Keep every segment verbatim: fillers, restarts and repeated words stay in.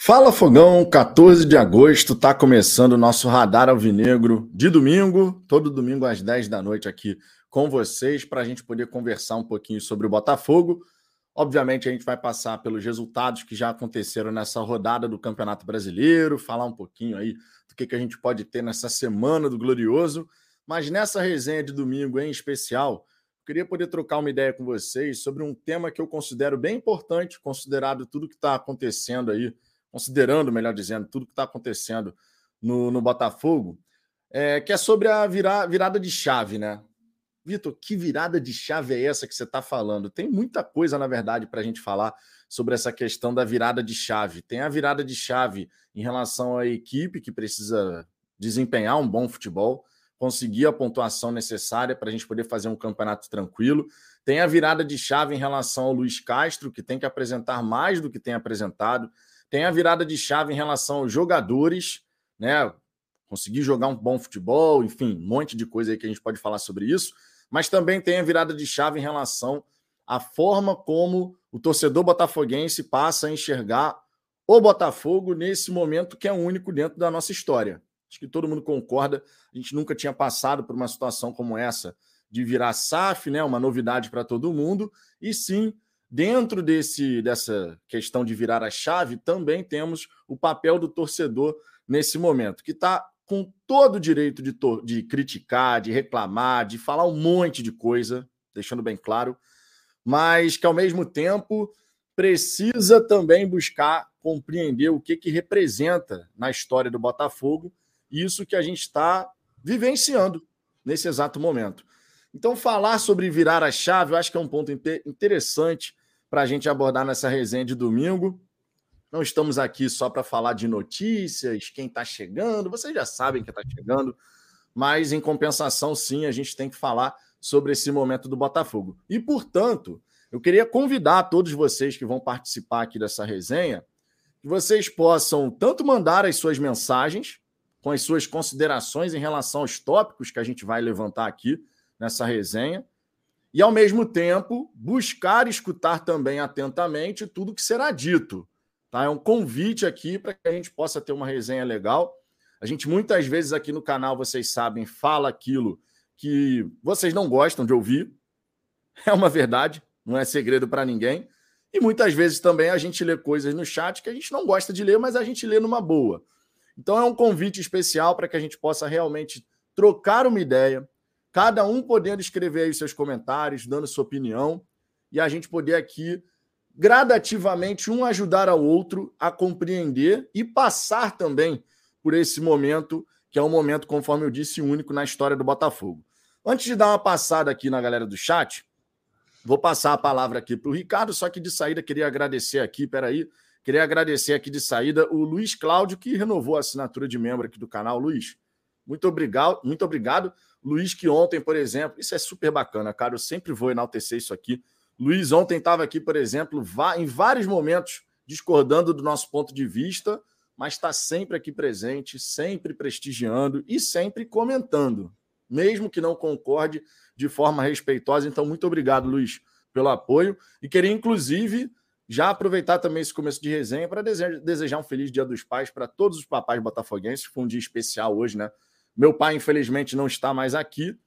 Fala Fogão, quatorze de agosto, tá começando o nosso Radar Alvinegro de domingo, todo domingo às dez da noite aqui com vocês, para a gente poder conversar um pouquinho sobre o Botafogo. Obviamente a gente vai passar pelos resultados que já aconteceram nessa rodada do Campeonato Brasileiro, falar um pouquinho aí do que, que a gente pode ter nessa semana do Glorioso, mas nessa resenha de domingo em especial, eu queria poder trocar uma ideia com vocês sobre um tema que eu considero bem importante, considerado tudo que está acontecendo aí, considerando, melhor dizendo, tudo que está acontecendo no, no Botafogo, é, que é sobre a vira, virada de chave, né? Vitor, que virada de chave é essa que você está falando? Tem muita coisa, na verdade, para a gente falar sobre essa questão da virada de chave. Tem a virada de chave em relação à equipe que precisa desempenhar um bom futebol, conseguir a pontuação necessária para a gente poder fazer um campeonato tranquilo. Tem a virada de chave em relação ao Luiz Castro, que tem que apresentar mais do que tem apresentado. Tem a virada de chave em relação aos jogadores, né? Conseguir jogar um bom futebol, enfim, um monte de coisa aí que a gente pode falar sobre isso. Mas também tem a virada de chave em relação à forma como o torcedor botafoguense passa a enxergar o Botafogo nesse momento que é único dentro da nossa história. Acho que todo mundo concorda, a gente nunca tinha passado por uma situação como essa de virar S A F, né? Uma novidade para todo mundo, e sim, dentro desse, dessa questão de virar a chave, também temos o papel do torcedor nesse momento, que está com todo o direito de, de criticar, de reclamar, de falar um monte de coisa, deixando bem claro, mas que, ao mesmo tempo, precisa também buscar compreender o que, que representa na história do Botafogo isso que a gente está vivenciando nesse exato momento. Então, falar sobre virar a chave, eu acho que é um ponto interessante para a gente abordar nessa resenha de domingo. Não estamos aqui só para falar de notícias, quem está chegando, vocês já sabem quem está chegando, mas, em compensação, sim, a gente tem que falar sobre esse momento do Botafogo. E, portanto, eu queria convidar todos vocês que vão participar aqui dessa resenha, que vocês possam tanto mandar as suas mensagens, com as suas considerações em relação aos tópicos que a gente vai levantar aqui nessa resenha, e, ao mesmo tempo, buscar escutar também atentamente tudo que será dito. Tá? É um convite aqui para que a gente possa ter uma resenha legal. A gente, muitas vezes, aqui no canal, vocês sabem, fala aquilo que vocês não gostam de ouvir. É uma verdade, não é segredo para ninguém. E, muitas vezes, também a gente lê coisas no chat que a gente não gosta de ler, mas a gente lê numa boa. Então, é um convite especial para que a gente possa realmente trocar uma ideia, cada um podendo escrever aí os seus comentários, dando sua opinião, e a gente poder aqui, gradativamente, um ajudar ao outro a compreender e passar também por esse momento, que é um momento, conforme eu disse, único na história do Botafogo. Antes de dar uma passada aqui na galera do chat, vou passar a palavra aqui para o Ricardo, só que de saída queria agradecer aqui, peraí, queria agradecer aqui de saída o Luiz Cláudio, que renovou a assinatura de membro aqui do canal. Luiz, muito obrigado, muito obrigado. Luiz, que ontem, por exemplo, isso é super bacana, cara, eu sempre vou enaltecer isso aqui. Luiz ontem estava aqui, por exemplo, em vários momentos discordando do nosso ponto de vista, mas está sempre aqui presente, sempre prestigiando e sempre comentando, mesmo que não concorde de forma respeitosa. Então, muito obrigado, Luiz, pelo apoio. E queria, inclusive, já aproveitar também esse começo de resenha para desejar um feliz Dia dos Pais para todos os papais botafoguenses. Foi um dia especial hoje, né? Meu pai, infelizmente, não está mais aqui,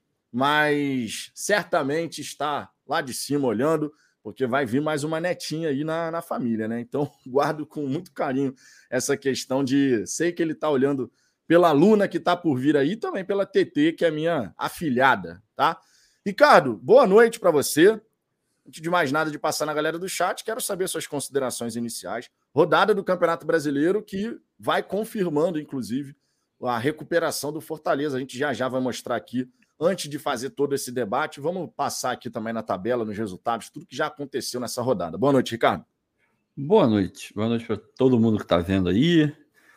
mas certamente está lá de cima olhando, porque vai vir mais uma netinha aí na, na família, né? Então, guardo com muito carinho essa questão de... Sei que ele está olhando pela Luna, que está por vir aí, e também pela T T, que é minha afilhada, tá? Ricardo, boa noite para você. Antes de mais nada, de passar na galera do chat, quero saber suas considerações iniciais. Rodada do Campeonato Brasileiro que vai confirmando, inclusive, a recuperação do Fortaleza. A gente já já vai mostrar aqui, antes de fazer todo esse debate, vamos passar aqui também na tabela, nos resultados, tudo que já aconteceu nessa rodada. Boa noite, Ricardo. Boa noite. Boa noite para todo mundo que está vendo aí.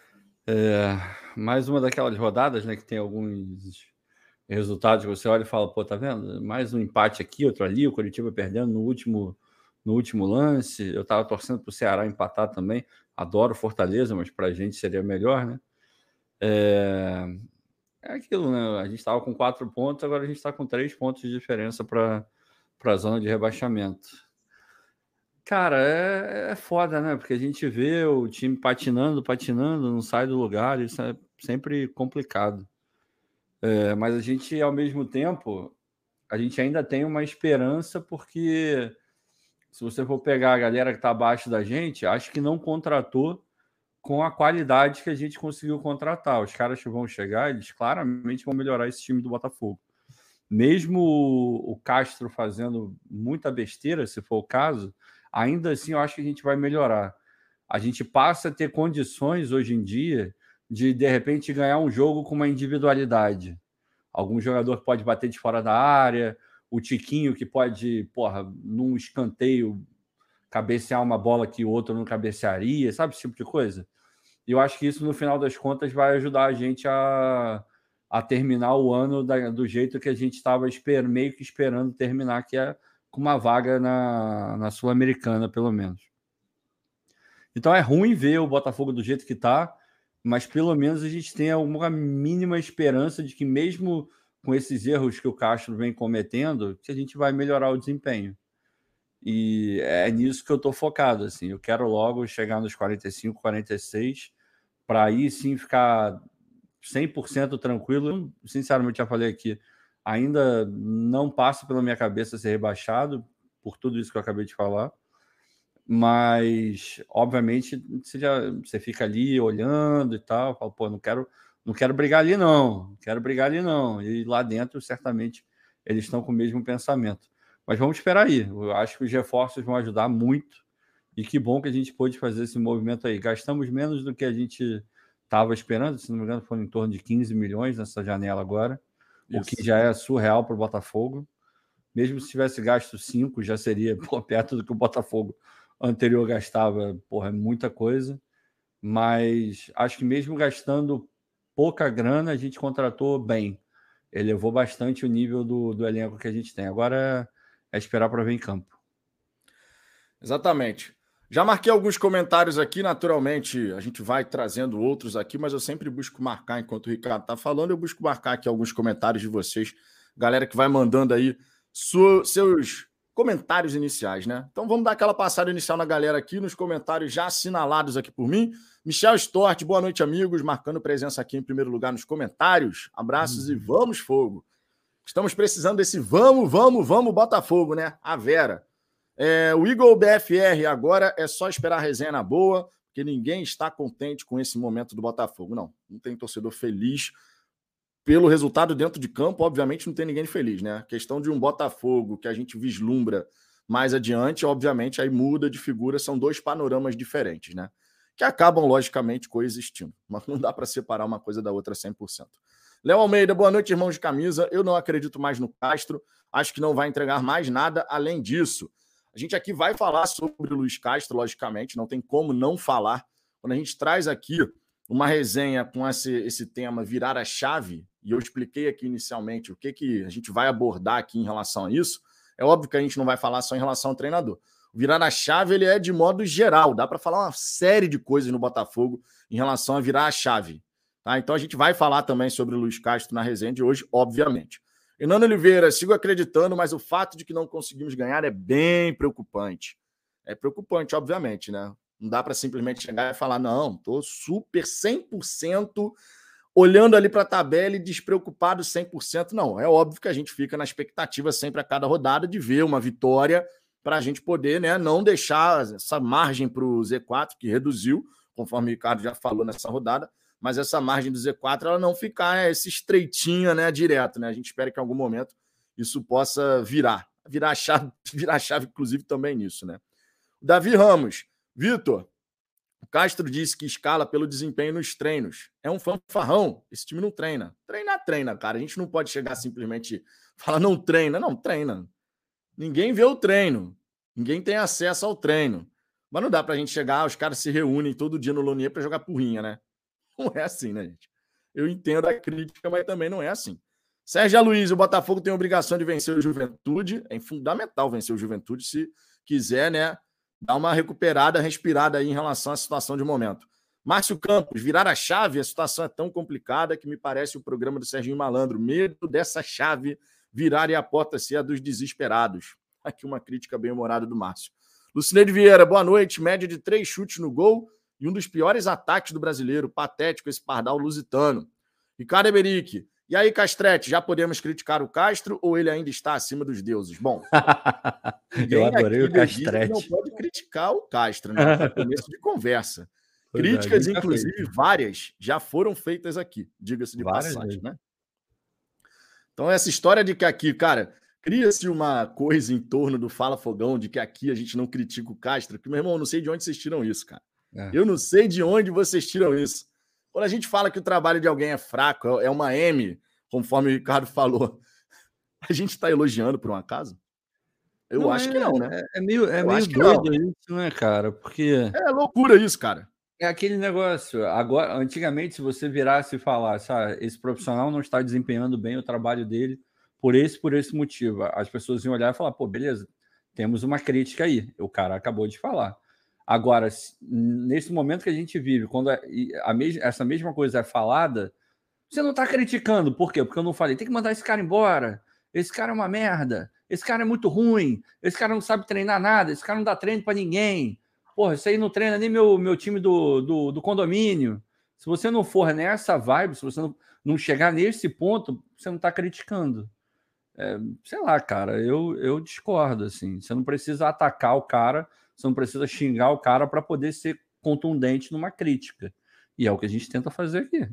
É, mais uma daquelas rodadas, né, que tem alguns resultados que você olha e fala, pô, tá vendo? Mais um empate aqui, outro ali, o Coritiba perdendo no último, no último lance. Eu estava torcendo para o Ceará empatar também. Adoro Fortaleza, mas para a gente seria melhor, né? É, é aquilo, né? A gente estava com quatro pontos, agora a gente está com três pontos de diferença para a zona de rebaixamento. Cara, é, é foda, né? Porque a gente vê o time patinando, patinando, não sai do lugar, isso é sempre complicado. É, mas a gente, ao mesmo tempo, a gente ainda tem uma esperança, porque se você for pegar a galera que está abaixo da gente, acho que não contratou com a qualidade que a gente conseguiu contratar. Os caras que vão chegar, eles claramente vão melhorar esse time do Botafogo. Mesmo o Castro fazendo muita besteira, se for o caso, ainda assim eu acho que a gente vai melhorar. A gente passa a ter condições hoje em dia de, de repente, ganhar um jogo com uma individualidade. Algum jogador que pode bater de fora da área, o Tiquinho que pode, porra, num escanteio, cabecear uma bola que o outro não cabecearia, sabe esse tipo de coisa? E eu acho que isso, no final das contas, vai ajudar a gente a, a terminar o ano da, do jeito que a gente estava meio que esperando terminar, que é com uma vaga na, na Sul-Americana, pelo menos. Então é ruim ver o Botafogo do jeito que está, mas pelo menos a gente tem alguma mínima esperança de que, mesmo com esses erros que o Castro vem cometendo, que a gente vai melhorar o desempenho. E é nisso que eu estou focado. Assim. Eu quero logo chegar nos quarenta e cinco, quarenta e seis, para aí sim ficar cem por cento tranquilo. Eu, sinceramente, já falei aqui, ainda não passa pela minha cabeça ser rebaixado, por tudo isso que eu acabei de falar. Mas, obviamente, você, já, você fica ali olhando e tal, fala, pô, não quero, não quero brigar ali não, não quero brigar ali não. E lá dentro, certamente, eles estão com o mesmo pensamento. Mas vamos esperar aí. Eu acho que os reforços vão ajudar muito. E que bom que a gente pôde fazer esse movimento aí. Gastamos menos do que a gente estava esperando, se não me engano, foram em torno de quinze milhões nessa janela agora, Isso. o que já é surreal para o Botafogo. Mesmo se tivesse gasto cinco, já seria pô, perto do que o Botafogo anterior gastava. Porra, é muita coisa. Mas acho que mesmo gastando pouca grana, a gente contratou bem. Elevou bastante o nível do, do elenco que a gente tem. Agora é esperar para ver em campo. Exatamente. Já marquei alguns comentários aqui, naturalmente a gente vai trazendo outros aqui, mas eu sempre busco marcar, enquanto o Ricardo está falando, eu busco marcar aqui alguns comentários de vocês, galera que vai mandando aí su- seus comentários iniciais, né? Então vamos dar aquela passada inicial na galera aqui, nos comentários já assinalados aqui por mim. Michel Stort, boa noite, amigos, marcando presença aqui em primeiro lugar nos comentários. Abraços uhum. E vamos, fogo. Estamos precisando desse vamos, vamos, vamos, Botafogo, né? A Vera. É, o Eagle B F R, agora é só esperar a resenha na boa, porque ninguém está contente com esse momento do Botafogo. Não, não tem torcedor feliz pelo resultado dentro de campo, obviamente não tem ninguém feliz, né? A questão de um Botafogo que a gente vislumbra mais adiante, obviamente aí muda de figura, são dois panoramas diferentes, né? Que acabam, logicamente, coexistindo, mas não dá para separar uma coisa da outra cem por cento. Léo Almeida, boa noite, irmãos de camisa. Eu não acredito mais no Castro, acho que não vai entregar mais nada além disso. A gente aqui vai falar sobre o Luiz Castro, logicamente, não tem como não falar. Quando a gente traz aqui uma resenha com esse, esse tema virar a chave, e eu expliquei aqui inicialmente o que, que a gente vai abordar aqui em relação a isso, é óbvio que a gente não vai falar só em relação ao treinador. O virar a chave ele é de modo geral, dá para falar uma série de coisas no Botafogo em relação a virar a chave. Tá? Então a gente vai falar também sobre o Luiz Castro na resenha de hoje, obviamente. Hernando Oliveira, sigo acreditando, mas o fato de que não conseguimos ganhar é bem preocupante. É preocupante, obviamente, né? Não dá para simplesmente chegar e falar, não, estou super cem por cento olhando ali para a tabela e despreocupado cem por cento. Não, é óbvio que a gente fica na expectativa sempre a cada rodada de ver uma vitória para a gente poder, né, não deixar essa margem para o Z quatro, que reduziu, conforme o Ricardo já falou nessa rodada, mas essa margem do Z quatro ela não ficar é, esse estreitinha, né, direto, né? A gente espera que em algum momento isso possa virar, virar a chave, virar a chave inclusive também nisso, né? Davi Ramos, Vitor, o Castro disse que escala pelo desempenho nos treinos. É um fanfarrão, esse time não treina. Treinar, treina, cara. A gente não pode chegar simplesmente e falar não treina, não treina. Ninguém vê o treino, ninguém tem acesso ao treino. Mas não dá pra gente chegar, os caras se reúnem todo dia no Lonier para jogar porrinha, né? Não é assim, né, gente? Eu entendo a crítica, mas também não é assim. Sérgio Aloysio, o Botafogo tem a obrigação de vencer o Juventude. É fundamental vencer o Juventude se quiser, né, dar uma recuperada, respirada aí em relação à situação de momento. Márcio Campos, virar a chave, a situação é tão complicada que me parece o programa do Serginho Malandro. Medo dessa chave virar e a porta ser a dos desesperados. Aqui uma crítica bem humorada do Márcio. Lucineide Vieira, boa noite. Média de três chutes no gol e um dos piores ataques do brasileiro. Patético esse pardal lusitano. Ricardo Eberique. E aí, Castrete, já podemos criticar o Castro ou ele ainda está acima dos deuses? Bom, eu adorei o Castrete. Não pode criticar o Castro, né? Para começo de conversa. Pois Críticas, é, inclusive, feito. várias, já foram feitas aqui, diga-se de Várias passagem, vezes. né? Então, essa história de que aqui, cara, cria-se uma coisa em torno do Fala Fogão, de que aqui a gente não critica o Castro, que, meu irmão, eu não sei de onde vocês tiram isso, cara. É. Eu não sei de onde vocês tiram isso. Quando a gente fala que o trabalho de alguém é fraco, é uma M, conforme o Ricardo falou, a gente está elogiando por um acaso? Eu não, acho é, que não, né? É, é meio, é meio doido não. isso, né, cara? Porque... É loucura isso, cara. É aquele negócio. Agora, antigamente, se você virasse e falasse, ah, esse profissional não está desempenhando bem o trabalho dele por esse, por esse motivo, as pessoas iam olhar e falar, pô, beleza, temos uma crítica aí. O cara acabou de falar. Agora, nesse momento que a gente vive, quando a, a mes essa mesma coisa é falada, você não está criticando. Por quê? Porque eu não falei, tem que mandar esse cara embora. Esse cara é uma merda. Esse cara é muito ruim. Esse cara não sabe treinar nada. Esse cara não dá treino para ninguém. Porra, isso aí não treina nem meu, meu time do, do, do condomínio. Se você não for nessa vibe, se você não, não chegar nesse ponto, você não está criticando. É, sei lá, cara, eu, eu discordo, assim. Você não precisa atacar o cara, você não precisa xingar o cara para poder ser contundente numa crítica. E é o que a gente tenta fazer aqui.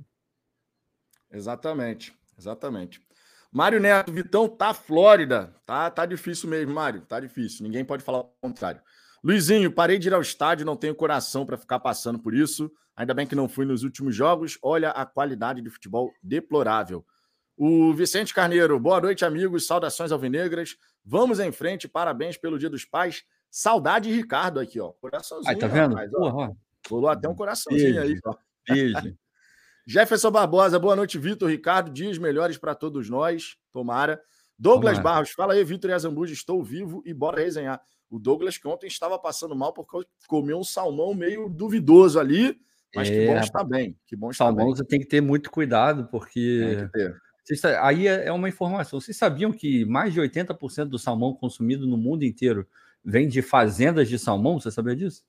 Exatamente, exatamente. Mário Neto, Vitão tá Flórida. Tá, tá difícil mesmo, Mário, tá difícil. Ninguém pode falar o contrário. Luizinho, parei de ir ao estádio, não tenho coração para ficar passando por isso. Ainda bem que não fui nos últimos jogos. Olha a qualidade de futebol deplorável. O Vicente Carneiro, boa noite, amigos. Saudações alvinegras. Vamos em frente, parabéns pelo Dia dos Pais. Saudade, Ricardo, aqui, ó. Coraçãozinho. Ai, tá vendo? Rapaz, ó. Rolou até um coraçãozinho beijo, aí, ó. Beijo. Jefferson Barbosa, boa noite, Vitor. Ricardo, dias melhores para todos nós. Tomara. Douglas Tomara. Barros, fala aí, Vitor e Azambuja, estou vivo e bora resenhar. O Douglas, que ontem estava passando mal porque comeu um salmão meio duvidoso ali, mas é, que bom estar bem. Que bom estar salmão bem. Você tem que ter muito cuidado, porque... Tem que ter. Vocês, aí é uma informação. Vocês sabiam que mais de oitenta por cento do salmão consumido no mundo inteiro vem de fazendas de salmão? Você sabia disso?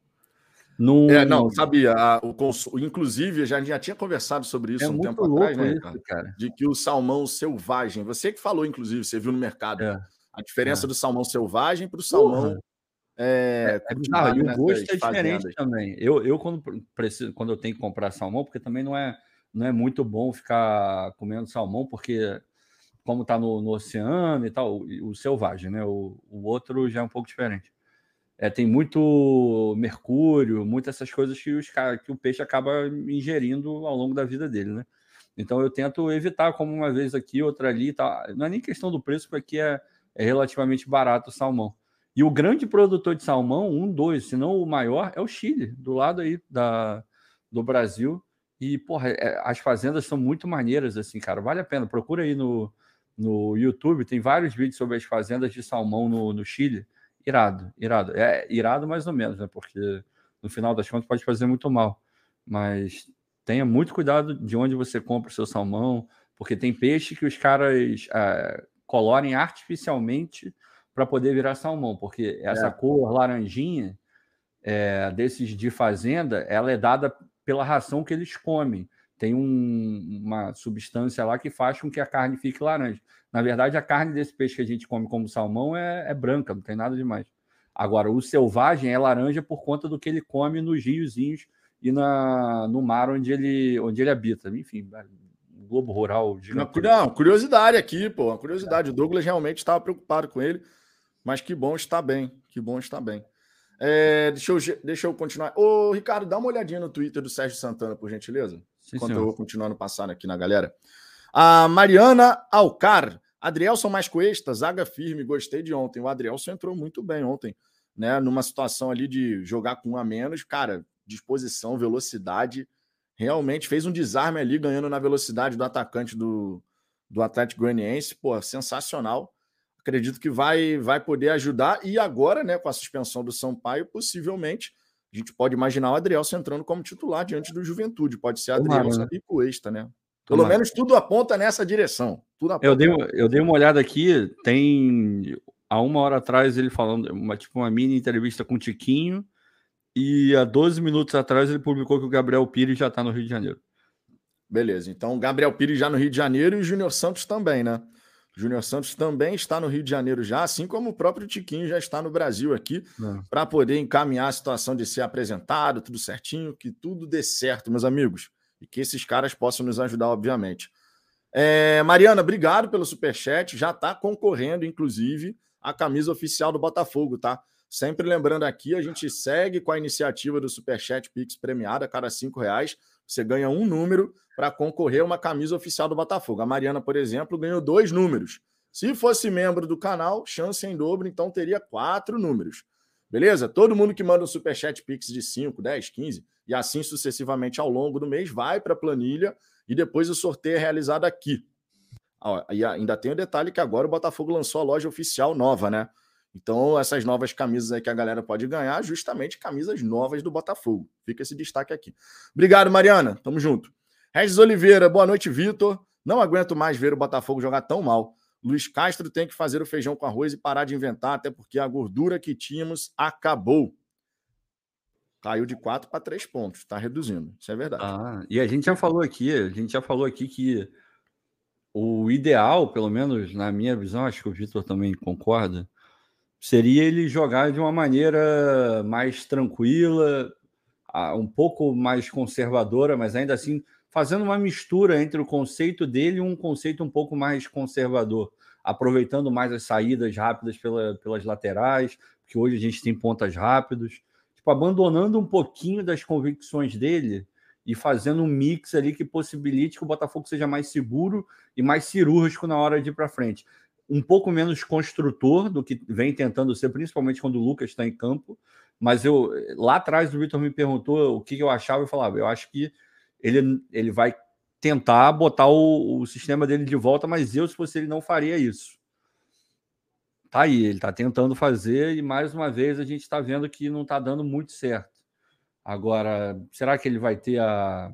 Num... É, não, sabia. A, o consu... Inclusive, já, já tinha conversado sobre isso é um tempo louco atrás, né, isso, cara? cara? De que o salmão selvagem, você que falou, inclusive, você viu no mercado, é. a diferença é. do salmão selvagem para o salmão. É, é, é bizarro. E o gosto é diferente fazendas. Também. Eu, eu quando, preciso, quando eu tenho que comprar salmão, porque também não é, não é muito bom ficar comendo salmão, porque como está no, no oceano e tal, o, o selvagem, né? O, o outro já é um pouco diferente. É, tem muito mercúrio, muitas essas coisas que, os, que o peixe acaba ingerindo ao longo da vida dele, né? Então eu tento evitar, como uma vez aqui, outra ali, tá? Não é nem questão do preço, porque aqui é, é relativamente barato o salmão. E o grande produtor de salmão, um, dois, se não o maior, é o Chile, do lado aí da, do Brasil. E, porra, é, as fazendas são muito maneiras, assim, cara. Vale a pena. Procura aí no, no YouTube, tem vários vídeos sobre as fazendas de salmão no, no Chile. Irado, irado. É irado mais ou menos, né? Porque no final das contas pode fazer muito mal. Mas tenha muito cuidado de onde você compra o seu salmão, porque tem peixe que os caras é, colorem artificialmente para poder virar salmão, porque essa é. cor laranjinha é, desses de fazenda, ela é dada pela ração que eles comem. Tem um, uma substância lá que faz com que a carne fique laranja. Na verdade, a carne desse peixe que a gente come como salmão é, é branca, não tem nada demais. Agora, o selvagem é laranja por conta do que ele come nos riozinhos e na, no mar onde ele, onde ele habita. Enfim, um globo rural gigante. Não, curiosidade aqui, pô, uma curiosidade. É. O Douglas realmente estava preocupado com ele, mas que bom estar bem, que bom estar bem. É, deixa, eu, deixa eu continuar. Ô, Ricardo, dá uma olhadinha no Twitter do Sérgio Santana, por gentileza. Sim, enquanto senhor. eu vou continuando passando aqui na galera. A Mariana Alcar. Adrielson mais Cuesta, zaga firme, gostei de ontem. O Adrielson entrou muito bem ontem, né? Numa situação ali de jogar com um a menos. Cara, disposição, velocidade. Realmente fez um desarme ali, ganhando na velocidade do atacante do, do Atlético Goianiense. Pô, sensacional. Acredito que vai, vai poder ajudar. E agora, né, com a suspensão do Sampaio, possivelmente, a gente pode imaginar o Adrielson entrando como titular diante do Juventude. Pode ser Adrielson né? e Cuesta, né? Pelo Tomara. menos tudo aponta nessa direção. Tudo aponta eu, dei, eu dei uma olhada aqui, tem há uma hora atrás ele falando, uma, tipo uma mini entrevista com o Tiquinho, e há doze minutos atrás ele publicou que o Gabriel Pires já está no Rio de Janeiro. Beleza, então Gabriel Pires já no Rio de Janeiro e o Júnior Santos também, né? Júnior Santos também está no Rio de Janeiro já, assim como o próprio Tiquinho já está no Brasil aqui, é. para poder encaminhar a situação de ser apresentado, tudo certinho, que tudo dê certo, meus amigos, e que esses caras possam nos ajudar, obviamente. É, Mariana, obrigado pelo superchat, já está concorrendo, inclusive, a camisa oficial do Botafogo, tá? Sempre lembrando aqui, a gente segue com a iniciativa do Superchat Pix premiada, a cada cinco reais, você ganha um número para concorrer a uma camisa oficial do Botafogo. A Mariana, por exemplo, ganhou dois números. Se fosse membro do canal, chance em dobro, então teria quatro números. Beleza? Todo mundo que manda um Superchat Pix de cinco, dez, quinze e assim sucessivamente ao longo do mês vai para a planilha e depois o sorteio é realizado aqui. E ainda tem o detalhe que agora o Botafogo lançou a loja oficial nova, né? Então, essas novas camisas aí que a galera pode ganhar, justamente camisas novas do Botafogo. Fica esse destaque aqui. Obrigado, Mariana. Tamo junto. Regis Oliveira, boa noite, Vitor. Não aguento mais ver o Botafogo jogar tão mal. Luiz Castro tem que fazer o feijão com arroz e parar de inventar, até porque a gordura que tínhamos acabou. Caiu de quatro para três pontos. Está reduzindo. Isso é verdade. Ah, e a gente já falou aqui, a gente já falou aqui que o ideal, pelo menos na minha visão, acho que o Vitor também concorda, seria ele jogar de uma maneira mais tranquila, um pouco mais conservadora, mas ainda assim fazendo uma mistura entre o conceito dele e um conceito um pouco mais conservador, aproveitando mais as saídas rápidas pela, pelas laterais, porque hoje a gente tem pontas rápidos, tipo, abandonando um pouquinho das convicções dele e fazendo um mix ali que possibilite que o Botafogo seja mais seguro e mais cirúrgico na hora de ir para frente. Um pouco menos construtor do que vem tentando ser, principalmente quando o Lucas está em campo. Mas eu lá atrás o Vitor me perguntou o que eu achava, eu falava, eu acho que ele, ele vai tentar botar o, o sistema dele de volta, mas eu, se fosse ele, não faria isso. Tá aí, ele está tentando fazer e mais uma vez a gente está vendo que não está dando muito certo. Agora, será que ele vai ter a...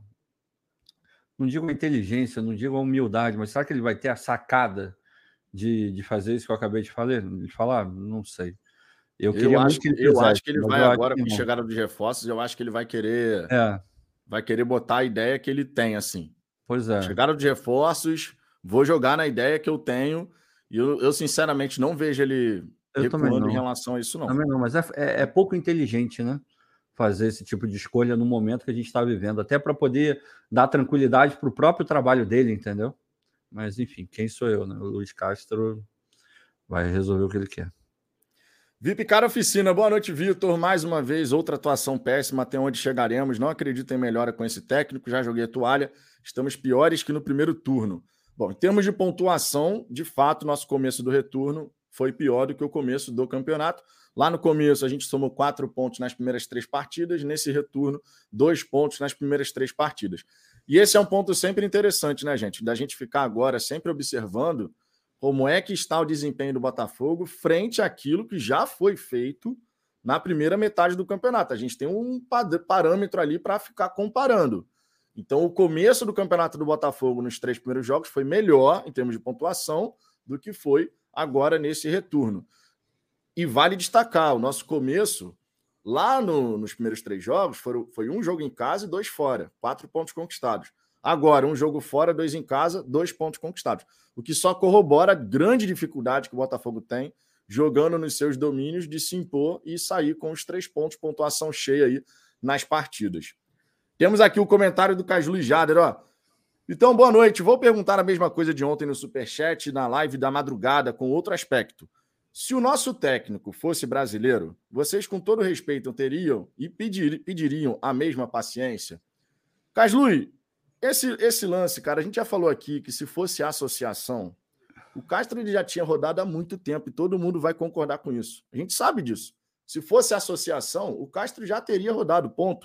Não digo a inteligência, não digo a humildade, mas será que ele vai ter a sacada De, de fazer isso que eu acabei de falar? De falar? Não sei. Eu, eu, acho, que, ele eu fizesse, acho que ele vai agora, com a chegada dos reforços, eu acho que ele vai querer é. vai querer botar a ideia que ele tem, assim. Pois é. Chegada dos reforços, vou jogar na ideia que eu tenho, e eu, eu sinceramente, não vejo ele eu recuando em relação a isso, não. Também não, mas é, é, é pouco inteligente, né? Fazer esse tipo de escolha no momento que a gente está vivendo, até para poder dar tranquilidade para o próprio trabalho dele, entendeu? Mas, enfim, quem sou eu, né? O Luiz Castro vai resolver o que ele quer. V I P Cara Oficina, boa noite, Vitor. Mais uma vez, outra atuação péssima, até onde chegaremos. Não acredito em melhora com esse técnico, já joguei a toalha. Estamos piores que no primeiro turno. Bom, em termos de pontuação, de fato, nosso começo do retorno foi pior do que o começo do campeonato. Lá no começo, a gente somou quatro pontos nas primeiras três partidas. Nesse retorno, dois pontos nas primeiras três partidas. E esse é um ponto sempre interessante, né, gente? Da gente ficar agora sempre observando como é que está o desempenho do Botafogo frente àquilo que já foi feito na primeira metade do campeonato. A gente tem um parâmetro ali para ficar comparando. Então, o começo do campeonato do Botafogo nos três primeiros jogos foi melhor, em termos de pontuação, do que foi agora nesse retorno. E vale destacar, o nosso começo, lá no, nos primeiros três jogos, foram, foi um jogo em casa e dois fora, quatro pontos conquistados. Agora, um jogo fora, dois em casa, dois pontos conquistados. O que só corrobora a grande dificuldade que o Botafogo tem, jogando nos seus domínios, de se impor e sair com os três pontos, pontuação cheia aí nas partidas. Temos aqui o comentário do Carlos Luiz Jader, ó. Então, boa noite. Vou perguntar a mesma coisa de ontem no Superchat, na live da madrugada, com outro aspecto. Se o nosso técnico fosse brasileiro, vocês, com todo respeito, teriam e pedir, pediriam a mesma paciência? Carlos Luiz, esse, esse lance, cara, a gente já falou aqui que se fosse a associação, o Castro ele já tinha rodado há muito tempo e todo mundo vai concordar com isso. A gente sabe disso. Se fosse a associação, o Castro já teria rodado, ponto.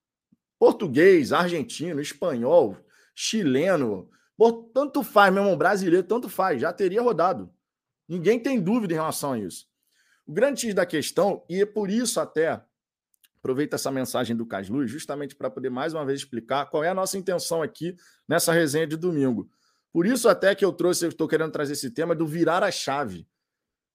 Português, argentino, espanhol, chileno, tanto faz, meu irmão, brasileiro, tanto faz, já teria rodado. Ninguém tem dúvida em relação a isso. O grande X da questão, e é por isso até, aproveito essa mensagem do Carlos Luiz, justamente para poder mais uma vez explicar qual é a nossa intenção aqui nessa resenha de domingo. Por isso até que eu trouxe, eu estou querendo trazer esse tema do virar a chave.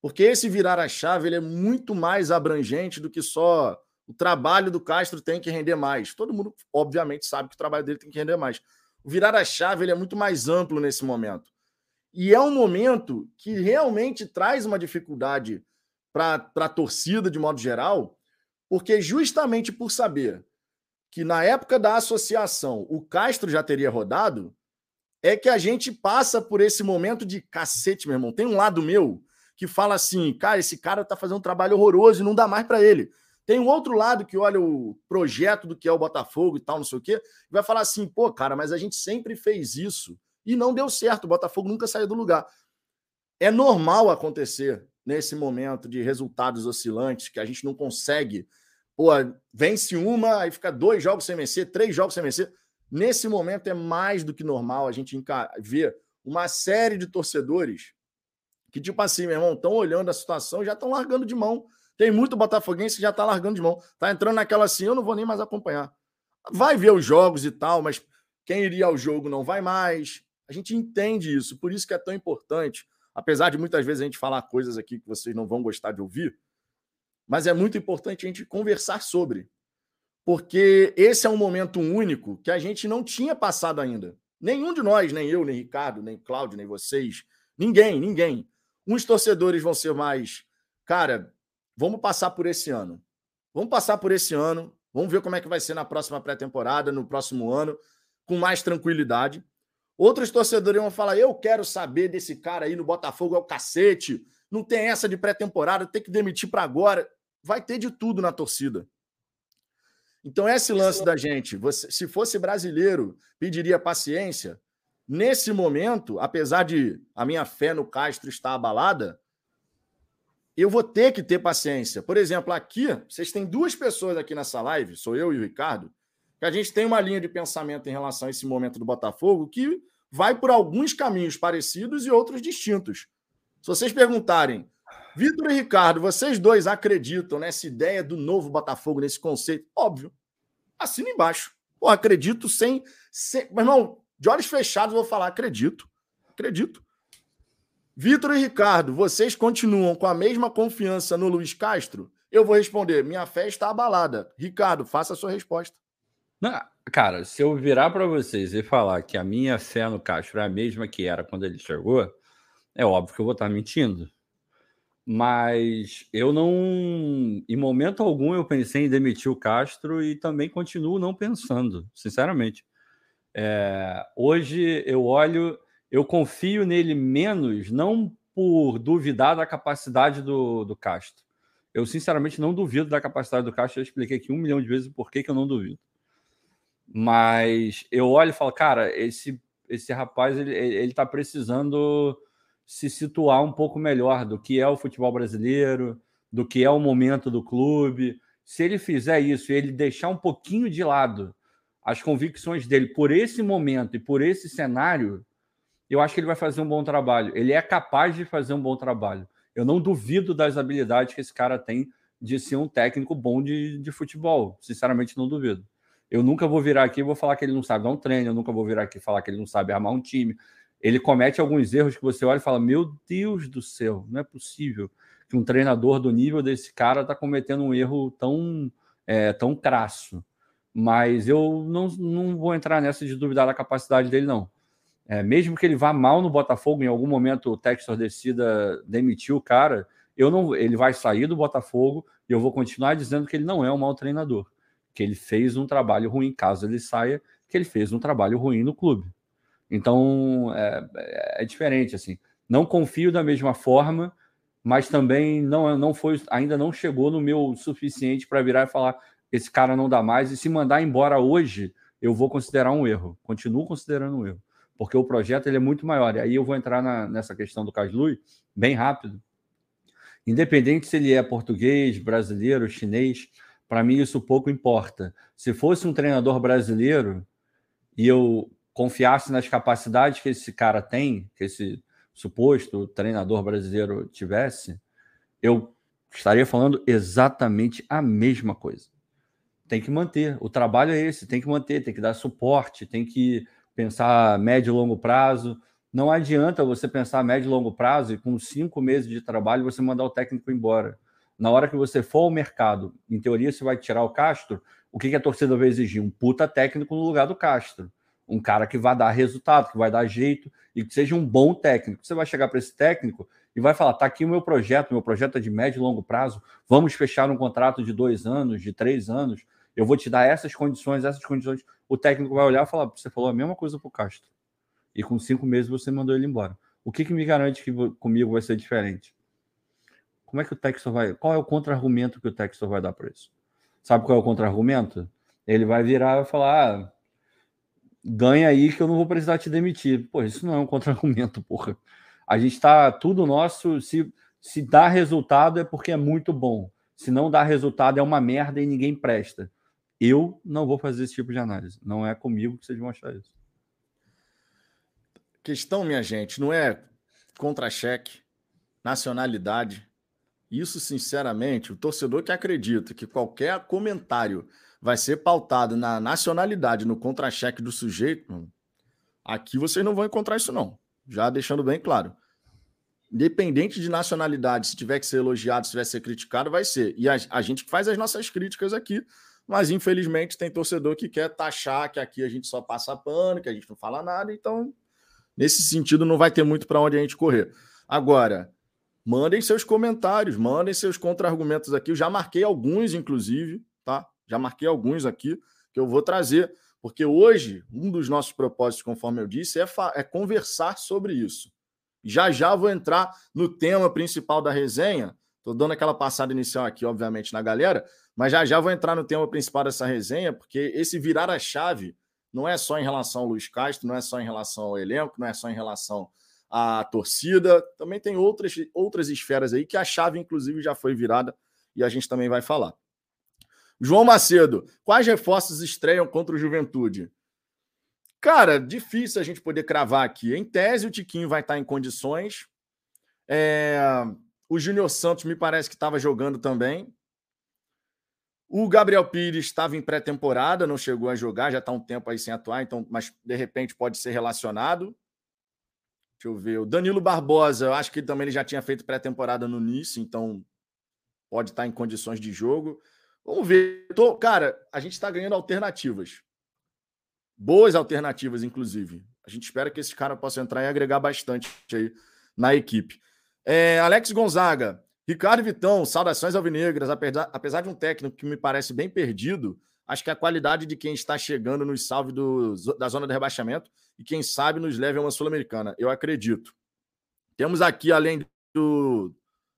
Porque esse virar a chave ele é muito mais abrangente do que só o trabalho do Castro tem que render mais. Todo mundo, obviamente, sabe que o trabalho dele tem que render mais. O virar a chave ele é muito mais amplo nesse momento. E é um momento que realmente traz uma dificuldade para a torcida, de modo geral, porque justamente por saber que na época da associação o Castro já teria rodado, é que a gente passa por esse momento de cacete, meu irmão. Tem um lado meu que fala assim, cara, esse cara tá fazendo um trabalho horroroso e não dá mais para ele. Tem um outro lado que olha o projeto do que é o Botafogo e tal, não sei o quê, e vai falar assim, pô, cara, mas a gente sempre fez isso e não deu certo, o Botafogo nunca saiu do lugar. É normal acontecer nesse momento de resultados oscilantes, que a gente não consegue, pô, vence uma, aí fica dois jogos sem vencer, três jogos sem vencer. Nesse momento é mais do que normal a gente ver uma série de torcedores que, tipo assim, meu irmão, estão olhando a situação e já estão largando de mão. Tem muito botafoguense que já está largando de mão. Está entrando naquela assim, eu não vou nem mais acompanhar. Vai ver os jogos e tal, mas quem iria ao jogo não vai mais. A gente entende isso, por isso que é tão importante. Apesar de muitas vezes a gente falar coisas aqui que vocês não vão gostar de ouvir, mas é muito importante a gente conversar sobre. Porque esse é um momento único que a gente não tinha passado ainda. Nenhum de nós, nem eu, nem Ricardo, nem Cláudio, nem vocês, ninguém, ninguém. Uns torcedores vão ser mais, cara, vamos passar por esse ano. Vamos passar por esse ano, vamos ver como é que vai ser na próxima pré-temporada, no próximo ano, com mais tranquilidade. Outros torcedores vão falar, eu quero saber desse cara aí no Botafogo, é o cacete, não tem essa de pré-temporada, tem que demitir para agora. Vai ter de tudo na torcida. Então, esse lance da gente, você, se fosse brasileiro, pediria paciência. Nesse momento, apesar de a minha fé no Castro estar abalada, eu vou ter que ter paciência. Por exemplo, aqui, vocês têm duas pessoas aqui nessa live, sou eu e o Ricardo, que a gente tem uma linha de pensamento em relação a esse momento do Botafogo que vai por alguns caminhos parecidos e outros distintos. Se vocês perguntarem, Vitor e Ricardo, vocês dois acreditam nessa ideia do novo Botafogo, nesse conceito? Óbvio. Assina embaixo. Pô, acredito sem, sem... Meu irmão, de olhos fechados eu vou falar, acredito. Acredito. Vitor e Ricardo, vocês continuam com a mesma confiança no Luiz Castro? Eu vou responder, minha fé está abalada. Ricardo, faça a sua resposta. Não, cara, se eu virar para vocês e falar que a minha fé no Castro é a mesma que era quando ele chegou, é óbvio que eu vou estar mentindo. Mas eu não, em momento algum, eu pensei em demitir o Castro e também continuo não pensando, sinceramente. É, hoje eu olho, eu confio nele menos, não por duvidar da capacidade do, do Castro. Eu, sinceramente, não duvido da capacidade do Castro. Eu expliquei aqui um milhão de vezes por que que eu não duvido. Mas eu olho e falo, cara, esse, esse rapaz, ele, ele tá precisando se situar um pouco melhor do que é o futebol brasileiro, do que é o momento do clube. Se ele fizer isso e ele deixar um pouquinho de lado as convicções dele por esse momento e por esse cenário, eu acho que ele vai fazer um bom trabalho. Ele é capaz de fazer um bom trabalho. Eu não duvido das habilidades que esse cara tem de ser um técnico bom de, de futebol. Sinceramente, não duvido. Eu nunca vou virar aqui e vou falar que ele não sabe dar um treino, eu nunca vou virar aqui e falar que ele não sabe armar um time. Ele comete alguns erros que você olha e fala, meu Deus do céu, não é possível que um treinador do nível desse cara está cometendo um erro tão, é, tão crasso. Mas eu não, não vou entrar nessa de duvidar da capacidade dele, não. É, mesmo que ele vá mal no Botafogo, em algum momento o Textor decida demitir o cara, eu não, ele vai sair do Botafogo e eu vou continuar dizendo que ele não é um mau treinador, que ele fez um trabalho ruim, caso ele saia, que ele fez um trabalho ruim no clube. Então, é, é diferente, assim. Não confio da mesma forma, mas também não, não foi, ainda não chegou no meu suficiente para virar e falar esse cara não dá mais, e se mandar embora hoje, eu vou considerar um erro. Continuo considerando um erro, porque o projeto ele é muito maior. E aí eu vou entrar na, nessa questão do Caslui bem rápido. Independente se ele é português, brasileiro, chinês, para mim isso pouco importa. Se fosse um treinador brasileiro e eu confiasse nas capacidades que esse cara tem, que esse suposto treinador brasileiro tivesse, eu estaria falando exatamente a mesma coisa. Tem que manter, o trabalho é esse, tem que manter, tem que dar suporte, tem que pensar médio e longo prazo, Não adianta você pensar a médio e longo prazo e com cinco meses de trabalho você mandar o técnico embora. Na hora que você for ao mercado, em teoria você vai tirar o Castro, o que, que a torcida vai exigir? Um puta técnico no lugar do Castro. Um cara que vai dar resultado, que vai dar jeito e que seja um bom técnico. Você vai chegar para esse técnico e vai falar, tá aqui o meu projeto, meu projeto é de médio e longo prazo, vamos fechar um contrato de dois anos, de três anos, eu vou te dar essas condições, essas condições. O técnico vai olhar e falar, você falou a mesma coisa pro Castro. E com cinco meses você mandou ele embora. O que, que me garante que comigo vai ser diferente? Como é que o Textor vai... Qual é o contra-argumento que o Textor vai dar para isso? Sabe qual é o contra-argumento? Ele vai virar e vai falar, ah, ganha aí que eu não vou precisar te demitir. Pô, isso não é um contra-argumento, porra. A gente tá tudo nosso, se, se dá resultado é porque é muito bom. Se não dá resultado é uma merda e ninguém presta. Eu não vou fazer esse tipo de análise. Não é comigo que vocês vão achar isso. Questão, minha gente, não é contra-cheque, nacionalidade. Isso, sinceramente, o torcedor que acredita que qualquer comentário vai ser pautado na nacionalidade, no contra-cheque do sujeito, aqui vocês não vão encontrar isso, não. Já deixando bem claro. Independente de nacionalidade, se tiver que ser elogiado, se tiver que ser criticado, vai ser. E a, a gente faz as nossas críticas aqui, mas infelizmente tem torcedor que quer taxar que aqui a gente só passa pano, que a gente não fala nada, então nesse sentido não vai ter muito para onde a gente correr. Agora, mandem seus comentários, mandem seus contra-argumentos aqui. Eu já marquei alguns, inclusive, tá? Já marquei alguns aqui que eu vou trazer, porque hoje um dos nossos propósitos, conforme eu disse, é, é conversar sobre isso. Já já vou entrar no tema principal da resenha. Estou dando aquela passada inicial aqui, obviamente, na galera, mas já já vou entrar no tema principal dessa resenha, porque esse virar a chave não é só em relação ao Luiz Castro, não é só em relação ao elenco, não é só em relação à torcida, também tem outras, outras esferas aí que a chave, inclusive, já foi virada e a gente também vai falar. João Macedo, quais reforços estreiam contra o Juventude? Cara, difícil a gente poder cravar aqui. Em tese, o Tiquinho vai estar em condições. É... O Júnior Santos me parece que estava jogando também. O Gabriel Pires estava em pré-temporada, não chegou a jogar, já está um tempo aí sem atuar, então, mas de repente pode ser relacionado. Deixa eu ver. O Danilo Barbosa, eu acho que também ele já tinha feito pré-temporada no Nice, então pode estar em condições de jogo. Vamos ver. Tô, cara, a gente está ganhando alternativas. Boas alternativas, inclusive. A gente espera que esse cara possa entrar e agregar bastante aí na equipe. É, Alex Gonzaga. Ricardo Vitão, saudações alvinegras. Apesar, apesar de um técnico que me parece bem perdido, acho que a qualidade de quem está chegando nos salve do, da zona de rebaixamento e quem sabe nos leve a uma Sul-Americana. Eu acredito. Temos aqui, além do,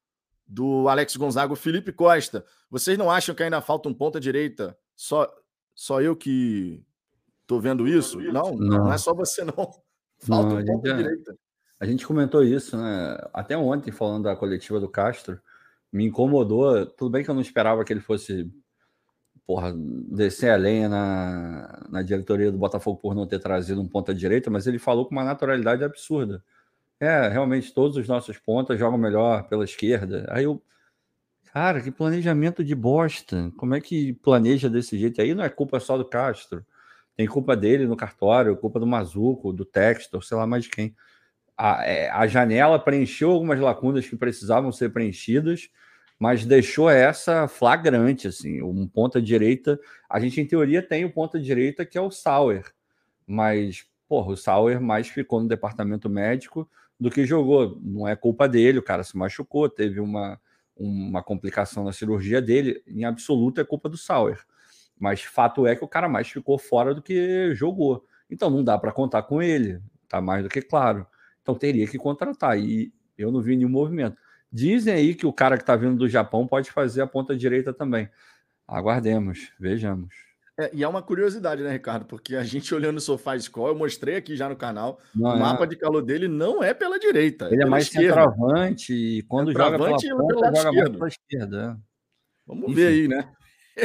do Alex Gonzaga, o Felipe Costa. Vocês não acham que ainda falta um ponta-direita? Só, só eu que estou vendo isso? Não, não, não é só você, não. Falta não, um ponta-direita. A gente comentou isso, né? Até ontem, falando da coletiva do Castro, me incomodou. Tudo bem que eu não esperava que ele fosse, porra, descer a lenha na, na diretoria do Botafogo por não ter trazido um ponta-direita, mas ele falou com uma naturalidade absurda. É, realmente, todos os nossos pontas jogam melhor pela esquerda. Aí eu, cara, que planejamento de bosta. Como é que planeja desse jeito? Aí não é culpa só do Castro. Tem culpa dele no cartório, culpa do Mazuco, do Textor, sei lá mais de quem. A, é, a janela preencheu algumas lacunas que precisavam ser preenchidas, mas deixou essa flagrante, assim, um ponta-direita. A gente, em teoria, tem o ponta-direita que é o Sauer, mas, porra, o Sauer mais ficou no departamento médico do que jogou. Não é culpa dele, o cara se machucou, teve uma, uma complicação na cirurgia dele, em absoluto é culpa do Sauer. Mas fato é que o cara mais ficou fora do que jogou. Então não dá para contar com ele, tá mais do que claro. Então teria que contratar, e eu não vi nenhum movimento. Dizem aí que o cara que está vindo do Japão pode fazer a ponta direita também. Aguardemos, vejamos. É, e é uma curiosidade, né, Ricardo? Porque a gente olhando o SofaScore, eu mostrei aqui já no canal, não o é. mapa de calor dele não é pela direita. Ele é, é mais esquerda. centroavante, e quando joga pela ponta, joga esquerdo. mais pela esquerda. Vamos Enfim. ver aí, né?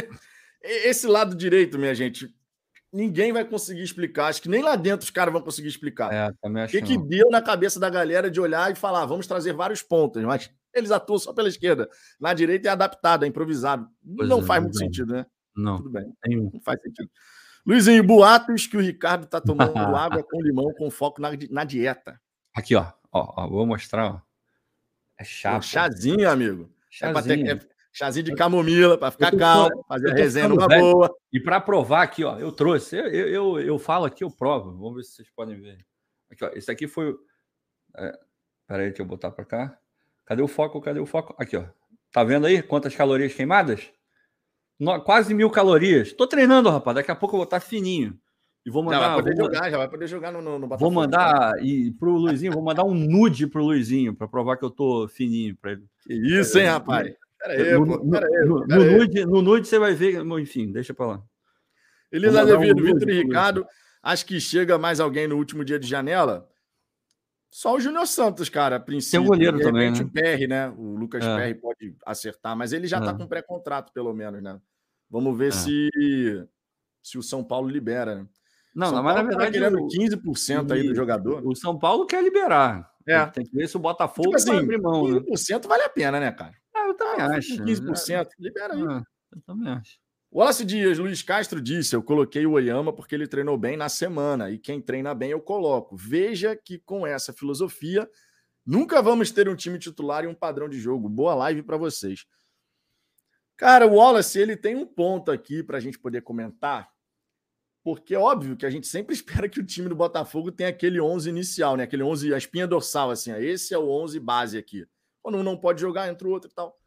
Esse lado direito, minha gente, ninguém vai conseguir explicar. Acho que nem lá dentro os caras vão conseguir explicar. É, também acho o que, que deu na cabeça da galera de olhar e falar, vamos trazer vários pontos, mas eles atuam só pela esquerda. Na direita é adaptado, é improvisado. Pois não é, faz muito bem. sentido, né? Não. Tudo bem. Não faz sentido. Luizinho, boatos que o Ricardo tá tomando água com limão com foco na, na dieta. Aqui, ó. ó, ó vou mostrar, ó. É chapa. Pô, chazinho, amigo. Chazinho. É, ter, é chazinho de camomila para ficar calmo, fazer a resenha numa velho. boa. E para provar aqui, ó, eu trouxe. Eu, eu, eu, eu falo aqui, eu provo. Vamos ver se vocês podem ver. Aqui, ó. Esse aqui foi. É, peraí, deixa eu botar para cá. Cadê o foco? Cadê o foco? Aqui, ó. Tá vendo aí quantas calorias queimadas? No, quase mil calorias. Tô treinando, rapaz. Daqui a pouco eu vou estar fininho. E vou mandar. Já vai poder vou, jogar, já vai poder jogar no, no, no Botafogo. Vou mandar e pro Luizinho, vou mandar um nude pro Luizinho para provar que eu tô fininho para ele. Que isso, hein, rapaz? Pera aí, no, pô. Pera aí, no, pera no, aí. Nude, no nude você vai ver, enfim, deixa para lá. Elisa Azevedo, um Vitor e Ricardo. Acho que chega mais alguém no último dia de janela. Só o Júnior Santos, cara, a princípio. Tem um goleiro de também, né? O Perry, né? O Lucas é. Perry pode acertar, mas ele já é. tá com pré-contrato, pelo menos, né? Vamos ver é. se, se o São Paulo libera, né? Não, São não mas Paulo na verdade. Tá querendo quinze por cento aí do jogador. O São Paulo quer liberar. É. Tem que ver se o Botafogo tipo assim, vai abrir mão. quinze por cento né? vale a pena, né, cara? Ah, eu também ah, acho. quinze por cento, libera aí. Ah, eu também acho. Wallace Dias, Luiz Castro disse, eu coloquei o Oyama porque ele treinou bem na semana, e quem treina bem eu coloco. Veja que com essa filosofia, nunca vamos ter um time titular e um padrão de jogo. Boa live para vocês. Cara, o Wallace, ele tem um ponto aqui para a gente poder comentar, porque é óbvio que a gente sempre espera que o time do Botafogo tenha aquele onze inicial, né? Aquele onze, a espinha dorsal, assim, ó. Esse é o onze base aqui. Quando um não pode jogar, entra o outro e tal.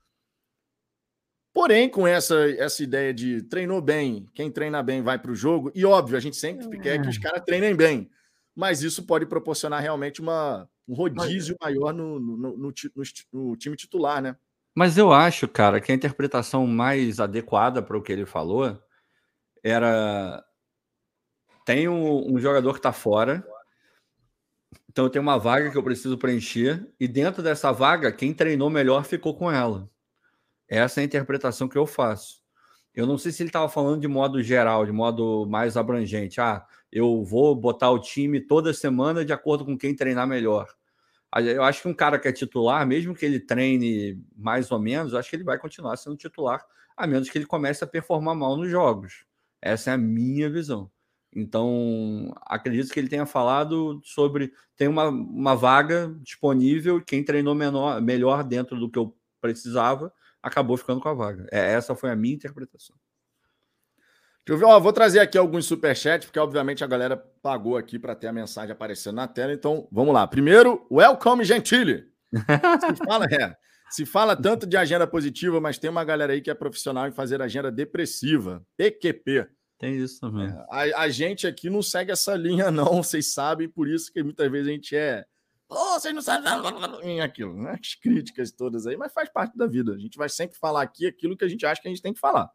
Porém, com essa, essa ideia de treinou bem, quem treina bem vai para o jogo, e óbvio, a gente sempre é. quer que os caras treinem bem, mas isso pode proporcionar realmente uma, um rodízio mas... maior no, no, no, no, no time titular, né? Mas eu acho, cara, que a interpretação mais adequada para o que ele falou era... Tem um, um jogador que está fora, então eu tenho uma vaga que eu preciso preencher, e dentro dessa vaga, quem treinou melhor ficou com ela. Essa é a interpretação que eu faço. Eu não sei se ele estava falando de modo geral, de modo mais abrangente. Ah, eu vou botar o time toda semana de acordo com quem treinar melhor. Eu acho que um cara que é titular, mesmo que ele treine mais ou menos, eu acho que ele vai continuar sendo titular, a menos que ele comece a performar mal nos jogos. Essa é a minha visão. Então, acredito que ele tenha falado sobre... Tem uma, uma vaga disponível, quem treinou menor, melhor dentro do que eu precisava, acabou ficando com a vaga. É, essa foi a minha interpretação. Deixa eu ver, ó, vou trazer aqui alguns superchats, porque obviamente a galera pagou aqui para ter a mensagem aparecendo na tela, então vamos lá. Primeiro, welcome, Gentili. Se fala, é, se fala tanto de agenda positiva, mas tem uma galera aí que é profissional em fazer agenda depressiva, P Q P. Tem isso também. É, a, a gente aqui não segue essa linha não, vocês sabem, por isso que muitas vezes a gente é oh, vocês não sabem aquilo, né? As críticas todas aí, mas faz parte da vida. A gente vai sempre falar aqui aquilo que a gente acha que a gente tem que falar.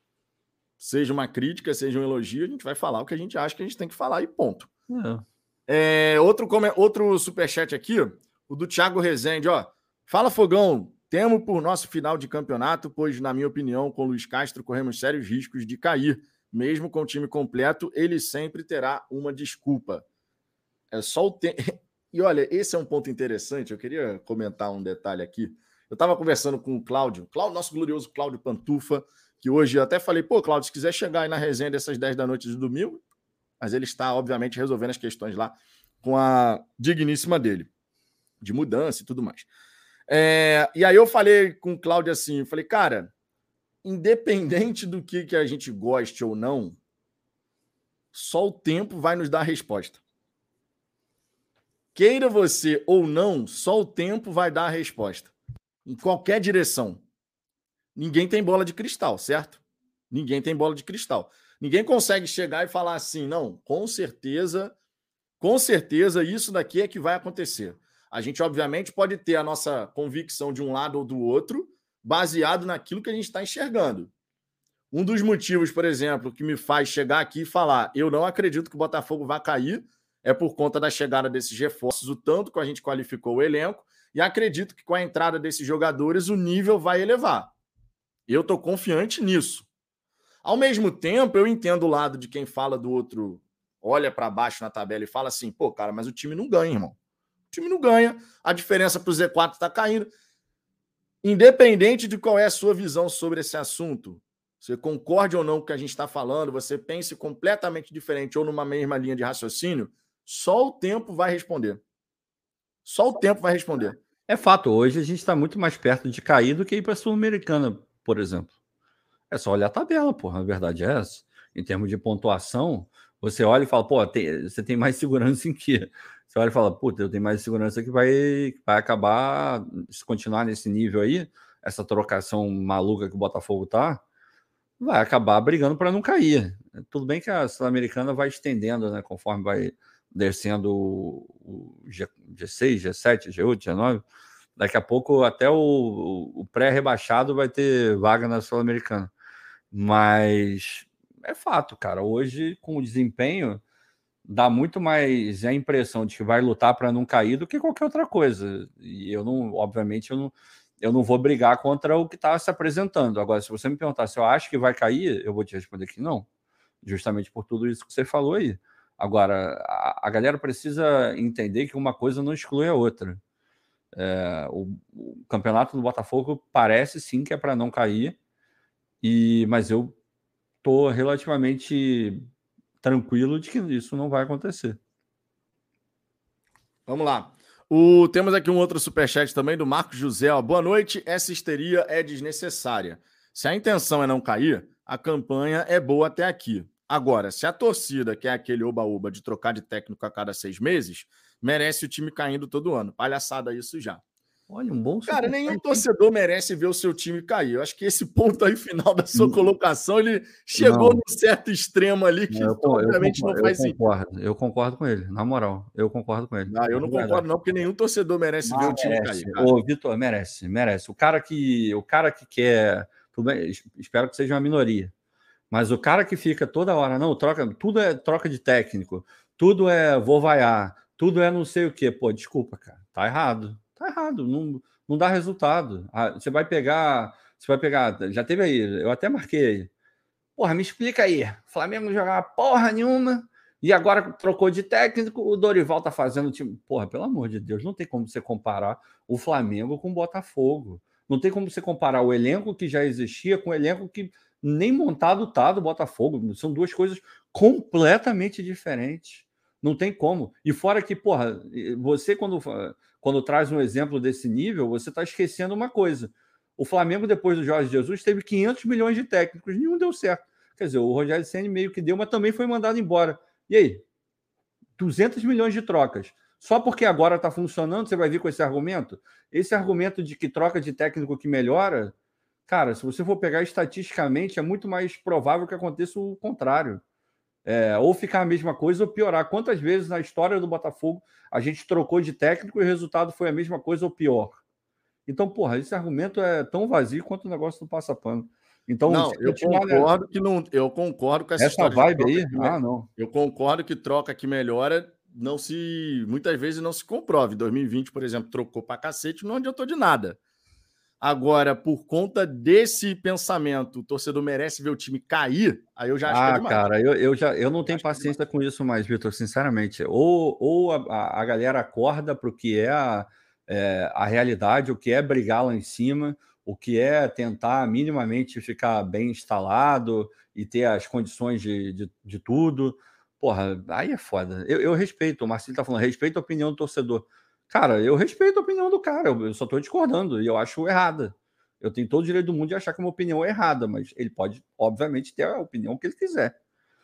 Seja uma crítica, seja um elogio, a gente vai falar o que a gente acha que a gente tem que falar e ponto. É. É, outro, outro superchat aqui, o do Thiago Rezende, ó. Fala, Fogão, temo por nosso final de campeonato, pois, na minha opinião, com o Luiz Castro, corremos sérios riscos de cair. Mesmo com o time completo, ele sempre terá uma desculpa. É só o tempo... E olha, esse é um ponto interessante, eu queria comentar um detalhe aqui. Eu estava conversando com o Cláudio, Cláudio, nosso glorioso Cláudio Pantufa, que hoje eu até falei, pô, Cláudio, se quiser chegar aí na resenha dessas dez da noite de domingo, mas ele está, obviamente, resolvendo as questões lá com a digníssima dele, de mudança e tudo mais. É, e aí eu falei com o Cláudio assim, eu falei, cara, independente do que, que a gente goste ou não, só o tempo vai nos dar a resposta. Queira você ou não, só o tempo vai dar a resposta. Em qualquer direção. Ninguém tem bola de cristal, certo? Ninguém tem bola de cristal. Ninguém consegue chegar e falar assim, não, com certeza, com certeza isso daqui é que vai acontecer. A gente, obviamente, pode ter a nossa convicção de um lado ou do outro, baseado naquilo que a gente está enxergando. Um dos motivos, por exemplo, que me faz chegar aqui e falar, eu não acredito que o Botafogo vai cair, é por conta da chegada desses reforços, o tanto que a gente qualificou o elenco, e acredito que com a entrada desses jogadores o nível vai elevar. Eu estou confiante nisso. Ao mesmo tempo, eu entendo o lado de quem fala do outro, olha para baixo na tabela e fala assim, pô, cara, mas o time não ganha, irmão. O time não ganha, a diferença para o Z quatro está caindo. Independente de qual é a sua visão sobre esse assunto, você concorde ou não com o que a gente está falando, você pense completamente diferente ou numa mesma linha de raciocínio, só o tempo vai responder. Só o tempo vai responder. É fato, hoje a gente está muito mais perto de cair do que ir para a Sul-Americana, por exemplo. É só olhar a tabela, porra, a verdade é essa. Em termos de pontuação, você olha e fala, pô, tem, você tem mais segurança em quê? Você olha e fala, puta, eu tenho mais segurança que vai, vai acabar, se continuar nesse nível aí, essa trocação maluca que o Botafogo tá, vai acabar brigando para não cair. Tudo bem que a Sul-Americana vai estendendo, né, conforme vai descendo o G, G6, G sete, G oito, G nove. Daqui a pouco até o, o pré-rebaixado vai ter vaga na Sul-Americana. Mas é fato, cara. Hoje, com o desempenho, dá muito mais a impressão de que vai lutar para não cair do que qualquer outra coisa. E eu não, obviamente, eu não, eu não vou brigar contra o que está se apresentando. Agora, se você me perguntar se eu acho que vai cair, eu vou te responder que não. Justamente por tudo isso que você falou aí. Agora, a, a galera precisa entender que uma coisa não exclui a outra. É, o, o campeonato do Botafogo parece sim que é para não cair, e, mas eu tô relativamente tranquilo de que isso não vai acontecer. Vamos lá. O, temos aqui um outro superchat também do Marcos José. Ó, boa noite. Essa histeria é desnecessária. Se a intenção é não cair, a campanha é boa até aqui. Agora, se a torcida quer aquele oba-oba de trocar de técnico a cada seis meses, merece o time caindo todo ano. Palhaçada isso já. Olha, um bom Cara, nenhum torcedor merece ver o seu time cair. Eu acho que esse ponto aí final da sua não, colocação, ele chegou não, num certo extremo ali que, eu, obviamente, eu, não eu faz concordo, sentido. Eu concordo com ele, na moral. Eu concordo com ele. Não, eu não concordo, não, porque nenhum torcedor merece Não, ver o time merece. cair. Cara. Ô, Vitor, merece, merece. O cara que, o cara que quer. Tudo bem, espero que seja uma minoria. Mas o cara que fica toda hora, não, troca, tudo é troca de técnico, tudo é vou vaiar, tudo é não sei o quê. Pô, desculpa, cara. Tá errado. Tá errado. Não, não dá resultado. Ah, você vai pegar. Você vai pegar. Já teve aí, eu até marquei. Porra, me explica aí. Flamengo não jogava porra nenhuma. E agora trocou de técnico, o Dorival tá fazendo o time. Porra, pelo amor de Deus, não tem como você comparar o Flamengo com o Botafogo. Não tem como você comparar o elenco que já existia com o elenco que nem montado tá do Botafogo. São duas coisas completamente diferentes. Não tem como. E fora que, porra, você quando, quando traz um exemplo desse nível, você está esquecendo uma coisa. O Flamengo, depois do Jorge Jesus, teve quinhentos milhões de técnicos. Nenhum deu certo. Quer dizer, o Rogério Ceni meio que deu, mas também foi mandado embora. E aí? duzentos milhões de trocas. Só porque agora está funcionando, você vai vir com esse argumento? Esse argumento de que troca de técnico que melhora, cara, se você for pegar estatisticamente, é muito mais provável que aconteça o contrário. É, ou ficar a mesma coisa ou piorar. Quantas vezes na história do Botafogo a gente trocou de técnico e o resultado foi a mesma coisa ou pior? Então, porra, esse argumento é tão vazio quanto o negócio do passapano. Então, não, eu concordo que não, eu concordo com essa, essa história vibe de aí. Que, ah, não. Eu concordo que troca que melhora não se muitas vezes não se comprove. dois mil e vinte, por exemplo, trocou pra cacete, não adiantou de nada. Agora, por conta desse pensamento, o torcedor merece ver o time cair, aí eu já acho ah, que é demais. Cara, eu, eu já eu não eu tenho paciência com isso mais, Vitor, sinceramente. Ou, ou a, a galera acorda para o que é a, é a realidade, o que é brigar lá em cima, o que é tentar minimamente ficar bem instalado e ter as condições de, de, de tudo. Porra, aí é foda. Eu, eu respeito, o Marcelo tá falando, respeito a opinião do torcedor. Cara, eu respeito a opinião do cara, eu só estou discordando e eu acho errada. Eu tenho todo o direito do mundo de achar que a minha opinião é errada, mas ele pode, obviamente, ter a opinião que ele quiser.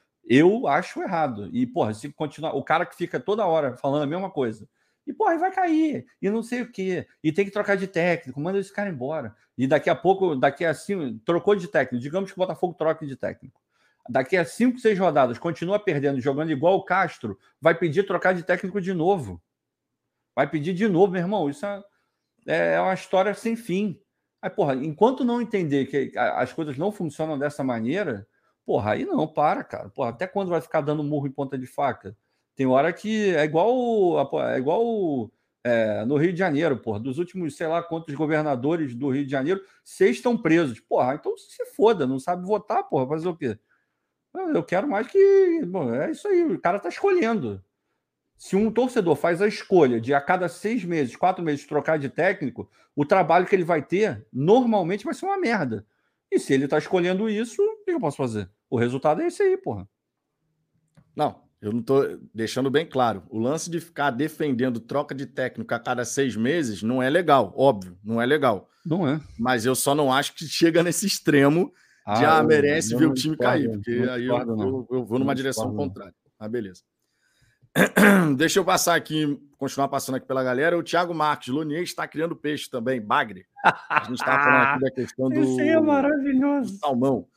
Eu acho errado. E, porra, se continuar. O cara que fica toda hora falando a mesma coisa. E, porra, vai cair. E não sei o quê. E tem que trocar de técnico. Manda esse cara embora. E daqui a pouco, daqui a cinco. Trocou de técnico. Digamos que o Botafogo troque de técnico. Daqui a cinco, seis rodadas, continua perdendo, jogando igual o Castro, vai pedir trocar de técnico de novo. Vai pedir de novo, meu irmão. Isso é, é uma história sem fim. Aí, porra, enquanto não entender que as coisas não funcionam dessa maneira, porra, aí não, para, cara. Porra, até quando vai ficar dando murro em ponta de faca? Tem hora que é igual, é igual é, no Rio de Janeiro, porra. Dos últimos, sei lá, quantos governadores do Rio de Janeiro, seis estão presos. Porra, então se foda, não sabe votar, porra, fazer o quê? Eu quero mais que... Bom, é isso aí, o cara tá escolhendo. Se um torcedor faz a escolha de a cada seis meses, quatro meses trocar de técnico, o trabalho que ele vai ter normalmente vai ser uma merda. E se ele está escolhendo isso, o que eu posso fazer? O resultado é esse aí, porra. Não, Eu não estou deixando bem claro. O lance de ficar defendendo troca de técnico a cada seis meses não é legal, óbvio, não é legal. Não é. Mas eu só não acho que chega nesse extremo de, Ah, ah, eu, merece eu ver não o time cair, discordo, porque não aí eu, discordo, não. eu, eu vou numa Não direção discordo, não. contrária. Mas beleza. Deixa eu passar aqui, continuar passando aqui pela galera. O Thiago Marques, Lonier está criando peixe também, bagre. A gente estava falando aqui da questão Esse aí é do, do maravilhoso. salmão.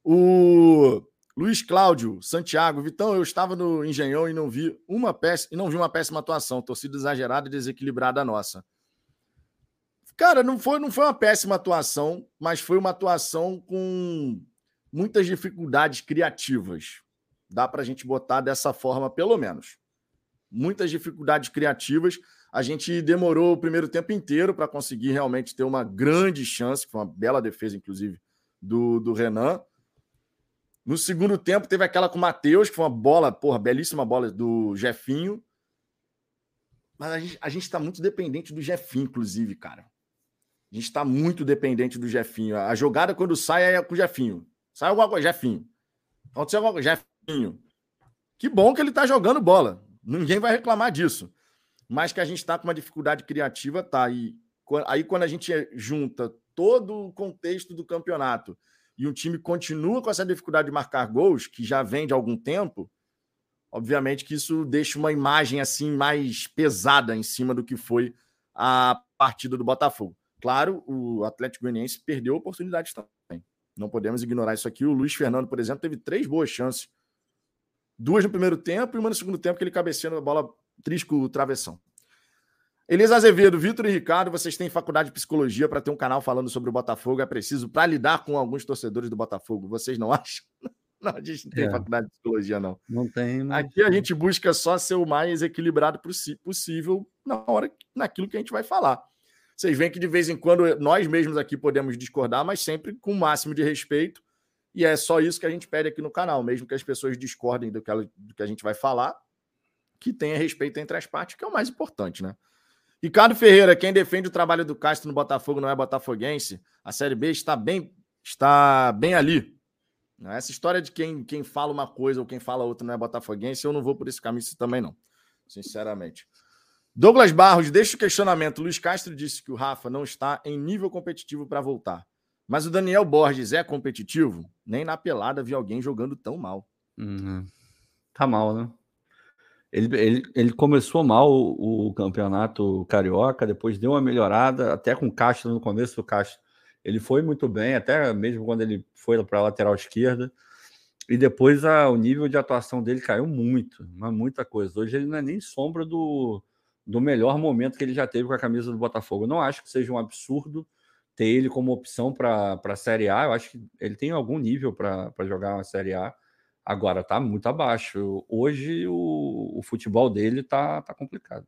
O Luiz Cláudio Santiago, Vitão, eu estava no Engenhão e não vi uma péssima, e não vi uma péssima atuação, torcida exagerada e desequilibrada nossa. Cara, não foi, não foi uma péssima atuação, mas foi uma atuação com muitas dificuldades criativas. Dá para a gente botar dessa forma, pelo menos. Muitas dificuldades criativas. A gente demorou o primeiro tempo inteiro para conseguir realmente ter uma grande chance, que foi uma bela defesa, inclusive, do, do Renan. No segundo tempo, teve aquela com o Matheus, que foi uma bola, porra, belíssima bola do Jefinho. Mas a gente, a gente tá muito dependente do Jefinho, inclusive, cara. A gente está muito dependente do Jefinho. A jogada, quando sai, é com o Jefinho. Sai alguma coisa, Jefinho. Aconteceu alguma coisa, Jefinho. Que bom que ele está jogando bola. Ninguém vai reclamar disso. Mas que a gente está com uma dificuldade criativa, tá. E aí, quando a gente junta todo o contexto do campeonato e um time continua com essa dificuldade de marcar gols, que já vem de algum tempo, obviamente que isso deixa uma imagem assim mais pesada em cima do que foi a partida do Botafogo. Claro, o Atlético Goianiense perdeu oportunidades também. Não podemos ignorar isso aqui. O Luiz Fernando, por exemplo, teve três boas chances. Duas no primeiro tempo e uma no segundo tempo que ele cabeceou a bola trisco travessão. Elisa Azevedo, Vitor e Ricardo, vocês têm faculdade de psicologia para ter um canal falando sobre o Botafogo. É preciso para lidar com alguns torcedores do Botafogo. Vocês não acham? Não, a gente não tem é. faculdade de psicologia, não. Não tem, mas... Aqui a gente busca só ser o mais equilibrado possível na hora, naquilo que a gente vai falar. Vocês veem que de vez em quando nós mesmos aqui podemos discordar, mas sempre com o máximo de respeito. E é só isso que a gente pede aqui no canal, mesmo que as pessoas discordem do que, ela, do que a gente vai falar, que tenha respeito entre as partes, que é o mais importante, né? Ricardo Ferreira, quem defende o trabalho do Castro no Botafogo não é botafoguense. A Série B está bem, está bem ali. Essa história de quem, quem fala uma coisa ou quem fala outra não é botafoguense, eu não vou por esse caminho também, não. Sinceramente. Douglas Barros, deixa o questionamento. Luiz Castro disse que o Rafa não está em nível competitivo para voltar. Mas o Daniel Borges é competitivo? Nem na pelada vi alguém jogando tão mal. Uhum. Tá mal, né? Ele, ele, ele começou mal o, o campeonato carioca, depois deu uma melhorada, até com o Castro no começo do Castro. Ele foi muito bem, até mesmo quando ele foi para a lateral esquerda. E depois a, o nível de atuação dele caiu muito, mas muita coisa. Hoje ele não é nem sombra do, do melhor momento que ele já teve com a camisa do Botafogo. Eu não acho que seja um absurdo ter ele como opção para a Série A. Eu acho que ele tem algum nível para jogar uma Série A. Agora tá muito abaixo. Hoje o, o futebol dele tá, tá complicado.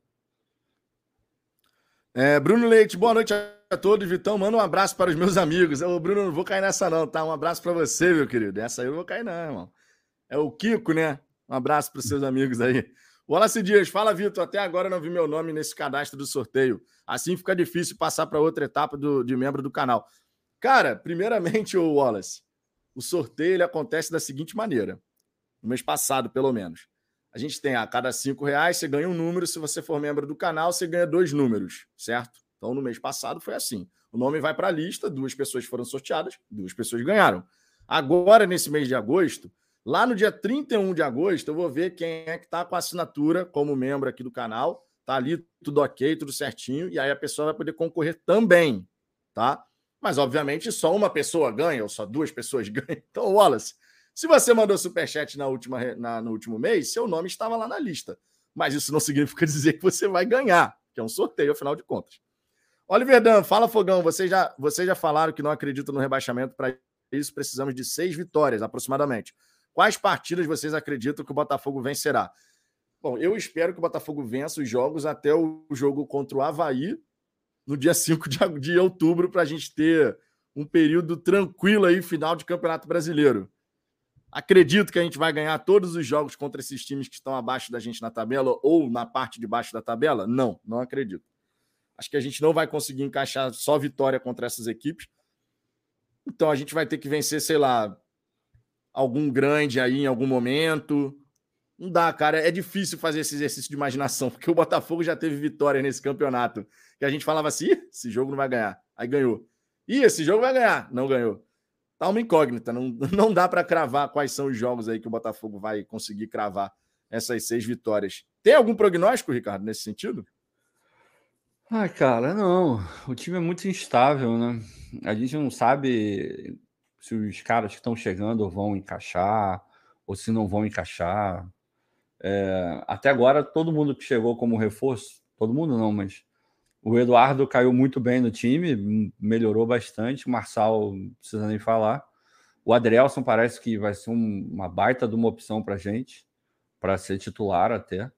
É, Bruno Leite, boa noite a todos. Vitão, manda um abraço para os meus amigos. Ô, Bruno, não vou cair nessa não, tá? Um abraço para você, meu querido. Essa aí eu não vou cair não, irmão. É o Kiko, né? Um abraço para os seus amigos aí. Wallace Dias, fala, Vitor. Até agora eu não vi meu nome nesse cadastro do sorteio. Assim fica difícil passar para outra etapa do, de membro do canal. Cara, primeiramente, ô Wallace, o sorteio ele acontece da seguinte maneira. No mês passado, pelo menos. A gente tem a cada cinco reais, você ganha um número. Se você for membro do canal, você ganha dois números, certo? Então, no mês passado foi assim. O nome vai para a lista, duas pessoas foram sorteadas, duas pessoas ganharam. Agora, nesse mês de agosto, lá no dia trinta e um de agosto, eu vou ver quem é que está com a assinatura como membro aqui do canal. Tá ali tudo ok, tudo certinho. E aí a pessoa vai poder concorrer também, tá? Mas, obviamente, só uma pessoa ganha ou só duas pessoas ganham. Então, Wallace, se você mandou superchat na última, na, no último mês, seu nome estava lá na lista. Mas isso não significa dizer que você vai ganhar, que é um sorteio, afinal de contas. Oliver Dan, fala, Fogão. Vocês já, vocês já falaram que não acreditam no rebaixamento. Para isso, precisamos de seis vitórias, aproximadamente. Quais partidas vocês acreditam que o Botafogo vencerá? Bom, eu espero que o Botafogo vença os jogos até o jogo contra o Avaí, no dia cinco de outubro, para a gente ter um período tranquilo aí, final de Campeonato Brasileiro. Acredito que a gente vai ganhar todos os jogos contra esses times que estão abaixo da gente na tabela ou na parte de baixo da tabela? Não, não acredito. Acho que a gente não vai conseguir encaixar só vitória contra essas equipes. Então a gente vai ter que vencer, sei lá, algum grande aí em algum momento. Não dá, cara. É difícil fazer esse exercício de imaginação, porque o Botafogo já teve vitória nesse campeonato. Que a gente falava assim, esse jogo não vai ganhar. Aí ganhou. Ih, esse jogo vai ganhar. Não ganhou. Tá uma incógnita. Não, não dá para cravar quais são os jogos aí que o Botafogo vai conseguir cravar essas seis vitórias. Tem algum prognóstico, Ricardo, nesse sentido? Ai, cara, não. O time é muito instável, né? A gente não sabe se os caras que estão chegando vão encaixar ou se não vão encaixar. É, até agora, todo mundo que chegou como reforço, todo mundo não, mas o Eduardo caiu muito bem no time, melhorou bastante. O Marçal, não precisa nem falar. O Adrielson parece que vai ser um, uma baita de uma opção para gente, para ser titular até.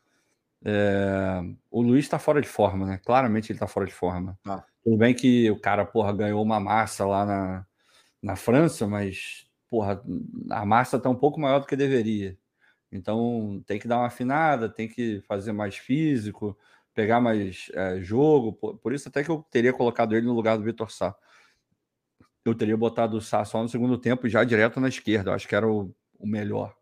É, o Luiz tá fora de forma, né? Claramente ele tá fora de forma. Ah. Tudo bem que o cara, porra, ganhou uma massa lá na, na França, mas, porra, a massa tá um pouco maior do que deveria. Então tem que dar uma afinada, tem que fazer mais físico, pegar mais é, jogo. Por, por isso até que eu teria colocado ele no lugar do Vitor Sá. Eu teria botado o Sá só no segundo tempo e já direto na esquerda. Eu acho que era o, o melhor.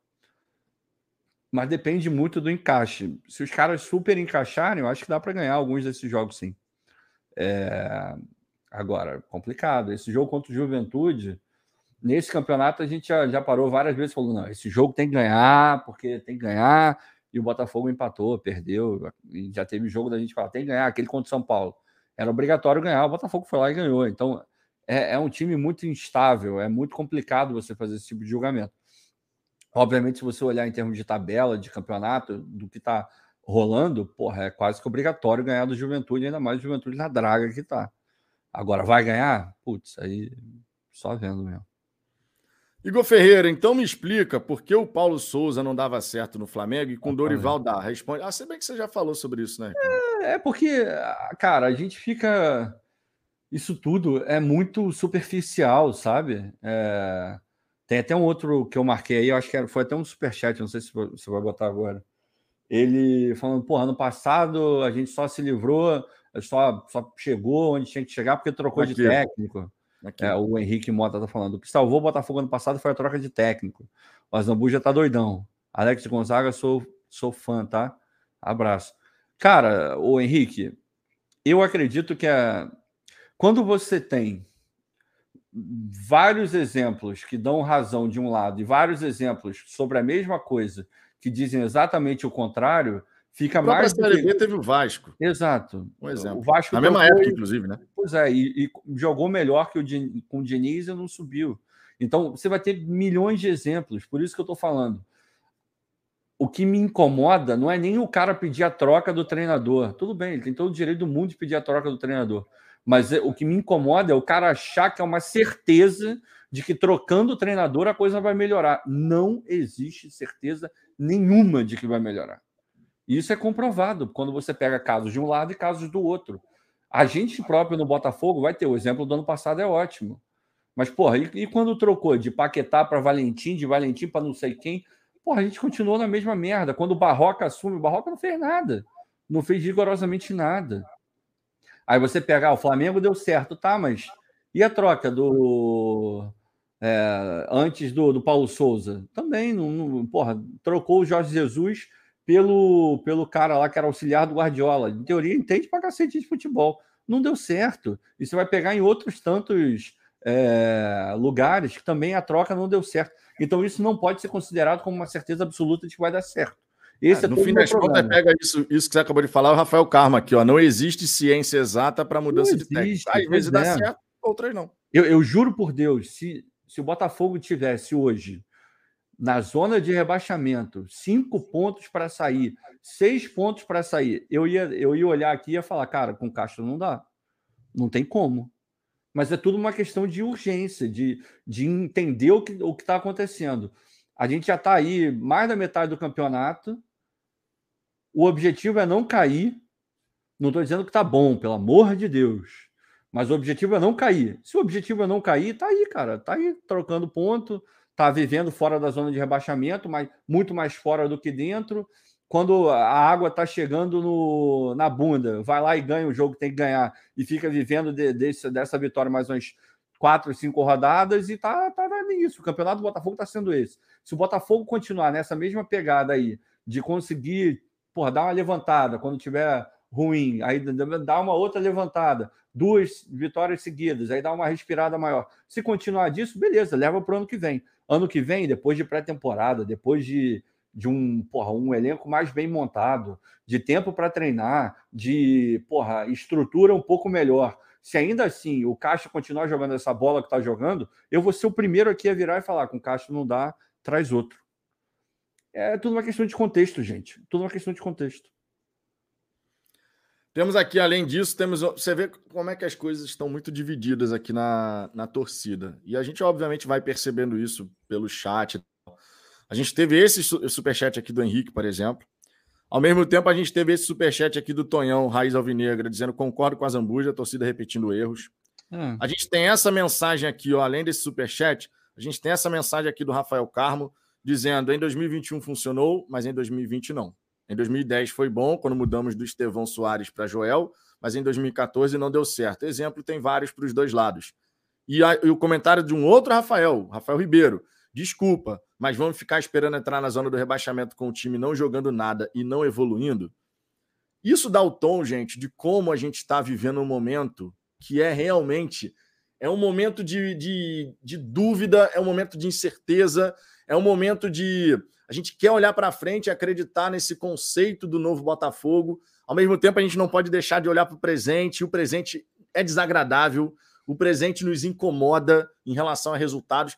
Mas depende muito do encaixe. Se os caras super encaixarem, eu acho que dá para ganhar alguns desses jogos, sim. É... Agora, complicado. Esse jogo contra o Juventude, nesse campeonato a gente já, já parou várias vezes falando, não, esse jogo tem que ganhar, porque tem que ganhar, e o Botafogo empatou, perdeu, e já teve jogo da gente falar, tem que ganhar, aquele contra o São Paulo. Era obrigatório ganhar, o Botafogo foi lá e ganhou. Então, é, é um time muito instável, é muito complicado você fazer esse tipo de julgamento. Obviamente, se você olhar em termos de tabela, de campeonato, do que está rolando, porra, é quase que obrigatório ganhar do Juventude, ainda mais do Juventude na draga que está. Agora, vai ganhar? Putz, aí só vendo mesmo. Igor Ferreira, então me explica por que o Paulo Souza não dava certo no Flamengo e com o Dorival dá. Responde. Ah, se bem que você já falou sobre isso, né, Ricardo? É, é porque, cara, a gente fica... Isso tudo é muito superficial, sabe? É... Tem até um outro que eu marquei aí, eu acho que era, foi até um superchat, não sei se você vai botar agora. Ele falando, pô, ano passado a gente só se livrou, só, só chegou onde tinha que chegar porque trocou Aqui. de técnico. É, o Henrique Mota tá falando. O que salvou o Botafogo ano passado foi a troca de técnico. O Azambu já tá doidão. Alex Gonzaga, sou, sou fã, tá? Abraço. Cara, o Henrique, eu acredito que a... quando você tem vários exemplos que dão razão de um lado e vários exemplos sobre a mesma coisa que dizem exatamente o contrário, fica a própria mais... Série B teve o Vasco. Exato. Um exemplo. O Vasco na mesma trocou... época, inclusive, né? Pois é, e, e jogou melhor que o Din... com o Diniz e não subiu. Então, você vai ter milhões de exemplos. Por isso que eu estou falando. O que me incomoda não é nem o cara pedir a troca do treinador. Tudo bem, ele tem todo o direito do mundo de pedir a troca do treinador. Mas o que me incomoda é o cara achar que é uma certeza de que trocando o treinador a coisa vai melhorar. Não existe certeza nenhuma de que vai melhorar. Isso é comprovado quando você pega casos de um lado e casos do outro. A gente próprio no Botafogo vai ter. O exemplo do ano passado é ótimo. Mas, porra, e, e quando trocou de Paquetá para Valentim, de Valentim para não sei quem, porra, a gente continuou na mesma merda. Quando o Barroca assume, o Barroca não fez nada. Não fez rigorosamente nada. Aí você pega, ah, o Flamengo deu certo, tá, mas e a troca do... É, antes do, do Paulo Souza? Também, não, não, porra, trocou o Jorge Jesus pelo, pelo cara lá que era auxiliar do Guardiola. Em teoria, entende pra cacete de futebol. Não deu certo. E você vai pegar em outros tantos é, lugares que também a troca não deu certo. Então, isso não pode ser considerado como uma certeza absoluta de que vai dar certo. Esse é, é no todo fim o das problema. contas, pega isso, isso que você acabou de falar, o Rafael Karma aqui, ó. Não existe ciência exata para mudança Não de técnico. existe, Às vezes pois dá é. certo, outras não. Eu, eu juro por Deus, se, se o Botafogo tivesse hoje na zona de rebaixamento, cinco pontos para sair, seis pontos para sair, eu ia, eu ia olhar aqui e ia falar, cara, com Castro não dá. Não tem como. Mas é tudo uma questão de urgência, de, de entender o que o está acontecendo. A gente já está aí mais da metade do campeonato. O objetivo é não cair. Não estou dizendo que está bom, pelo amor de Deus. Mas o objetivo é não cair. Se o objetivo é não cair, tá aí, cara. Tá aí trocando ponto, tá vivendo fora da zona de rebaixamento, mas muito mais fora do que dentro. Quando a água tá chegando no, na bunda, vai lá e ganha o jogo que tem que ganhar e fica vivendo de, desse, dessa vitória mais umas quatro, cinco rodadas e tá, tá nisso. O campeonato do Botafogo tá sendo esse. Se o Botafogo continuar nessa mesma pegada aí de conseguir, porra, dar uma levantada quando tiver ruim, aí dá uma outra levantada, duas vitórias seguidas, aí dá uma respirada maior. Se continuar disso, beleza, leva para o ano que vem. Ano que vem, depois de pré-temporada, depois de, de um, porra, um elenco mais bem montado, de tempo para treinar, de porra, estrutura um pouco melhor. Se ainda assim o Castro continuar jogando essa bola que está jogando, eu vou ser o primeiro aqui a virar e falar: com o Castro não dá, traz outro. É tudo uma questão de contexto, gente. Tudo uma questão de contexto. Temos aqui, além disso, temos. Você vê como é que as coisas estão muito divididas aqui na, na torcida. E a gente, obviamente, vai percebendo isso pelo chat. A gente teve esse superchat aqui do Henrique, por exemplo. Ao mesmo tempo, a gente teve esse superchat aqui do Tonhão, Raiz Alvinegra, dizendo: concordo com a Zambuja, a torcida repetindo erros. Hum. A gente tem essa mensagem aqui, ó, além desse superchat, a gente tem essa mensagem aqui do Rafael Carmo, dizendo: em dois mil e vinte e um funcionou, mas em dois mil e vinte não. Em dois mil e dez foi bom, quando mudamos do Estevão Soares para Joel, mas em dois mil e quatorze não deu certo. Exemplo, tem vários para os dois lados. E, a, e o comentário de um outro Rafael, Rafael Ribeiro: desculpa, mas vamos ficar esperando entrar na zona do rebaixamento com o time não jogando nada e não evoluindo? Isso dá o tom, gente, de como a gente está vivendo um momento que é realmente... É um momento de, de, de dúvida, é um momento de incerteza, é um momento de... A gente quer olhar para frente e acreditar nesse conceito do novo Botafogo. Ao mesmo tempo, a gente não pode deixar de olhar para o presente. E o presente é desagradável. O presente nos incomoda em relação a resultados.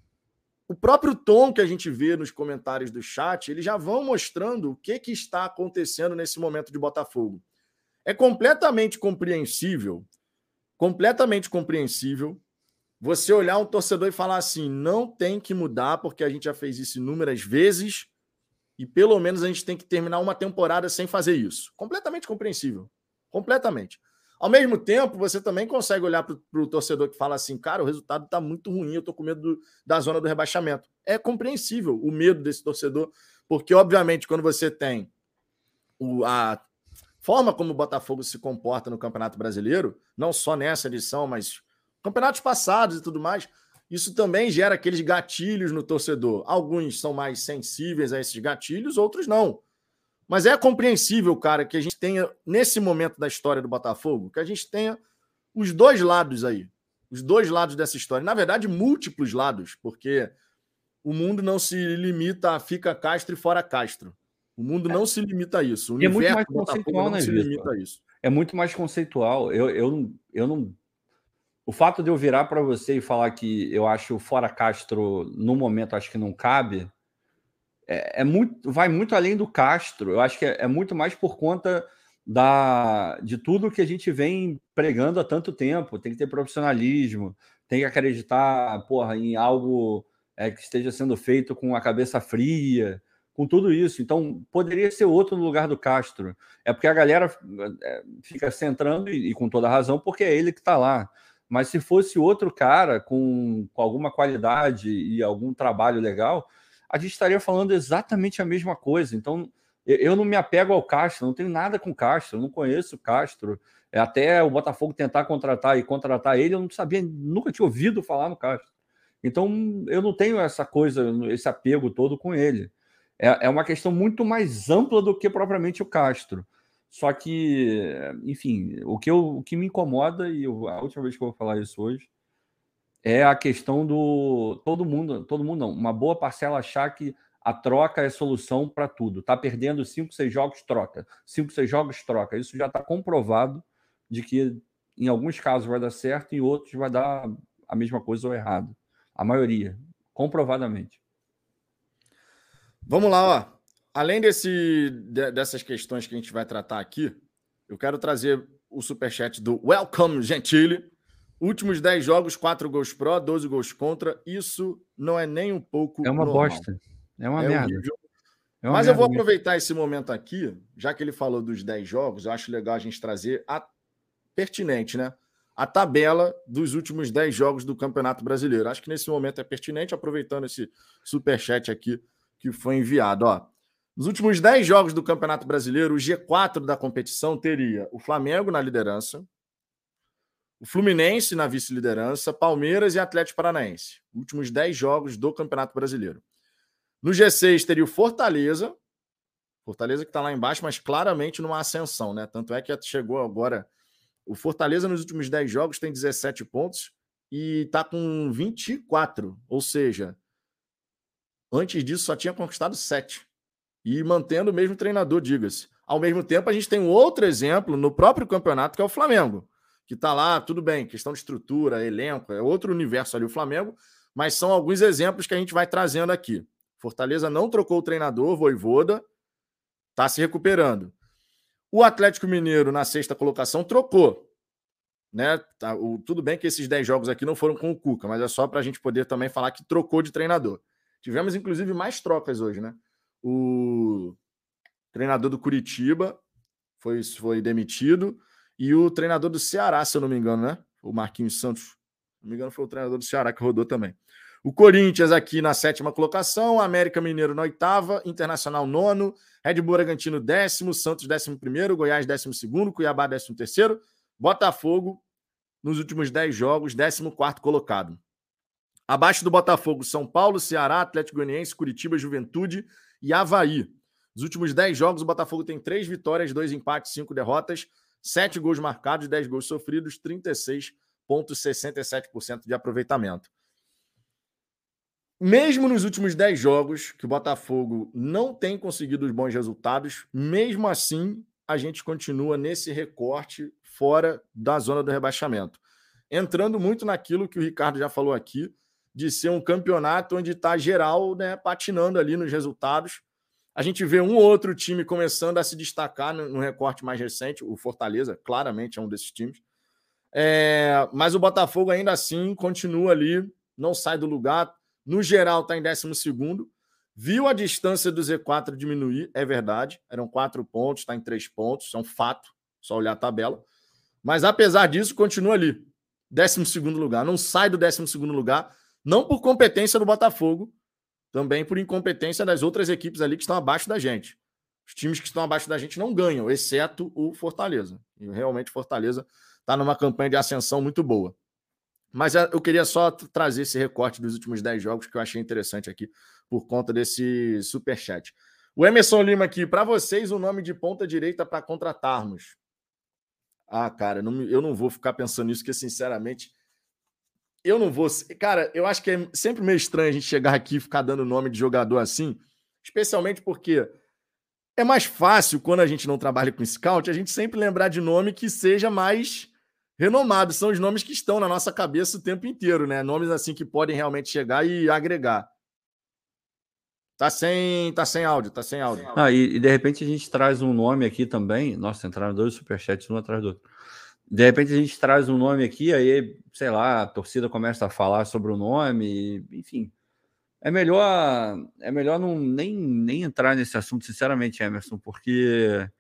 O próprio tom que a gente vê nos comentários do chat, eles já vão mostrando o que, que está acontecendo nesse momento de Botafogo. É completamente compreensível, completamente compreensível você olhar um torcedor e falar assim: não tem que mudar, porque a gente já fez isso inúmeras vezes e pelo menos a gente tem que terminar uma temporada sem fazer isso. Completamente compreensível. Completamente. Ao mesmo tempo, você também consegue olhar para o torcedor que fala assim: cara, o resultado está muito ruim, eu estou com medo do, da zona do rebaixamento. É compreensível o medo desse torcedor, porque, obviamente, quando você tem o, a forma como o Botafogo se comporta no Campeonato Brasileiro, não só nessa edição, mas campeonatos passados e tudo mais, isso também gera aqueles gatilhos no torcedor. Alguns são mais sensíveis a esses gatilhos, outros não. Mas é compreensível, cara, que a gente tenha, nesse momento da história do Botafogo, que a gente tenha os dois lados aí. Os dois lados dessa história. Na verdade, múltiplos lados, porque o mundo não se limita a fica Castro e fora Castro. O mundo é. não se limita a isso. O universo é muito mais do Botafogo conceitual, não né, se Vitor? limita a isso. É muito mais conceitual. Eu, eu, eu não... O fato de eu virar para você e falar que eu acho o fora Castro, no momento, acho que não cabe, é, é muito, vai muito além do Castro. Eu acho que é, é muito mais por conta da, de tudo que a gente vem pregando há tanto tempo. Tem que ter profissionalismo, tem que acreditar, porra, em algo é, que esteja sendo feito com a cabeça fria, com tudo isso. Então, poderia ser outro no lugar do Castro. É porque a galera é, fica centrando, e, e com toda razão, porque é ele que está lá. Mas se fosse outro cara com, com alguma qualidade e algum trabalho legal, a gente estaria falando exatamente a mesma coisa. Então, eu, eu não me apego ao Castro, não tenho nada com o Castro, eu não conheço o Castro. É, até o Botafogo tentar contratar e contratar ele, eu não sabia, nunca tinha ouvido falar no Castro. Então, eu não tenho essa coisa, esse apego todo com ele. É, é uma questão muito mais ampla do que propriamente o Castro. Só que, enfim, o que, eu, o que me incomoda, e eu, a última vez que eu vou falar isso hoje, é a questão do todo mundo, todo mundo não, uma boa parcela achar que a troca é solução para tudo. Está perdendo cinco, seis jogos, troca. Cinco, seis jogos, troca. Isso já está comprovado de que em alguns casos vai dar certo, em outros vai dar a mesma coisa ou errado. A maioria, comprovadamente. Vamos lá, ó. Além desse, dessas questões que a gente vai tratar aqui, eu quero trazer o superchat do Welcome Gentili. Últimos dez jogos, quatro gols pró, doze gols contra. Isso não é nem um pouco É uma normal. bosta. É uma é merda. Horrível. É uma Mas merda eu vou mesmo. aproveitar esse momento aqui, já que ele falou dos dez jogos, eu acho legal a gente trazer a pertinente, né? A tabela dos últimos dez jogos do Campeonato Brasileiro. Acho que nesse momento é pertinente, aproveitando esse superchat aqui que foi enviado, ó. Nos últimos dez jogos do Campeonato Brasileiro, o G quatro da competição teria o Flamengo na liderança, O Fluminense na vice-liderança, Palmeiras e Atlético Paranaense. Últimos dez jogos do Campeonato Brasileiro. No G seis teria o Fortaleza. Fortaleza que está lá embaixo, mas claramente numa ascensão, né? Tanto é que chegou agora... O Fortaleza nos últimos dez jogos tem dezessete pontos e está com vinte e quatro. Ou seja, antes disso só tinha conquistado sete. E mantendo o mesmo treinador, diga-se. Ao mesmo tempo, a gente tem um outro exemplo no próprio campeonato, que é o Flamengo. Que está lá, tudo bem, questão de estrutura, elenco, é outro universo ali o Flamengo, mas são alguns exemplos que a gente vai trazendo aqui. Fortaleza não trocou o treinador, Vojvoda, está se recuperando. O Atlético Mineiro, na sexta colocação, trocou. Né? Tá, o, tudo bem que esses dez jogos aqui não foram com o Cuca, mas é só para a gente poder também falar que trocou de treinador. Tivemos, inclusive, mais trocas hoje, né? O treinador do Curitiba foi, foi demitido. E o treinador do Ceará, se eu não me engano, né? O Marquinhos Santos. Se não me engano, foi o treinador do Ceará que rodou também. O Corinthians aqui na sétima colocação, América Mineiro na oitava, Internacional nono, Red Bull Bragantino décimo, Santos décimo primeiro, Goiás décimo segundo, Cuiabá décimo terceiro, Botafogo, nos últimos dez jogos, décimo quarto colocado. Abaixo do Botafogo, São Paulo, Ceará, Atlético Goianiense, Curitiba, Juventude e Avaí. Nos últimos dez jogos, o Botafogo tem três vitórias, dois empates, cinco derrotas, sete gols marcados, dez gols sofridos, trinta e seis vírgula sessenta e sete por cento de aproveitamento. Mesmo nos últimos dez jogos, que o Botafogo não tem conseguido os bons resultados, mesmo assim, a gente continua nesse recorte fora da zona do rebaixamento. Entrando muito naquilo que o Ricardo já falou aqui, de ser um campeonato onde está geral, né, patinando ali nos resultados. A gente vê um ou outro time começando a se destacar no, no recorte mais recente. O Fortaleza, claramente, é um desses times. É, mas o Botafogo, ainda assim, continua ali, não sai do lugar. No geral, está em décimo segundo. Viu a distância do Z quatro diminuir, é verdade. Eram quatro pontos, está em três pontos. Isso é um fato, só olhar a tabela. Mas, apesar disso, continua ali. décimo segundo lugar. Não sai do décimo segundo lugar, não por competência do Botafogo, também por incompetência das outras equipes ali que estão abaixo da gente. Os times que estão abaixo da gente não ganham, exceto o Fortaleza. E realmente Fortaleza está numa campanha de ascensão muito boa. Mas eu queria só trazer esse recorte dos últimos dez jogos que eu achei interessante aqui por conta desse superchat. O Emerson Lima aqui, para vocês, o nome de ponta direita para contratarmos. Ah, cara, não, eu não vou ficar pensando nisso, porque, sinceramente, eu não vou... Cara, eu acho que é sempre meio estranho a gente chegar aqui e ficar dando nome de jogador assim, especialmente porque é mais fácil, quando a gente não trabalha com scout, a gente sempre lembrar de nome que seja mais renomado. São os nomes que estão na nossa cabeça o tempo inteiro, né? Nomes assim que podem realmente chegar e agregar. Tá sem, tá sem áudio, tá sem áudio. Ah, e, e de repente a gente traz um nome aqui também. Nossa, entraram dois superchats um atrás do outro. De repente a gente traz um nome aqui, aí, sei lá, a torcida começa a falar sobre o nome, enfim. É melhor, é melhor não, nem, nem entrar nesse assunto, sinceramente, Emerson, porque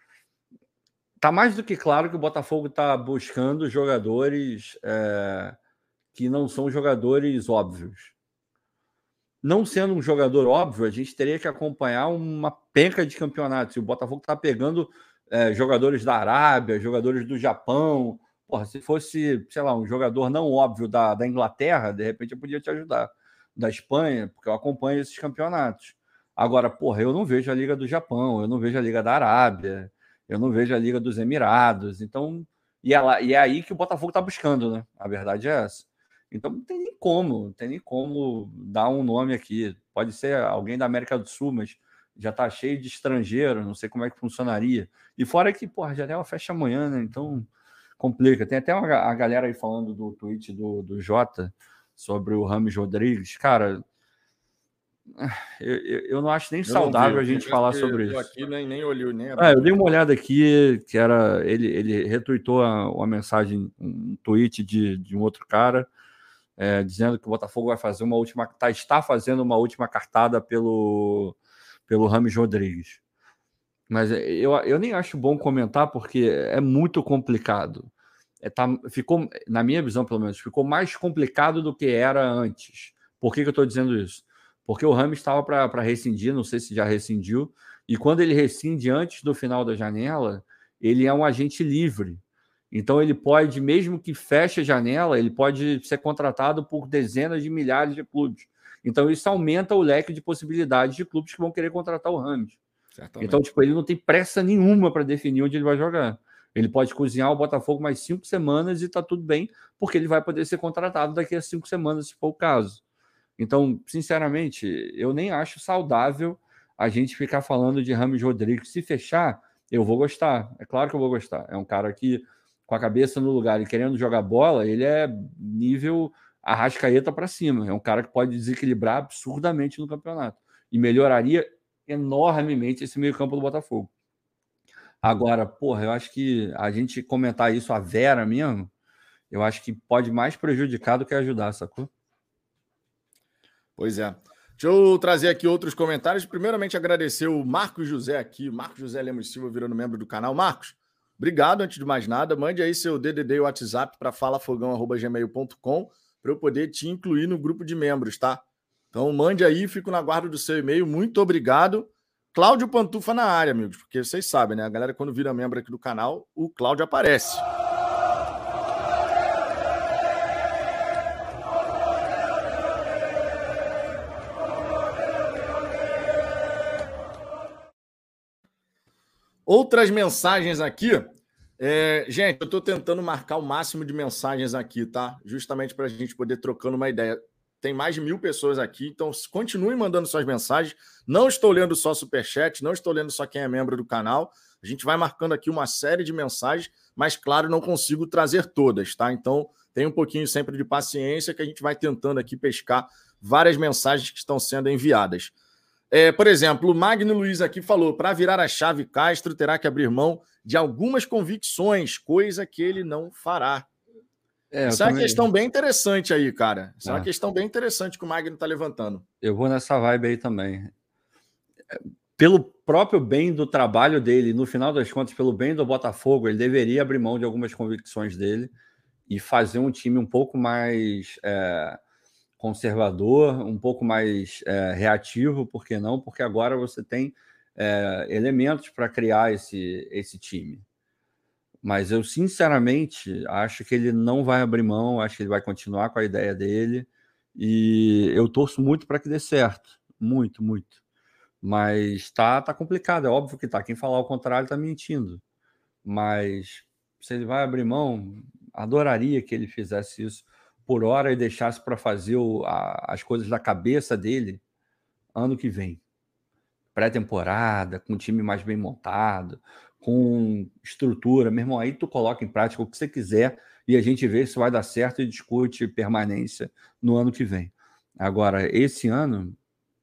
tá mais do que claro que o Botafogo está buscando jogadores é, que não são jogadores óbvios. Não sendo um jogador óbvio, a gente teria que acompanhar uma penca de campeonatos. E o Botafogo está pegando é, jogadores da Arábia, jogadores do Japão. Porra, se fosse, sei lá, um jogador não óbvio da, da Inglaterra, de repente eu podia te ajudar. Da Espanha, porque eu acompanho esses campeonatos. Agora, porra, eu não vejo a Liga do Japão, eu não vejo a Liga da Arábia, eu não vejo a Liga dos Emirados. Então, e é, lá, e é aí que o Botafogo está buscando, né? A verdade é essa. Então não tem nem como, não tem nem como dar um nome aqui. Pode ser alguém da América do Sul, mas já está cheio de estrangeiro, não sei como é que funcionaria. E fora que, porra, a janela fecha amanhã, né? Então complica. Tem até uma, a galera aí falando do tweet do, do Jota sobre o Rames Rodrigues. Cara, eu, eu não acho nem eu saudável vi, a gente falar sobre isso. Aqui, nem, nem olhou, nem ah, eu dei uma olhada aqui, que era ele, ele retuitou a, uma mensagem, um tweet de, de um outro cara, É, dizendo que o Botafogo vai fazer uma última, tá, está fazendo uma última cartada pelo, pelo Rames Rodrigues. Mas eu, eu nem acho bom comentar porque é muito complicado. É, tá, ficou, na minha visão, pelo menos, ficou mais complicado do que era antes. Por que, que eu estou dizendo isso? Porque o Rames estava para rescindir, não sei se já rescindiu, e quando ele rescinde antes do final da janela, ele é um agente livre. Então ele pode, mesmo que feche a janela, ele pode ser contratado por dezenas de milhares de clubes. Então isso aumenta o leque de possibilidades de clubes que vão querer contratar o Rames. Certamente. Então, tipo, ele não tem pressa nenhuma para definir onde ele vai jogar. Ele pode cozinhar o Botafogo mais cinco semanas e tá tudo bem, porque ele vai poder ser contratado daqui a cinco semanas, se for o caso. Então, sinceramente, eu nem acho saudável a gente ficar falando de Rames Rodrigues. Se fechar, eu vou gostar. É claro que eu vou gostar. É um cara que, com a cabeça no lugar e querendo jogar bola, ele é nível Arrascaeta para cima. É um cara que pode desequilibrar absurdamente no campeonato. E melhoraria enormemente esse meio-campo do Botafogo. Agora, porra, eu acho que a gente comentar isso a Vera mesmo, eu acho que pode mais prejudicar do que ajudar, sacou? Pois é. Deixa eu trazer aqui outros comentários. Primeiramente, agradecer o Marcos José aqui, Marcos José Lemos Silva, virando membro do canal. Marcos, obrigado, antes de mais nada. Mande aí seu D D D e WhatsApp para falafogão arroba gmail ponto com para eu poder te incluir no grupo de membros, tá? Então, mande aí, fico na guarda do seu e-mail. Muito obrigado. Cláudio Pantufa na área, amigos, porque vocês sabem, né? A galera, quando vira membro aqui do canal, o Cláudio aparece. Outras mensagens aqui. É, gente, eu estou tentando marcar o máximo de mensagens aqui, tá? Justamente para a gente poder trocando uma ideia. Tem mais de mil pessoas aqui, então continue mandando suas mensagens. Não estou lendo só superchat, não estou lendo só quem é membro do canal. A gente vai marcando aqui uma série de mensagens, mas, claro, não consigo trazer todas, tá? Então, tem um pouquinho sempre de paciência que a gente vai tentando aqui pescar várias mensagens que estão sendo enviadas. É, por exemplo, o Magno Luiz aqui falou: para virar a chave, Castro terá que abrir mão de algumas convicções, coisa que ele não fará. É, Isso é também... uma questão bem interessante aí, cara. Isso é, é uma questão bem interessante que o Magno está levantando. Eu vou nessa vibe aí também. Pelo próprio bem do trabalho dele, no final das contas, pelo bem do Botafogo, ele deveria abrir mão de algumas convicções dele e fazer um time um pouco mais é, conservador, um pouco mais é, reativo, por que não? Porque agora você tem é, elementos para criar esse, esse time. Mas eu, sinceramente, acho que ele não vai abrir mão, acho que ele vai continuar com a ideia dele e eu torço muito para que dê certo. Muito, muito. Mas tá, tá complicado, é óbvio que tá. Quem falar o contrário tá mentindo. Mas se ele vai abrir mão, adoraria que ele fizesse isso por hora e deixasse para fazer o, a, as coisas da cabeça dele ano que vem. Pré-temporada, com um time mais bem montado, com estrutura, meu irmão, aí tu coloca em prática o que você quiser e a gente vê se vai dar certo e discute permanência no ano que vem. Agora, esse ano,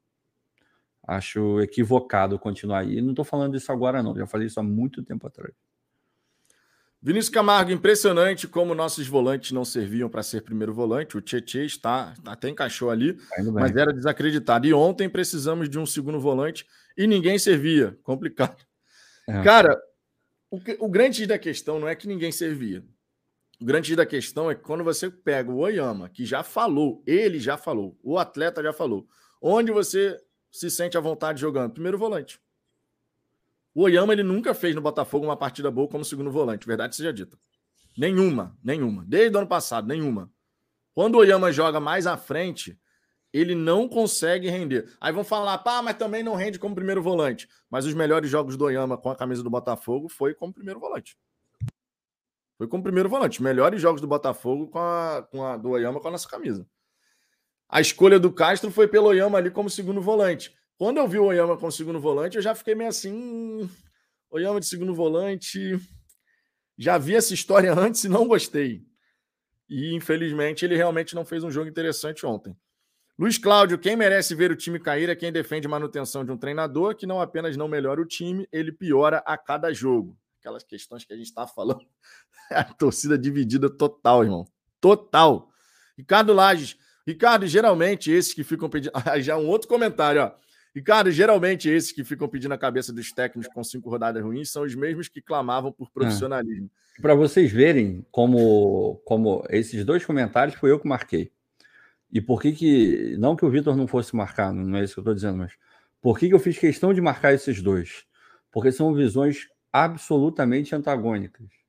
acho equivocado continuar aí. Não estou falando isso agora, não. Já falei isso há muito tempo atrás. Vinícius Camargo, impressionante como nossos volantes não serviam para ser primeiro volante. O Tietê está, até encaixou ali, mas era desacreditado. E ontem precisamos de um segundo volante e ninguém servia. Complicado. É. Cara, o, o grande da questão não é que ninguém servia. O grande da questão é que quando você pega o Oyama, que já falou, ele já falou, o atleta já falou, onde você se sente à vontade jogando? Primeiro volante. O Oyama, ele nunca fez no Botafogo uma partida boa como segundo volante, verdade seja dita. Nenhuma, nenhuma. Desde o ano passado, nenhuma. Quando o Oyama joga mais à frente, ele não consegue render. Aí vão falar, pá, mas também não rende como primeiro volante. Mas os melhores jogos do Oyama com a camisa do Botafogo foi como primeiro volante. Foi como primeiro volante. Os melhores jogos do Botafogo com a, com a do Oyama com a nossa camisa. A escolha do Castro foi pelo Oyama ali como segundo volante. Quando eu vi o Oyama como segundo volante, eu já fiquei meio assim, hum, Oyama de segundo volante, já vi essa história antes e não gostei. E, infelizmente, ele realmente não fez um jogo interessante ontem. Luiz Cláudio, quem merece ver o time cair é quem defende manutenção de um treinador que não apenas não melhora o time, ele piora a cada jogo. Aquelas questões que a gente está falando. A torcida dividida total, irmão. Total. Ricardo Lages. Ricardo, geralmente esses que ficam pedindo... Já um outro comentário, ó. Ricardo, geralmente esses que ficam pedindo a cabeça dos técnicos com cinco rodadas ruins são os mesmos que clamavam por profissionalismo. É. Para vocês verem como, como esses dois comentários foi eu que marquei. E por que que... Não que o Vitor não fosse marcar, não é isso que eu estou dizendo, mas por que que eu fiz questão de marcar esses dois? Porque são visões absolutamente antagônicas.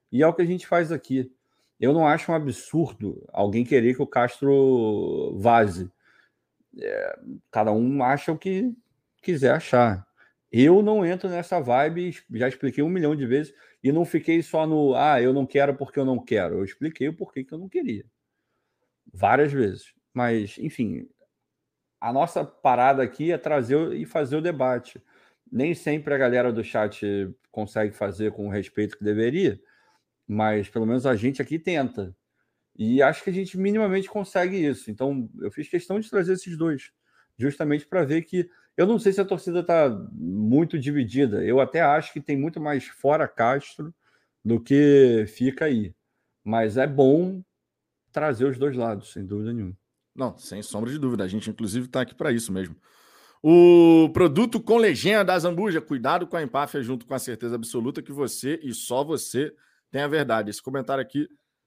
E é o que a gente faz aqui. Eu não acho um absurdo alguém querer que o Castro vaze. É, cada um acha o que quiser achar. Eu não entro nessa vibe, já expliquei um milhão de vezes, e não fiquei só no, ah, eu não quero porque eu não quero. Eu expliquei o porquê que eu não queria. Várias vezes. Mas, enfim, a nossa parada aqui é trazer e fazer o debate. Nem sempre a galera do chat consegue fazer com o respeito que deveria, mas pelo menos a gente aqui tenta. E acho que a gente minimamente consegue isso. Então, eu fiz questão de trazer esses dois, justamente para ver que eu não sei se a torcida está muito dividida. Eu até acho que tem muito mais fora Castro do que fica aí. Mas é bom trazer os dois lados, sem dúvida nenhuma. Não, sem sombra de dúvida. A gente, inclusive, está aqui para isso mesmo. O produto com legenda da Zambuja. Cuidado com a empáfia junto com a certeza absoluta que você e só você tem a verdade. Esse comentário aqui,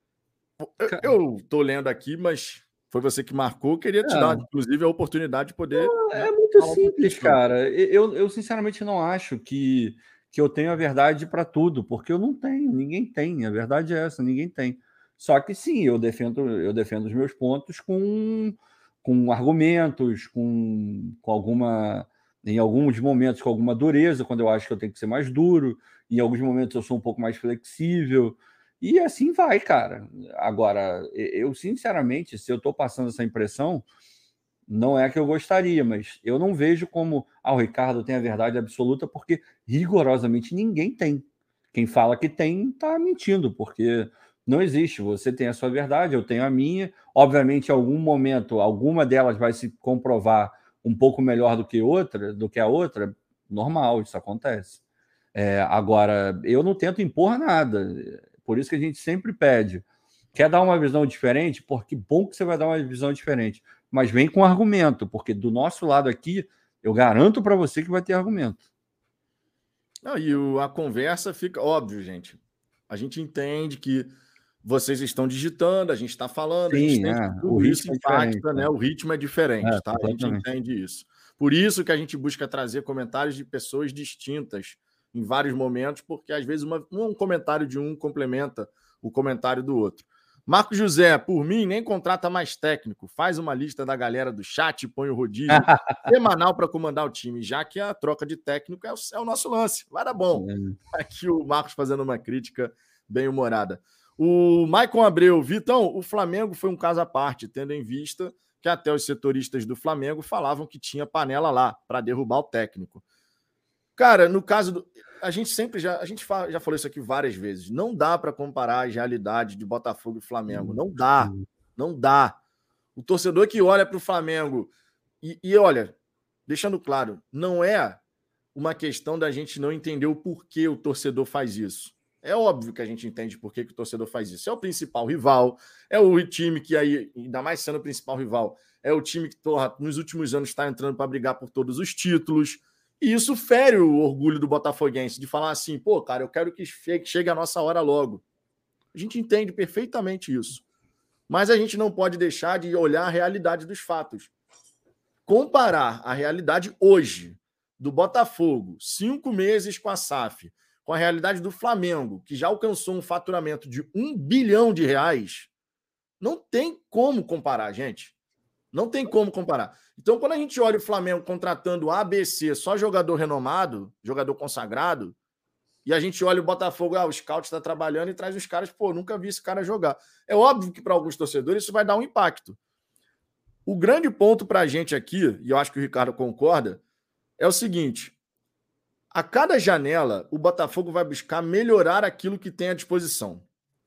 eu estou lendo aqui, mas foi você que marcou. Queria te é. dar, inclusive, a oportunidade de poder... É, né, é muito simples, cara. Eu, eu, sinceramente, não acho que, que eu tenho a verdade para tudo, porque eu não tenho, ninguém tem. A verdade é essa, ninguém tem. Só que sim, eu defendo, eu defendo os meus pontos com, com argumentos, com, com alguma, em alguns momentos com alguma dureza, quando eu acho que eu tenho que ser mais duro, em alguns momentos eu sou um pouco mais flexível, e assim vai, cara. Agora, eu sinceramente, se eu estou passando essa impressão, não é que eu gostaria, mas eu não vejo como ah, o Ricardo tem a verdade absoluta, porque rigorosamente ninguém tem. Quem fala que tem está mentindo, porque não existe. Você tem a sua verdade, eu tenho a minha. Obviamente, em algum momento, alguma delas vai se comprovar um pouco melhor do que outra, do que a outra. Normal, isso acontece. É, agora, eu não tento impor nada. Por isso que a gente sempre pede. Quer dar uma visão diferente? Porque bom que você vai dar uma visão diferente. Mas vem com argumento, porque do nosso lado aqui, eu garanto para você que vai ter argumento. Não, e o, a conversa fica... Óbvio, gente. A gente entende que vocês estão digitando, a gente está falando, Sim, a gente entende é, que tudo isso é impacta, né? O ritmo é diferente, é, tá? A gente entende isso. Por isso que a gente busca trazer comentários de pessoas distintas em vários momentos, porque às vezes uma, um comentário de um complementa o comentário do outro. Marco José, por mim, nem contrata mais técnico. Faz uma lista da galera do chat e põe o rodízio semanal para comandar o time, já que a troca de técnico é o, é o nosso lance. Vai dar bom. É. Aqui o Marcos fazendo uma crítica bem humorada. O Maicon Abreu, Vitão, o Flamengo foi um caso à parte, tendo em vista que até os setoristas do Flamengo falavam que tinha panela lá para derrubar o técnico. Cara, no caso do... A gente sempre já... A gente já falou isso aqui várias vezes. Não dá para comparar as realidades de Botafogo e Flamengo. Não dá. Não dá. O torcedor que olha para o Flamengo... E, e olha, deixando claro, não é uma questão da gente não entender o porquê o torcedor faz isso. É óbvio que a gente entende por que, que o torcedor faz isso. É o principal rival, é o time que aí, ainda mais sendo o principal rival, é o time que porra, nos últimos anos está entrando para brigar por todos os títulos. E isso fere o orgulho do botafoguense, de falar assim, pô, cara, eu quero que chegue a nossa hora logo. A gente entende perfeitamente isso. Mas a gente não pode deixar de olhar a realidade dos fatos. Comparar a realidade hoje do Botafogo, cinco meses com a S A F, com a realidade do Flamengo, que já alcançou um faturamento de um bilhão de reais, não tem como comparar, gente. Não tem como comparar. Então, quando a gente olha o Flamengo contratando A B C, só jogador renomado, jogador consagrado, e a gente olha o Botafogo, ah, o scout está trabalhando e traz os caras, pô, nunca vi esse cara jogar. É óbvio que para alguns torcedores isso vai dar um impacto. O grande ponto para a gente aqui, e eu acho que o Ricardo concorda, é o seguinte: a cada janela, o Botafogo vai buscar melhorar aquilo que tem à disposição.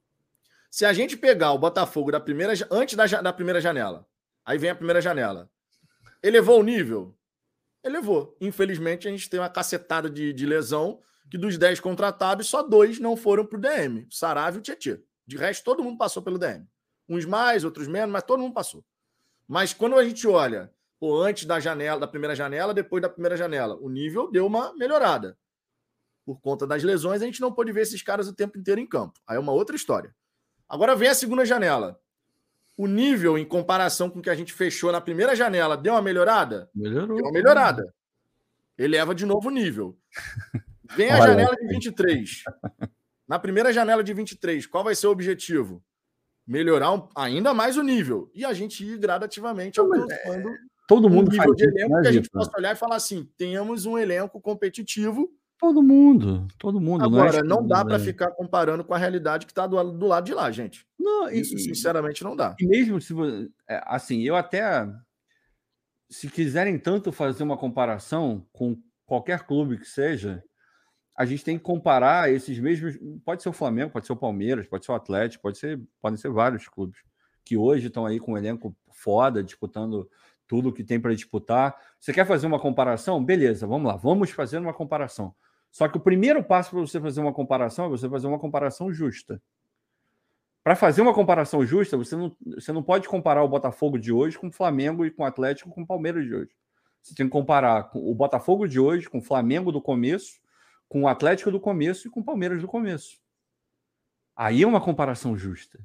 Se a gente pegar o Botafogo da primeira, antes da, da primeira janela, aí vem a primeira janela, elevou o nível? Elevou. Infelizmente, a gente tem uma cacetada de, de lesão, que dos dez contratados, só dois não foram para o D M, o Saravia e o Tietê. De resto, todo mundo passou pelo D M. Uns mais, outros menos, mas todo mundo passou. Mas quando a gente olha, pô, antes da janela, da primeira janela, depois da primeira janela, o nível deu uma melhorada. Por conta das lesões, a gente não pôde ver esses caras o tempo inteiro em campo. Aí é uma outra história. Agora vem a segunda janela. O nível, em comparação com o que a gente fechou na primeira janela, deu uma melhorada? Melhorou. Deu uma melhorada. Eleva de novo o nível. Vem a Olha, janela de vinte e três. Na primeira janela de vinte e três, qual vai ser o objetivo? Melhorar um, ainda mais o nível. E a gente ir gradativamente Não, alcançando é, todo mundo um nível faz de isso, elenco né, que a gente Vitor? possa olhar e falar assim, temos um elenco competitivo. Todo mundo, todo mundo. Agora, não, é, não dá para ficar comparando com a realidade que está do, do lado de lá, gente. Não, Isso, e, sinceramente, não dá. E mesmo se você... Assim, eu até... Se quiserem tanto fazer uma comparação com qualquer clube que seja, a gente tem que comparar esses mesmos... Pode ser o Flamengo, pode ser o Palmeiras, pode ser o Atlético, pode ser, podem ser vários clubes que hoje estão aí com um elenco foda, disputando tudo que tem para disputar. Você quer fazer uma comparação? Beleza, vamos lá, vamos fazer uma comparação. Só que o primeiro passo para você fazer uma comparação é você fazer uma comparação justa. Para fazer uma comparação justa, você não, você não pode comparar o Botafogo de hoje com o Flamengo e com o Atlético com o Palmeiras de hoje. Você tem que comparar o Botafogo de hoje com o Flamengo do começo, com o Atlético do começo e com o Palmeiras do começo. Aí é uma comparação justa.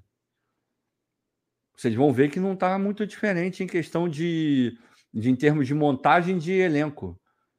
Vocês vão ver que não está muito diferente em questão de, de em termos de montagem de elenco.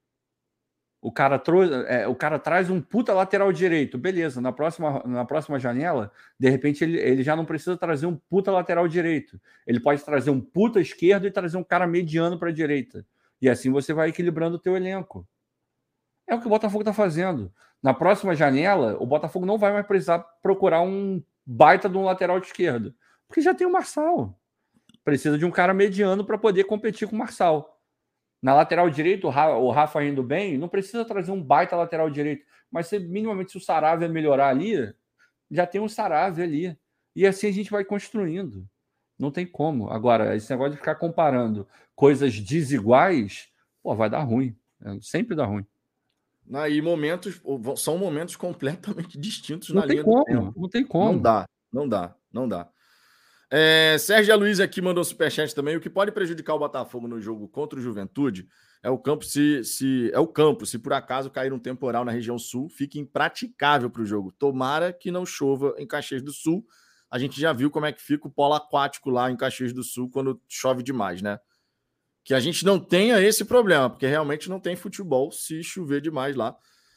O cara, trouxe, é, o cara traz um puta lateral direito, beleza, na próxima, na próxima janela, de repente ele, ele já não precisa trazer um puta lateral direito. Ele pode trazer um puta esquerdo e trazer um cara mediano para a direita. E assim você vai equilibrando o teu elenco. É o que o Botafogo está fazendo. Na próxima janela, o Botafogo não vai mais precisar procurar um baita de um lateral de esquerda, porque já tem o Marçal. Precisa de um cara mediano para poder competir com o Marçal. Na lateral direito, o Rafa indo bem, não precisa trazer um baita lateral direito, mas se, minimamente se o Saravia melhorar ali, já tem um Saravia ali. E assim a gente vai construindo. Não tem como. Agora, esse negócio de ficar comparando coisas desiguais, pô, vai dar ruim. Sempre dá ruim. E momentos, são momentos completamente distintos não na tem linha como, do tempo. Não tem como. Não dá, não dá, não dá. É, Sérgio Luiz aqui mandou um superchat também. O que pode prejudicar o Botafogo no jogo contra o Juventude é o campo, se, se é o campo. Se por acaso cair um temporal na região sul, fica impraticável para o jogo. Tomara que não chova em Caxias do Sul. A gente já viu como é que fica o polo aquático lá em Caxias do Sul quando chove demais, né? Que a gente não tenha esse problema, porque realmente não tem futebol se chover demais lá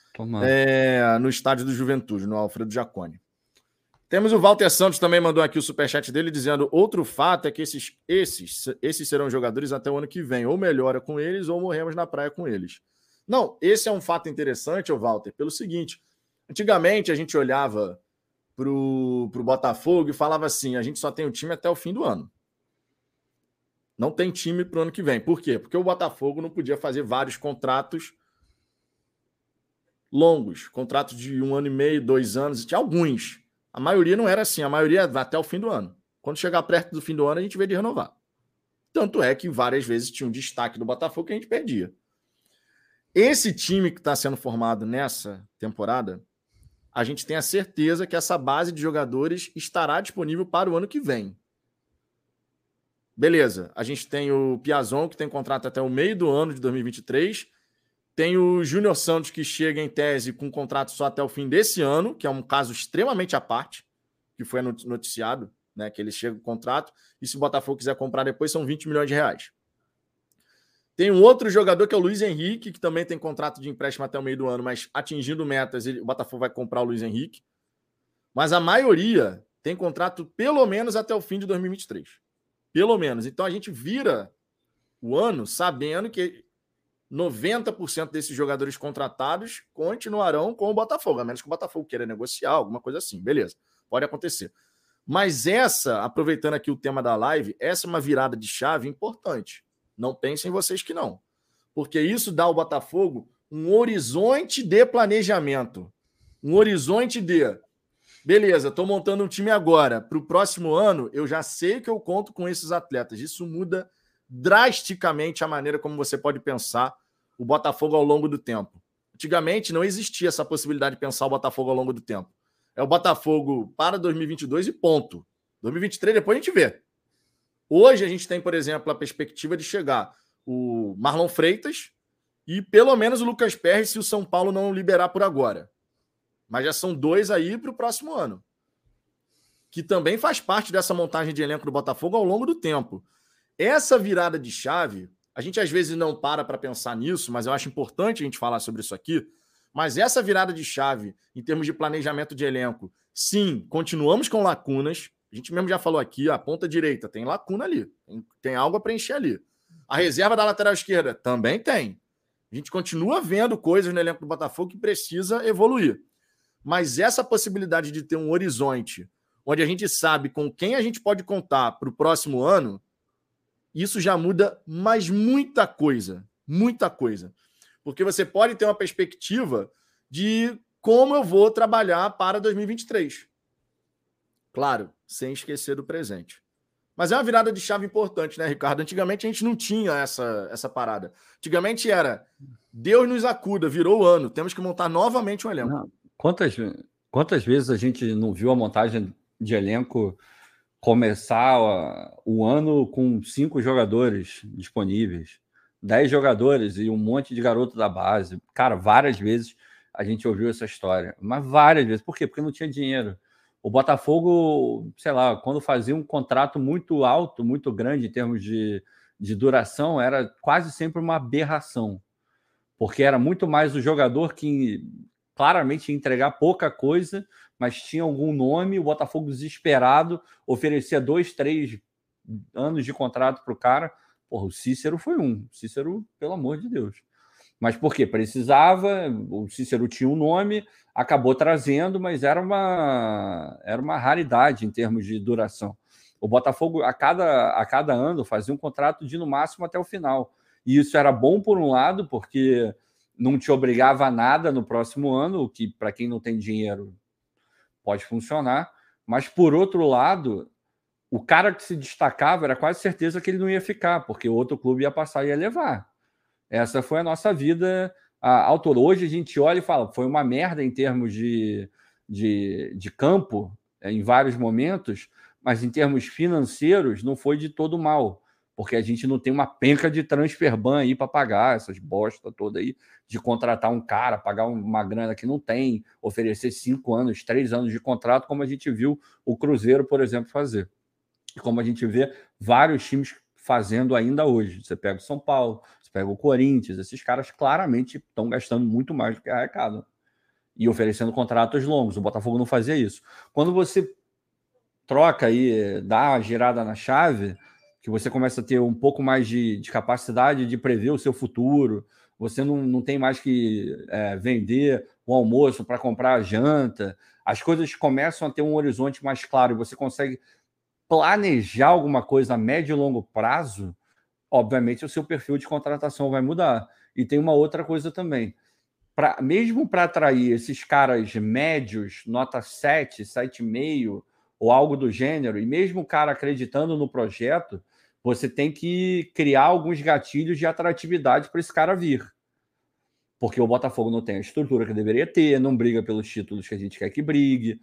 é, no estádio do Juventude, no Alfredo Jaconi. Temos o Walter Santos também mandou aqui o superchat dele dizendo: outro fato é que esses, esses, esses serão jogadores até o ano que vem. Ou melhora com eles ou morremos na praia com eles. Não, esse é um fato interessante, ô Walter, pelo seguinte: antigamente a gente olhava para o Botafogo e falava assim: a gente só tem o time até o fim do ano. Não tem time para o ano que vem. Por quê? Porque o Botafogo não podia fazer vários contratos longos, contratos de um ano e meio, dois anos, tinha alguns. A maioria não era assim, a maioria vai até o fim do ano. Quando chegar perto do fim do ano, a gente vê de renovar. Tanto é que várias vezes tinha um destaque do Botafogo que a gente perdia. Esse time que está sendo formado nessa temporada, a gente tem a certeza que essa base de jogadores estará disponível para o ano que vem. Beleza, a gente tem o Piazon, que tem contrato até o meio do ano de dois mil e vinte e três. Tem o Júnior Santos, que chega em tese com contrato só até o fim desse ano, que é um caso extremamente à parte, que foi noticiado, né, que ele chega com contrato, e se o Botafogo quiser comprar depois, são vinte milhões de reais. Tem um outro jogador, que é o Luiz Henrique, que também tem contrato de empréstimo até o meio do ano, mas atingindo metas, ele, o Botafogo vai comprar o Luiz Henrique. Mas a maioria tem contrato pelo menos até o fim de dois mil e vinte e três. Pelo menos. Então a gente vira o ano sabendo que noventa por cento desses jogadores contratados continuarão com o Botafogo, a menos que o Botafogo queira negociar, alguma coisa assim. Beleza, pode acontecer. Mas essa, aproveitando aqui o tema da live, essa é uma virada de chave importante. Não pensem vocês que não. Porque isso dá ao Botafogo um horizonte de planejamento. Um horizonte de... Beleza, estou montando um time agora. Para o próximo ano, eu já sei que eu conto com esses atletas. Isso muda drasticamente a maneira como você pode pensar o Botafogo ao longo do tempo. Antigamente não existia essa possibilidade de pensar o Botafogo ao longo do tempo. É o Botafogo para dois mil e vinte e dois e ponto. dois mil e vinte e três depois a gente vê. Hoje a gente tem, por exemplo, a perspectiva de chegar o Marlon Freitas e pelo menos o Lucas Perry, se o São Paulo não liberar por agora. Mas já são dois aí para o próximo ano. Que também faz parte dessa montagem de elenco do Botafogo ao longo do tempo. Essa virada de chave, a gente às vezes não para para pensar nisso, mas eu acho importante a gente falar sobre isso aqui, Mas essa virada de chave, em termos de planejamento de elenco, sim, continuamos com lacunas. A gente mesmo já falou aqui, a ponta direita tem lacuna ali, tem, tem algo a preencher ali. A reserva da lateral esquerda também tem. A gente continua vendo coisas no elenco do Botafogo que precisa evoluir. Mas essa possibilidade de ter um horizonte onde a gente sabe com quem a gente pode contar para o próximo ano, isso já muda mais muita coisa. Muita coisa. Porque você pode ter uma perspectiva de como eu vou trabalhar para dois mil e vinte e três. Claro, sem esquecer do presente. Mas é uma virada de chave importante, né, Ricardo? Antigamente a gente não tinha essa, essa parada. Antigamente era Deus nos acuda, virou o ano, temos que montar novamente um elenco. Não. Quantas, quantas vezes a gente não viu a montagem de elenco começar ó, o ano com cinco jogadores disponíveis, dez jogadores e um monte de garoto da base? Cara, várias vezes a gente ouviu essa história, mas várias vezes. Por quê? Porque não tinha dinheiro. O Botafogo, sei lá, quando fazia um contrato muito alto, muito grande em termos de, de duração, era quase sempre uma aberração, porque era muito mais o jogador que claramente ia entregar pouca coisa, mas tinha algum nome, o Botafogo desesperado oferecia dois, três anos de contrato para o cara. Porra, o Cícero foi um. Cícero, pelo amor de Deus. Mas por quê? Precisava, o Cícero tinha um nome, acabou trazendo, mas era uma, era uma raridade em termos de duração. O Botafogo, a cada, a cada ano, fazia um contrato de, no máximo, até o final. E isso era bom, por um lado, porque não te obrigava a nada no próximo ano, o que, para quem não tem dinheiro, pode funcionar. Mas, por outro lado, o cara que se destacava era quase certeza que ele não ia ficar, porque o outro clube ia passar e ia levar. Essa foi a nossa vida. A autor, hoje a gente olha e fala, foi uma merda em termos de, de, de campo, em vários momentos, mas em termos financeiros não foi de todo mal, porque a gente não tem uma penca de transfer ban aí para pagar essas bosta toda aí, de contratar um cara, pagar uma grana que não tem, oferecer cinco anos, três anos de contrato, como a gente viu o Cruzeiro, por exemplo, fazer. E como a gente vê vários times fazendo ainda hoje. Você pega o São Paulo, você pega o Corinthians, esses caras claramente estão gastando muito mais do que arrecadam e oferecendo contratos longos. O Botafogo não fazia isso. Quando você troca aí, dá uma girada na chave, que você começa a ter um pouco mais de, de capacidade de prever o seu futuro, você não, não tem mais que é, vender o almoço para comprar a janta, as coisas começam a ter um horizonte mais claro e você consegue planejar alguma coisa a médio e longo prazo, obviamente o seu perfil de contratação vai mudar. E tem uma outra coisa também. Pra, mesmo para atrair esses caras médios, nota sete, sete vírgula cinco ou algo do gênero, e mesmo o cara acreditando no projeto, você tem que criar alguns gatilhos de atratividade para esse cara vir. Porque o Botafogo não tem a estrutura que deveria ter, não briga pelos títulos que a gente quer que brigue,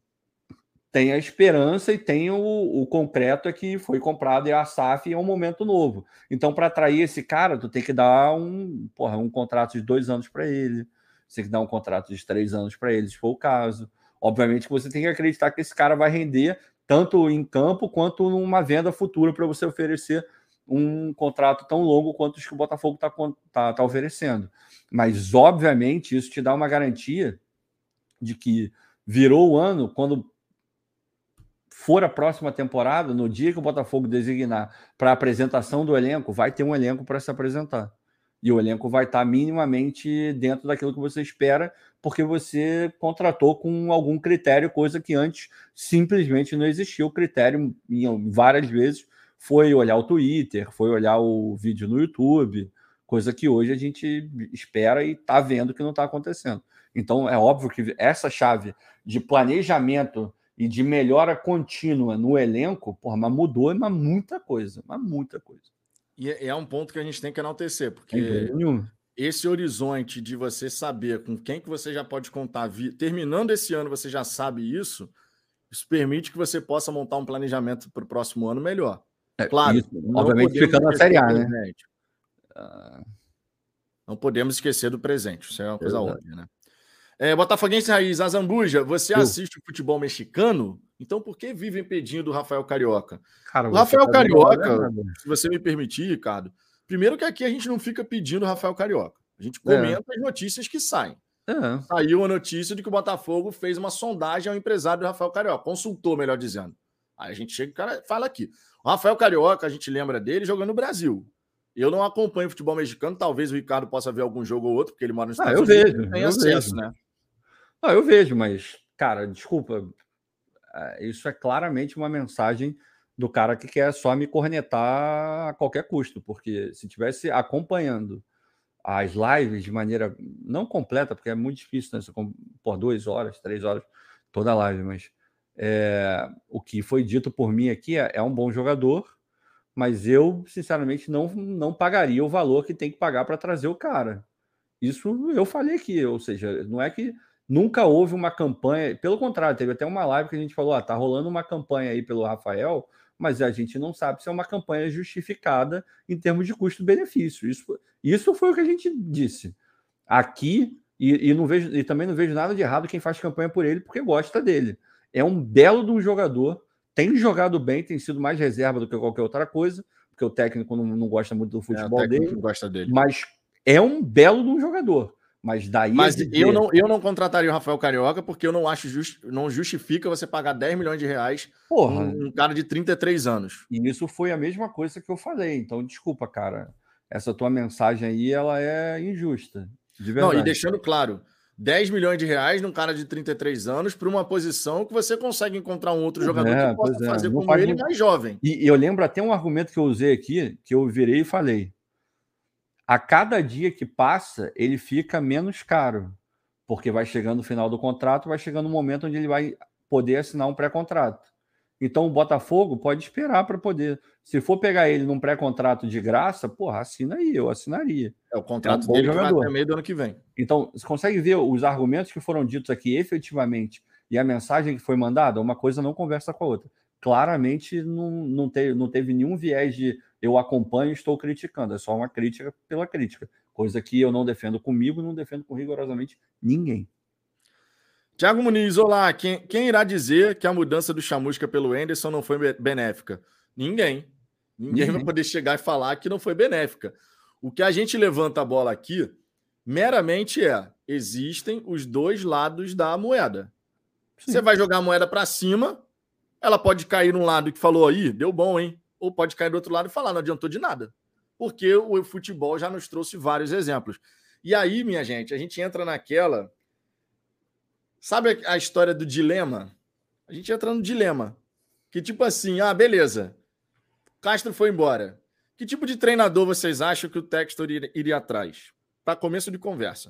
tem a esperança e tem o, o concreto é que foi comprado e a S A F é um momento novo. Então, para atrair esse cara, tu tem que dar um, porra, um contrato de dois anos para ele, você tem que dar um contrato de três anos para ele, se for o caso. Obviamente que você tem que acreditar que esse cara vai render tanto em campo quanto numa venda futura para você oferecer um contrato tão longo quanto os que o Botafogo está tá, tá oferecendo. Mas, obviamente, isso te dá uma garantia de que virou o ano, quando for a próxima temporada, no dia que o Botafogo designar para a apresentação do elenco, vai ter um elenco para se apresentar. E o elenco vai estar minimamente dentro daquilo que você espera, porque você contratou com algum critério, coisa que antes simplesmente não existia. O critério, várias vezes, foi olhar o Twitter, foi olhar o vídeo no YouTube, coisa que hoje a gente espera e está vendo que não está acontecendo. Então, é óbvio que essa chave de planejamento e de melhora contínua no elenco, porra, mas mudou, mas muita coisa, mas muita coisa. E é um ponto que a gente tem que enaltecer, porque esse horizonte de você saber com quem que você já pode contar, terminando esse ano você já sabe isso, isso permite que você possa montar um planejamento para o próximo ano melhor. É, claro, isso, obviamente ficando na Série A, né? Não podemos esquecer do presente, isso é uma coisa óbvia, né? É, Botafoguense Raiz, Azambuja, você Eu. assiste o futebol mexicano? Então por que vive impedindo o Rafael Carioca? Cara, o Rafael tá Carioca, se você me permitir, Ricardo, primeiro que aqui a gente não fica pedindo o Rafael Carioca. A gente comenta é. as notícias que saem. É. Saiu a notícia de que o Botafogo fez uma sondagem ao empresário do Rafael Carioca, consultou, melhor dizendo. Aí a gente chega e o cara fala aqui. O Rafael Carioca, a gente lembra dele jogando no Brasil. Eu não acompanho futebol mexicano, talvez o Ricardo possa ver algum jogo ou outro, porque ele mora nos Ah, Estados eu Unidos vejo, e tem eu acesso, vejo. né? Ah, eu vejo, mas, cara, desculpa, isso é claramente uma mensagem do cara que quer só me cornetar a qualquer custo, porque se tivesse acompanhando as lives de maneira não completa, porque é muito difícil, né? Por duas horas, três horas, toda a live, mas é, o que foi dito por mim aqui é, é um bom jogador, mas eu, sinceramente, não, não pagaria o valor que tem que pagar para trazer o cara. Isso eu falei aqui, ou seja, não é que nunca houve uma campanha, pelo contrário, teve até uma live que a gente falou, ah, tá rolando uma campanha aí pelo Rafael, mas a gente não sabe se é uma campanha justificada em termos de custo-benefício. Isso, isso foi o que a gente disse aqui, e, e, não vejo, e também não vejo nada de errado quem faz campanha por ele, porque gosta dele. É um belo de um jogador, tem jogado bem, tem sido mais reserva do que qualquer outra coisa, porque o técnico não, não gosta muito do futebol é, dele, gosta dele, mas é um belo de um jogador. Mas daí Mas dizer... eu, não, eu não contrataria o Rafael Carioca porque eu não acho just, não justifica você pagar dez milhões de reais Porra, um, um cara de trinta e três anos. E isso foi a mesma coisa que eu falei. Então, desculpa, cara. Essa tua mensagem aí, ela é injusta. De verdade. Não, e deixando claro, dez milhões de reais num cara de trinta e três anos para uma posição que você consegue encontrar um outro jogador é, que possa é. fazer Não como faz ele muito... mais jovem. E eu lembro até um argumento que eu usei aqui, que eu virei e falei. A cada dia que passa, ele fica menos caro, porque vai chegando o final do contrato, vai chegando o momento onde ele vai poder assinar um pré-contrato. Então o Botafogo pode esperar para poder. Se for pegar ele num pré-contrato de graça, porra, assina aí, eu assinaria. É o contrato é um dele jogador. que vai até meio do ano que vem. Então, você consegue ver os argumentos que foram ditos aqui efetivamente e a mensagem que foi mandada? Uma coisa não conversa com a outra. Claramente não, não, teve, não teve nenhum viés de eu acompanho e estou criticando. É só uma crítica pela crítica. Coisa que eu não defendo comigo e não defendo com rigorosamente ninguém. Tiago Muniz, olá. Quem, quem irá dizer que a mudança do Chamusca pelo Anderson não foi benéfica? Ninguém. Ninguém, Ninguém vai poder chegar e falar que não foi benéfica. O que a gente levanta a bola aqui meramente é: existem os dois lados da moeda. Sim. Você vai jogar a moeda para cima, ela pode cair num lado que falou aí, deu bom, hein? Ou pode cair do outro lado e falar, não adiantou de nada. Porque o futebol já nos trouxe vários exemplos. E aí, minha gente, a gente entra naquela... Sabe a história do dilema? A gente entra no dilema. Que tipo assim, ah, beleza. Castro foi embora. Que tipo de treinador vocês acham que o Textor iria atrás? Para começo de conversa.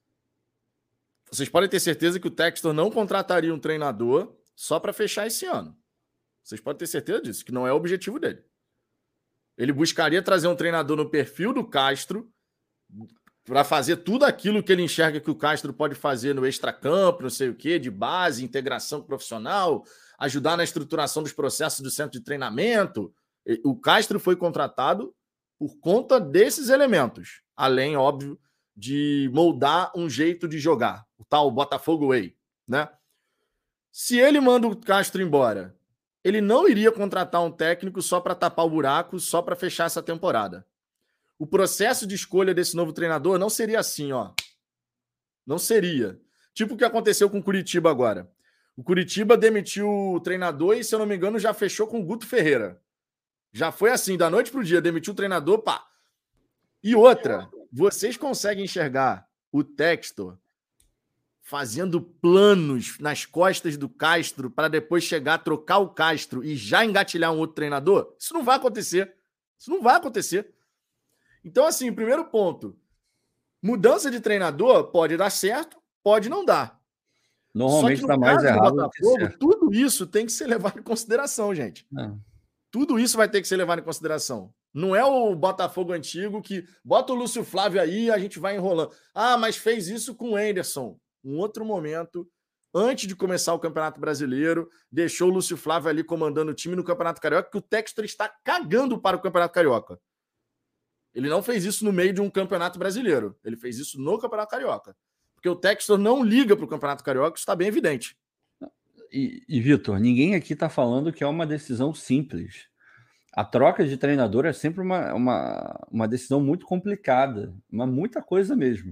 Vocês podem ter certeza que o Textor não contrataria um treinador só para fechar esse ano. Vocês podem ter certeza disso, que não é o objetivo dele. Ele buscaria trazer um treinador no perfil do Castro para fazer tudo aquilo que ele enxerga que o Castro pode fazer no extracampo, não sei o quê, de base, integração profissional, ajudar na estruturação dos processos do centro de treinamento. O Castro foi contratado por conta desses elementos, além, óbvio, de moldar um jeito de jogar, o tal Botafogo Way, né? Se ele manda o Castro embora, ele não iria contratar um técnico só para tapar o buraco, só para fechar essa temporada. O processo de escolha desse novo treinador não seria assim, ó. Não seria. Tipo o que aconteceu com o Curitiba agora. O Curitiba demitiu o treinador e, se eu não me engano, já fechou com o Guto Ferreira. Já foi assim, da noite para o dia, demitiu o treinador, pá. E outra, vocês conseguem enxergar o Textor fazendo planos nas costas do Castro para depois chegar, trocar o Castro e já engatilhar um outro treinador? Isso não vai acontecer. Isso não vai acontecer. Então, assim, primeiro ponto, mudança de treinador pode dar certo, pode não dar. Normalmente está mais errado do que certo. Tudo isso tem que ser levado em consideração, gente. É. Tudo isso vai ter que ser levado em consideração. Não é o Botafogo antigo que bota o Lúcio Flávio aí e a gente vai enrolando. Ah, mas fez isso com o Anderson. Um outro momento, antes de começar o Campeonato Brasileiro, deixou o Lúcio Flávio ali comandando o time no Campeonato Carioca, que o Textor está cagando para o Campeonato Carioca. Ele não fez isso no meio de um Campeonato Brasileiro. Ele fez isso no Campeonato Carioca. Porque o Textor não liga para o Campeonato Carioca, isso está bem evidente. E, e Vitor, ninguém aqui está falando que é uma decisão simples. A troca de treinador é sempre uma, uma, uma decisão muito complicada, uma muita coisa mesmo.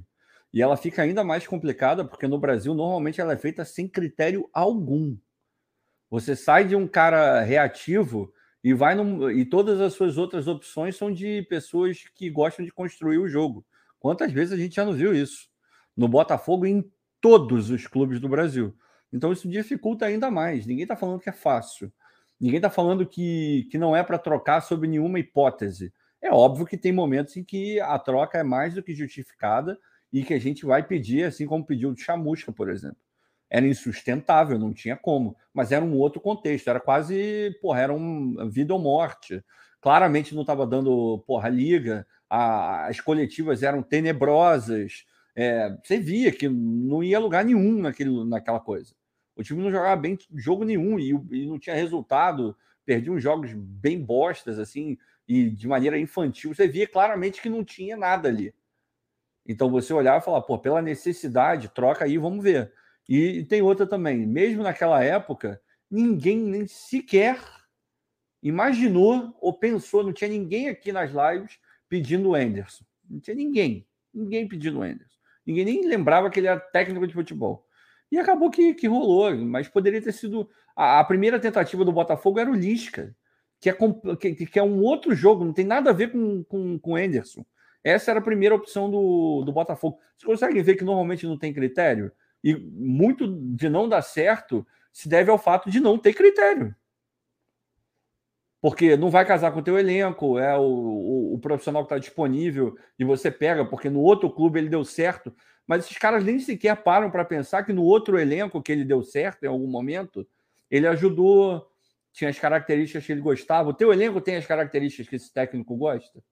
E ela fica ainda mais complicada porque no Brasil, normalmente, ela é feita sem critério algum. Você sai de um cara reativo e vai no, e todas as suas outras opções são de pessoas que gostam de construir o jogo. Quantas vezes a gente já não viu isso? No Botafogo e em todos os clubes do Brasil. Então isso dificulta ainda mais. Ninguém está falando que é fácil. Ninguém está falando que, que não é para trocar sob nenhuma hipótese. É óbvio que tem momentos em que a troca é mais do que justificada e que a gente vai pedir, assim como pediu o Chamusca, por exemplo. Era insustentável, não tinha como. Mas era um outro contexto, era quase, porra, era um vida ou morte. Claramente não estava dando, porra, liga, a, as coletivas eram tenebrosas. É, você via que não ia lugar nenhum naquele, naquela coisa. O time não jogava bem jogo nenhum e, e não tinha resultado, perdia uns jogos bem bostas, assim, e de maneira infantil. Você via claramente que não tinha nada ali. Então você olhava e falava, pô, pela necessidade, troca aí, vamos ver. E, e tem outra também, mesmo naquela época, ninguém nem sequer imaginou ou pensou, não tinha ninguém aqui nas lives pedindo o Anderson. Não tinha ninguém, ninguém pedindo o Anderson. Ninguém nem lembrava que ele era técnico de futebol. E acabou que, que rolou, mas poderia ter sido... A, a primeira tentativa do Botafogo era o Lisca, que é, que, que é um outro jogo, não tem nada a ver com, com, com o Anderson. Essa era a primeira opção do, do Botafogo. Vocês conseguem ver que normalmente não tem critério? E muito de não dar certo se deve ao fato de não ter critério. Porque não vai casar com o teu elenco, é o, o, o profissional que está disponível e você pega, porque no outro clube ele deu certo, mas esses caras nem sequer param para pensar que no outro elenco que ele deu certo em algum momento, ele ajudou, tinha as características que ele gostava. O teu elenco tem as características que esse técnico gosta?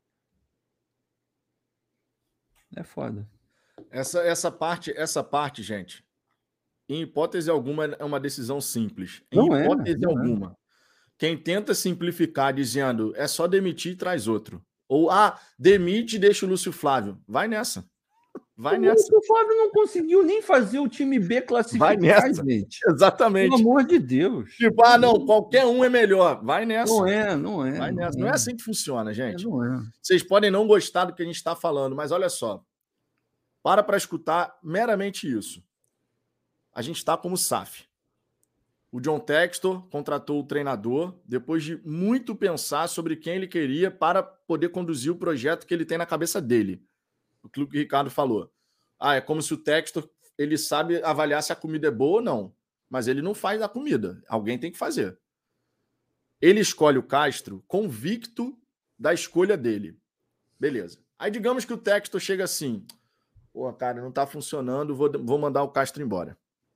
É foda. Essa, essa, parte, essa parte, gente, em hipótese alguma, é uma decisão simples. Em Não é, hipótese não alguma. É. Quem tenta simplificar dizendo é só demitir e traz outro. Ou, ah, demite e deixa o Lúcio Flávio. Vai nessa. Vai o nessa. O Flávio não conseguiu nem fazer o time B classificar, Vai nessa. gente. Exatamente. Pelo amor de Deus. Tipo, ah, não, qualquer um é melhor. Vai nessa. Não é, não é. Vai nessa. Não, Não é é. assim que funciona, gente. É, não é. Vocês podem não gostar do que a gente está falando, mas olha só. Para para escutar meramente isso. A gente está como S A F. O John Textor contratou o treinador depois de muito pensar sobre quem ele queria para poder conduzir o projeto que ele tem na cabeça dele. O que o Ricardo falou. Ah, é como se o Textor ele sabe avaliar se a comida é boa ou não, mas ele não faz a comida. Alguém tem que fazer. Ele escolhe o Castro convicto da escolha dele. Beleza. Aí digamos que o Textor chega assim, pô, cara, não tá funcionando, vou, vou mandar o Castro embora.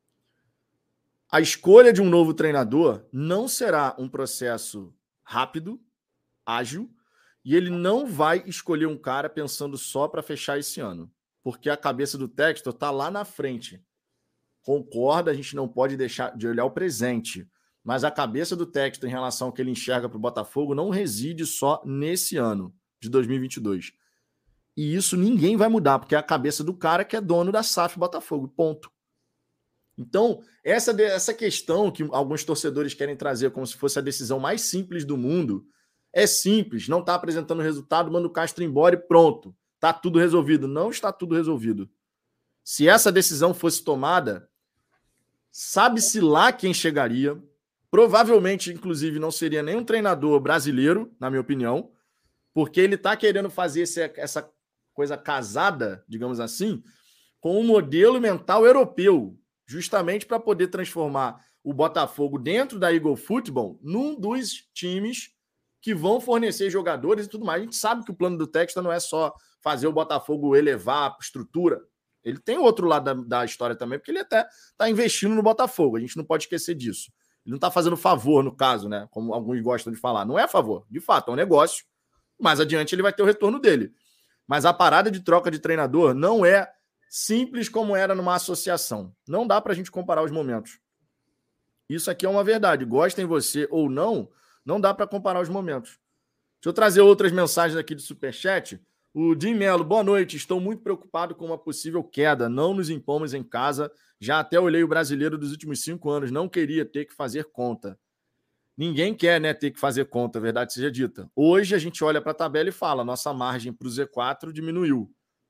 A escolha de um novo treinador não será um processo rápido, ágil, e ele não vai escolher um cara pensando só para fechar esse ano, porque a cabeça do Textor está lá na frente. Concorda, a gente não pode deixar de olhar o presente, mas a cabeça do Textor em relação ao que ele enxerga para o Botafogo não reside só nesse ano de dois mil e vinte e dois. E isso ninguém vai mudar, porque é a cabeça do cara que é dono da S A F Botafogo, ponto. Então, essa, essa questão que alguns torcedores querem trazer como se fosse a decisão mais simples do mundo, é simples, não está apresentando resultado, manda o Castro embora e pronto, está tudo resolvido. Não está tudo resolvido. Se essa decisão fosse tomada, sabe-se lá quem chegaria, provavelmente, inclusive, não seria nenhum treinador brasileiro, na minha opinião, porque ele está querendo fazer esse, essa coisa casada, digamos assim, com um modelo mental europeu, justamente para poder transformar o Botafogo dentro da Eagle Football num dos times que vão fornecer jogadores e tudo mais. A gente sabe que o plano do Textor não é só fazer o Botafogo elevar a estrutura. Ele tem outro lado da, da história também, porque ele até está investindo no Botafogo. A gente não pode esquecer disso. Ele não está fazendo favor, no caso, né? Como alguns gostam de falar. Não é favor. De fato, é um negócio. Mais adiante ele vai ter o retorno dele. Mas a parada de troca de treinador não é simples como era numa associação. Não dá para a gente comparar os momentos. Isso aqui é uma verdade. Gostem você ou não, não dá para comparar os momentos. Deixa eu trazer outras mensagens aqui de Superchat. O Jim Melo, boa noite. Estou muito preocupado com uma possível queda. Não nos impomos em casa. Já até olhei o brasileiro dos últimos cinco anos. Não queria ter que fazer conta. Ninguém quer, né, ter que fazer conta, verdade seja dita. Hoje a gente olha para a tabela e fala, nossa margem para o Z quatro diminuiu.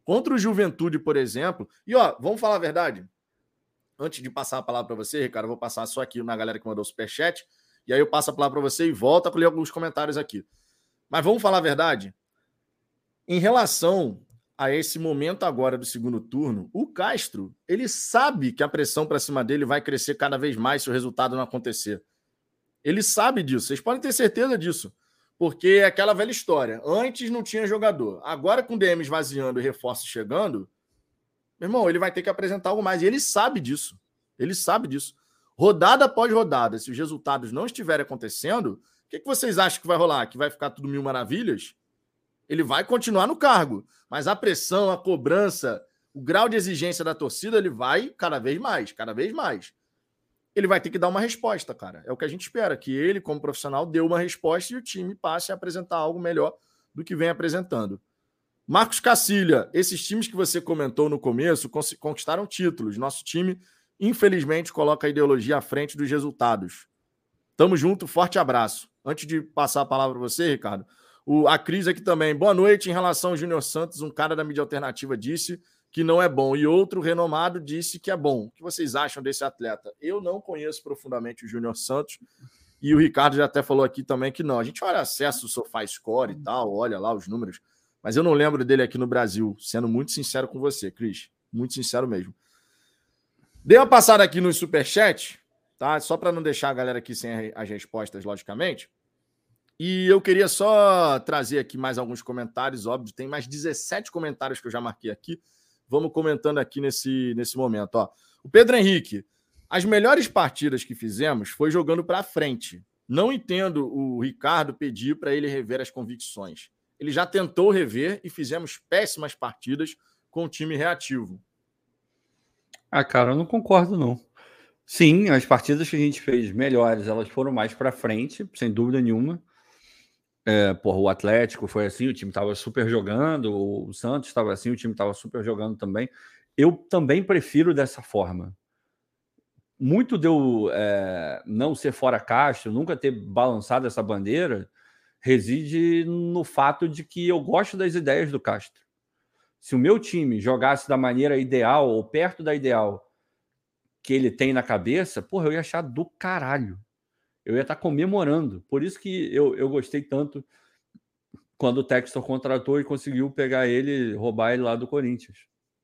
Contra o Juventude, por exemplo. E, ó, vamos falar a verdade? Antes de passar a palavra para você, Ricardo, eu vou passar só aqui na galera que mandou o superchat. E aí eu passo a palavra para você e volto a colher alguns comentários aqui. Mas vamos falar a verdade? Em relação a esse momento agora do segundo turno, o Castro, ele sabe que a pressão para cima dele vai crescer cada vez mais se o resultado não acontecer. Ele sabe disso, vocês podem ter certeza disso. Porque é aquela velha história. Antes não tinha jogador. Agora, com o D M esvaziando e reforços chegando, meu irmão, ele vai ter que apresentar algo mais. E ele sabe disso. Ele sabe disso. Rodada após rodada, se os resultados não estiverem acontecendo, o que, que vocês acham que vai rolar? Que vai ficar tudo mil maravilhas? Ele vai continuar no cargo. Mas a pressão, a cobrança, o grau de exigência da torcida, ele vai cada vez mais, cada vez mais. Ele vai ter que dar uma resposta, cara. É o que a gente espera, que ele, como profissional, dê uma resposta e o time passe a apresentar algo melhor do que vem apresentando. Marcos Cacilha, esses times que você comentou no começo conquistaram títulos. Nosso time, infelizmente, coloca a ideologia à frente dos resultados. Tamo junto, forte abraço. Antes de passar a palavra para você, Ricardo, o, a Cris aqui também. Boa noite. Em relação ao Júnior Santos, um cara da mídia alternativa disse que não é bom, e outro renomado disse que é bom. O que vocês acham desse atleta? Eu não conheço profundamente o Júnior Santos, e o Ricardo já até falou aqui também que não. A gente olha acesso, o SofaScore e tal, olha lá os números, mas eu não lembro dele aqui no Brasil, sendo muito sincero com você, Cris. Muito sincero mesmo. Dei uma passada aqui no superchat, tá? Só para não deixar a galera aqui sem as respostas, logicamente. E eu queria só trazer aqui mais alguns comentários, óbvio, tem mais dezessete comentários que eu já marquei aqui. Vamos comentando aqui nesse, nesse momento. Ó. O Pedro Henrique, as melhores partidas que fizemos foi jogando para frente. Não entendo o Ricardo pedir para ele rever as convicções. Ele já tentou rever e fizemos péssimas partidas com o time reativo. Ah, cara, eu não concordo, não. Sim, as partidas que a gente fez melhores, elas foram mais para frente, sem dúvida nenhuma. É, porra, o Atlético foi assim, o time estava super jogando, o Santos estava assim, o time estava super jogando também. Eu também prefiro dessa forma. Muito de eu é, não ser fora caixa, nunca ter balançado essa bandeira, reside no fato de que eu gosto das ideias do Castro. Se o meu time jogasse da maneira ideal, ou perto da ideal que ele tem na cabeça, porra, eu ia achar do caralho. Eu ia estar comemorando. Por isso que eu, eu gostei tanto quando o Textor contratou e conseguiu pegar ele, roubar ele lá do Corinthians.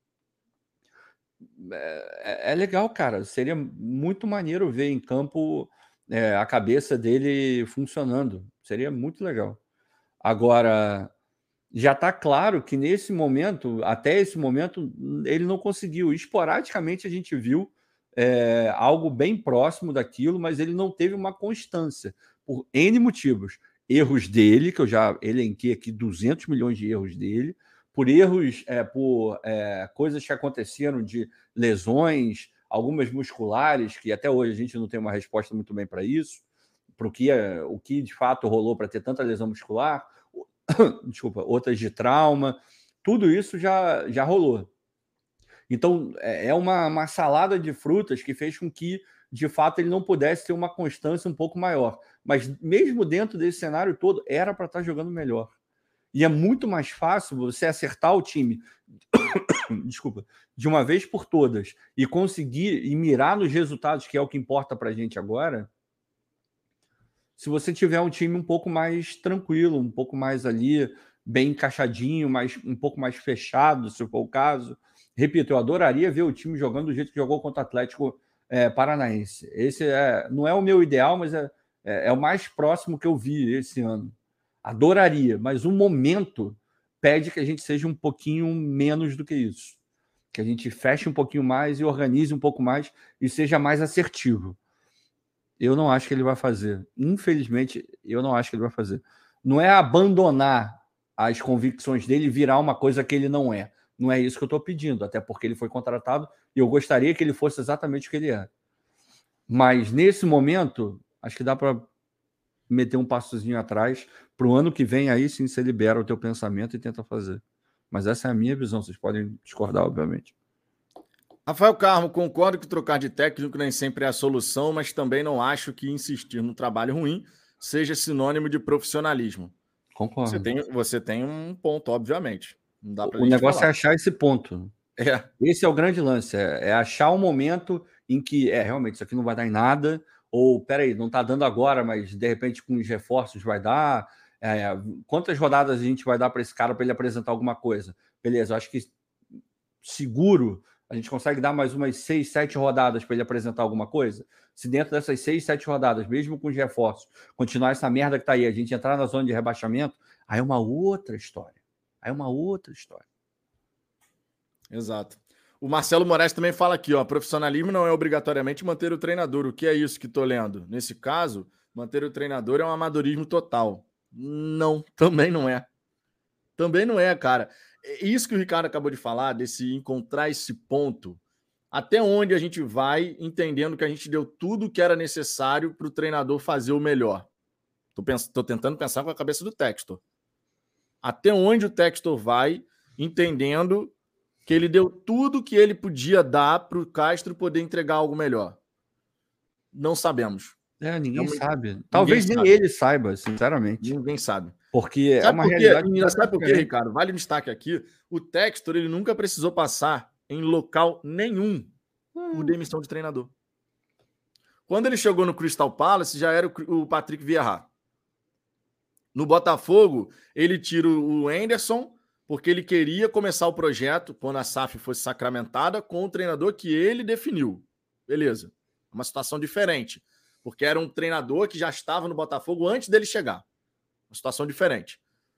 É, é legal, cara. Seria muito maneiro ver em campo é, a cabeça dele funcionando. Seria muito legal. Agora, já está claro que nesse momento, até esse momento, ele não conseguiu. Esporadicamente a gente viu é, algo bem próximo daquilo, mas ele não teve uma constância, por N motivos. Erros dele, que eu já elenquei aqui duzentos milhões de erros dele, por erros, é, por é, coisas que aconteceram de lesões, algumas musculares, que até hoje a gente não tem uma resposta muito bem para isso, para o que, o que de fato rolou para ter tanta lesão muscular, desculpa, outras de trauma, tudo isso já, já rolou. Então, é uma, uma salada de frutas que fez com que, de fato, ele não pudesse ter uma constância um pouco maior. Mas, mesmo dentro desse cenário todo, era para estar jogando melhor. E é muito mais fácil você acertar o time, desculpa, de uma vez por todas, e conseguir e mirar nos resultados, que é o que importa para a gente agora, se você tiver um time um pouco mais tranquilo, um pouco mais ali, bem encaixadinho, mais, um pouco mais fechado, se for o caso. Repito, eu adoraria ver o time jogando do jeito que jogou contra o Atlético é, Paranaense. Esse é, não é o meu ideal, mas é, é, é o mais próximo que eu vi esse ano. Adoraria, mas o momento pede que a gente seja um pouquinho menos do que isso. Que a gente feche um pouquinho mais e organize um pouco mais e seja mais assertivo. Eu não acho que ele vai fazer. Infelizmente, eu não acho que ele vai fazer. Não é abandonar as convicções dele e virar uma coisa que ele não é. Não é isso que eu estou pedindo, até porque ele foi contratado e eu gostaria que ele fosse exatamente o que ele é. Mas, nesse momento, acho que dá para meter um passozinho atrás. Para o ano que vem, aí sim você libera o teu pensamento e tenta fazer. Mas essa é a minha visão. Vocês podem discordar, obviamente. Rafael Carmo, concordo que trocar de técnico nem sempre é a solução, mas também não acho que insistir no trabalho ruim seja sinônimo de profissionalismo. Concordo. Você tem, você tem um ponto, obviamente. Não dá pra o gente negócio falar. é achar esse ponto. É. Esse é o grande lance, é, é achar um momento em que, é, realmente, isso aqui não vai dar em nada, ou, peraí, não tá dando agora, mas, de repente, com os reforços vai dar. É, quantas rodadas a gente vai dar para esse cara para ele apresentar alguma coisa? Beleza, eu acho que seguro a gente consegue dar mais umas seis, sete rodadas para ele apresentar alguma coisa. Se dentro dessas seis, sete rodadas, mesmo com os reforços, continuar essa merda que tá aí, a gente entrar na zona de rebaixamento, aí é uma outra história. Aí é uma outra história. Exato. O Marcelo Moraes também fala aqui, ó, profissionalismo não é obrigatoriamente manter o treinador. O que é isso que estou lendo? Nesse caso, manter o treinador é um amadorismo total. Não, também não é. Também não é, cara. Isso que o Ricardo acabou de falar, desse encontrar esse ponto, até onde a gente vai entendendo que a gente deu tudo o que era necessário para o treinador fazer o melhor. Tô, pens- tô tentando pensar com a cabeça do Textor. Até onde o Textor vai entendendo que ele deu tudo que ele podia dar para o Castro poder entregar algo melhor. Não sabemos. É, ninguém É uma... sabe. Talvez ninguém nem sabe. ele saiba, sinceramente. Ninguém sabe. Porque é Sabe uma por quê? realidade. E sabe por quê, diferente. Ricardo? Vale um destaque aqui. O Textor ele nunca precisou passar em local nenhum por demissão de treinador. Quando ele chegou no Crystal Palace, já era o Patrick Vieira. No Botafogo, ele tira o Anderson, porque ele queria começar o projeto, quando a S A F fosse sacramentada, com o treinador que ele definiu. Beleza. Uma situação diferente. Porque era um treinador que já estava no Botafogo antes dele chegar. Uma situação diferente.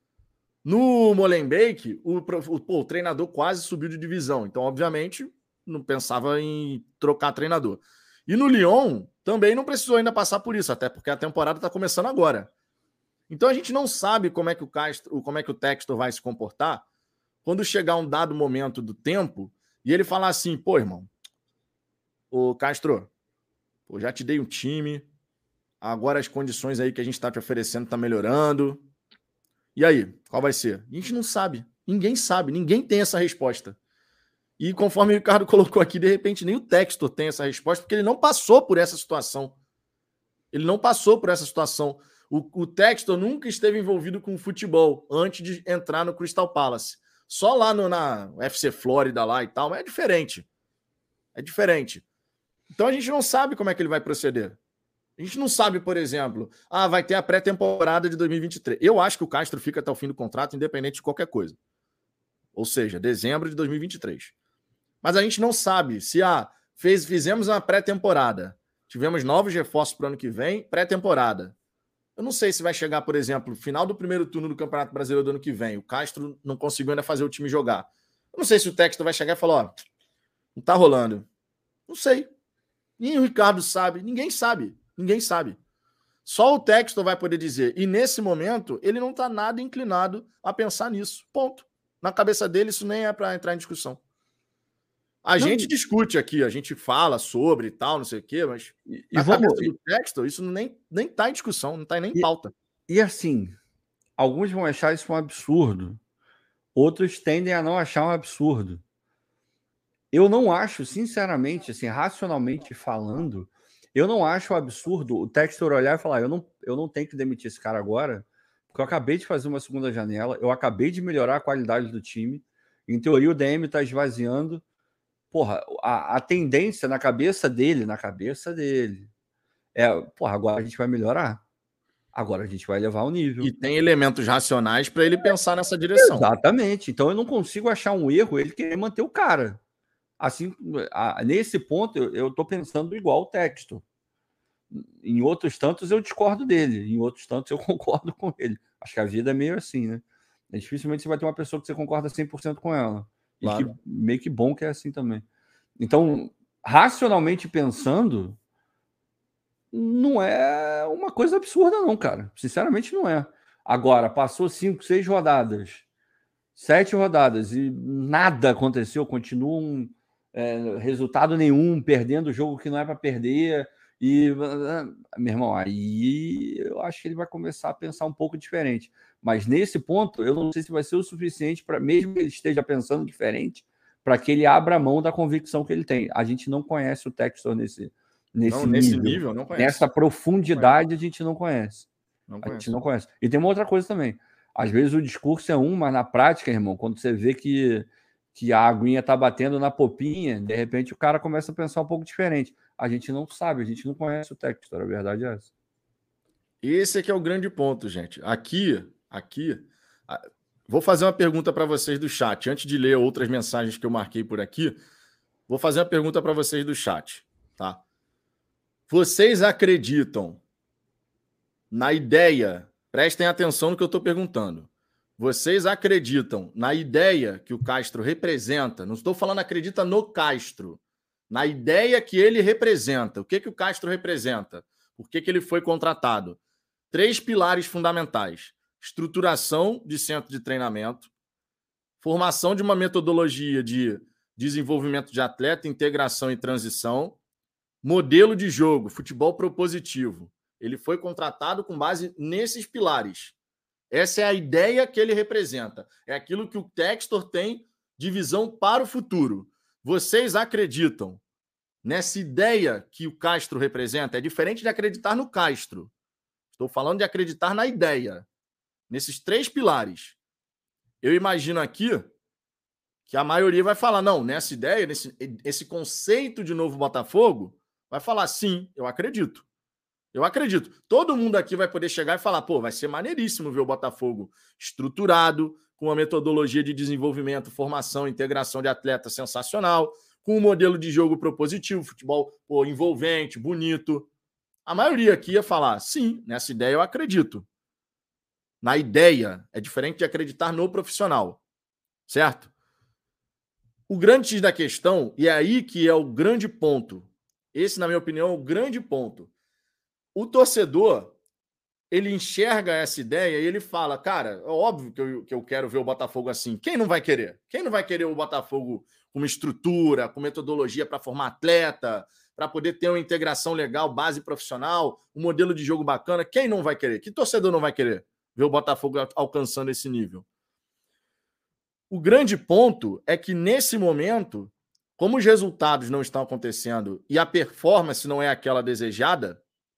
No Molenbeek, o, o, pô, o treinador quase subiu de divisão. Então, obviamente, não pensava em trocar treinador. E no Lyon, também não precisou ainda passar por isso, até porque a temporada está começando agora. Então a gente não sabe como é que o Castro, como é que o Textor vai se comportar quando chegar um dado momento do tempo e ele falar assim, pô, irmão, ô Castro, pô, já te dei um time, agora as condições aí que a gente está te oferecendo tá melhorando. E aí, qual vai ser? A gente não sabe. Ninguém sabe, ninguém tem essa resposta. E conforme o Ricardo colocou aqui, de repente nem o Textor tem essa resposta, porque ele não passou por essa situação. Ele não passou por essa situação. O, o Textor nunca esteve envolvido com futebol antes de entrar no Crystal Palace. Só lá no, na F C Flórida lá e tal, mas é diferente. É diferente. Então a gente não sabe como é que ele vai proceder. A gente não sabe, por exemplo, ah, vai ter a pré-temporada de dois mil e vinte e três. Eu acho que o Castro fica até o fim do contrato, independente de qualquer coisa. Ou seja, dezembro de dois mil e vinte e três. Mas a gente não sabe se ah, fez, fizemos uma pré-temporada, tivemos novos reforços para o ano que vem, pré-temporada. Eu não sei se vai chegar, por exemplo, final do primeiro turno do Campeonato Brasileiro do ano que vem. O Castro não conseguiu ainda fazer o time jogar. Eu não sei se o Textor vai chegar e falar, ó, não tá rolando. Não sei. Nem o Ricardo sabe. Ninguém sabe. Ninguém sabe. Só o Textor vai poder dizer. E nesse momento, ele não tá nada inclinado a pensar nisso. Ponto. Na cabeça dele, isso nem é para entrar em discussão. A não. gente discute aqui, a gente fala sobre e tal, não sei o quê, mas e, na e vamos... cabeça do Textor, isso nem, nem tá em discussão, não tá nem em e, pauta. E assim, alguns vão achar isso um absurdo, outros tendem a não achar um absurdo. Eu não acho, sinceramente, assim, racionalmente falando, eu não acho um absurdo o Textor olhar e falar, eu não, eu não tenho que demitir esse cara agora, porque eu acabei de fazer uma segunda janela, eu acabei de melhorar a qualidade do time, em teoria o D M está esvaziando. Porra, a, a tendência na cabeça dele, na cabeça dele, é, porra, agora a gente vai melhorar. Agora a gente vai levar o nível. E tem elementos racionais para ele pensar nessa direção. Exatamente. Então eu não consigo achar um erro ele querer manter o cara. Assim, a, nesse ponto, eu, eu tô pensando igual o Textor. Em outros tantos eu discordo dele, em outros tantos eu concordo com ele. Acho que a vida é meio assim, né? É, dificilmente você vai ter uma pessoa que você concorda cem por cento com ela. E claro. que meio que bom que é assim também. Então, racionalmente pensando, não é uma coisa absurda não, cara. Sinceramente não é. Agora, passou cinco, seis rodadas, sete rodadas e nada aconteceu, continuam é, resultado nenhum, perdendo o jogo que não é para perder. E, meu irmão, aí eu acho que ele vai começar a pensar um pouco diferente. Mas nesse ponto, eu não sei se vai ser o suficiente para, mesmo que ele esteja pensando diferente, para que ele abra a mão da convicção que ele tem. A gente não conhece o Textor nesse, nesse, não, nível. nesse nível. Não conhece. Nessa profundidade, não a gente não conhece. Não a conhece. gente não conhece. E tem uma outra coisa também. Às vezes o discurso é um, mas na prática, irmão, quando você vê que, que a aguinha está batendo na popinha, de repente o cara começa a pensar um pouco diferente. A gente não sabe, a gente não conhece o Textor, a verdade é essa. Esse é que é o grande ponto, gente. Aqui, aqui, vou fazer uma pergunta para vocês do chat. Antes de ler outras mensagens que eu marquei por aqui, vou fazer uma pergunta para vocês do chat, tá? Vocês acreditam na ideia, prestem atenção no que eu estou perguntando. Vocês acreditam na ideia que o Castro representa? Não estou falando acredita no Castro, na ideia que ele representa. O que, que o Castro representa? Por que, que ele foi contratado? Três pilares fundamentais: estruturação de centro de treinamento, formação de uma metodologia de desenvolvimento de atleta, integração e transição, modelo de jogo, futebol propositivo. Ele foi contratado com base nesses pilares. Essa é a ideia que ele representa. É aquilo que o Textor tem de visão para o futuro. Vocês acreditam nessa ideia que o Castro representa? É diferente de acreditar no Castro. Estou falando de acreditar na ideia. Nesses três pilares. Eu imagino aqui que a maioria vai falar, não, nessa ideia, nesse esse conceito de novo Botafogo, vai falar, sim, eu acredito. Eu acredito. Todo mundo aqui vai poder chegar e falar, pô, vai ser maneiríssimo ver o Botafogo estruturado, com uma metodologia de desenvolvimento, formação, integração de atleta sensacional, com um modelo de jogo propositivo, futebol pô, envolvente, bonito. A maioria aqui ia falar, sim, nessa ideia eu acredito. Na ideia, é diferente de acreditar no profissional, certo? O grande X da questão, e é aí que é o grande ponto, esse, na minha opinião, é o grande ponto. O torcedor, ele enxerga essa ideia e ele fala, cara, é óbvio que eu, que eu quero ver o Botafogo assim. Quem não vai querer? Quem não vai querer o Botafogo com uma estrutura, com metodologia para formar atleta, para poder ter uma integração legal, base profissional, um modelo de jogo bacana? Quem não vai querer? Que torcedor não vai querer ver o Botafogo alcançando esse nível? O grande ponto é que, nesse momento, como os resultados não estão acontecendo e a performance não é aquela desejada,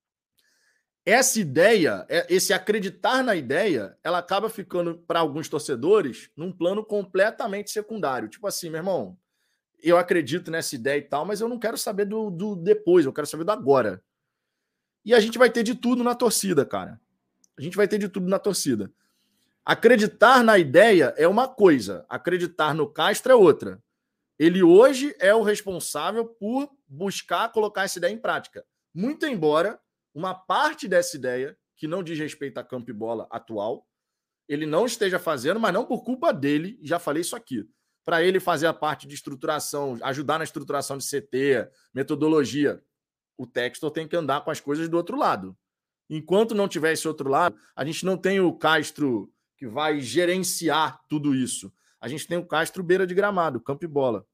essa ideia, esse acreditar na ideia, ela acaba ficando, para alguns torcedores, num plano completamente secundário. Tipo assim, meu irmão, eu acredito nessa ideia e tal, mas eu não quero saber do, do depois, eu quero saber do agora. E a gente vai ter de tudo na torcida, cara. A gente vai ter de tudo na torcida. Acreditar na ideia é uma coisa, acreditar no Castro é outra. Ele hoje é o responsável por buscar colocar essa ideia em prática. Muito embora uma parte dessa ideia, que não diz respeito a campo e bola atual, ele não esteja fazendo, mas não por culpa dele, já falei isso aqui. Para ele fazer a parte de estruturação, ajudar na estruturação de C T, metodologia, o Textor tem que andar com as coisas do outro lado. Enquanto não tiver esse outro lado, a gente não tem o Castro que vai gerenciar tudo isso. A gente tem o Castro beira de gramado, campo e bola.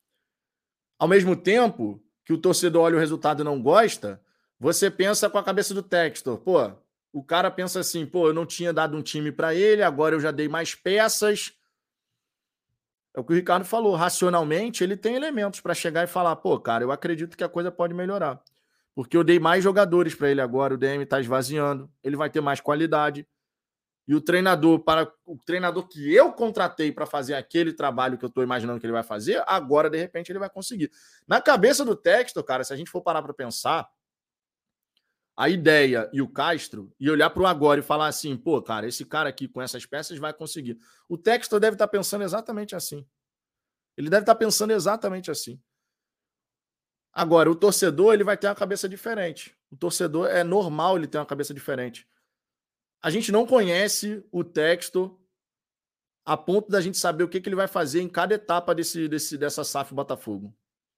Ao mesmo tempo que o torcedor olha o resultado e não gosta, você pensa com a cabeça do Textor. Pô, o cara pensa assim, pô, eu não tinha dado um time para ele, agora eu já dei mais peças. É o que o Ricardo falou. Racionalmente, ele tem elementos para chegar e falar, pô, cara, eu acredito que a coisa pode melhorar. Porque eu dei mais jogadores para ele agora, o D M está esvaziando, ele vai ter mais qualidade. E o treinador, para o treinador que eu contratei para fazer aquele trabalho que eu estou imaginando que ele vai fazer, agora, de repente, ele vai conseguir. Na cabeça do Textor, cara, se a gente for parar para pensar, a ideia e o Castro, e olhar para o agora e falar assim, pô, cara, esse cara aqui com essas peças vai conseguir. O Textor deve estar pensando exatamente assim. Ele deve estar pensando exatamente assim. Agora, o torcedor, ele vai ter uma cabeça diferente. O torcedor, é normal ele ter uma cabeça diferente. A gente não conhece o Textor a ponto da gente saber o que, que ele vai fazer em cada etapa desse, desse, dessa S A F Botafogo.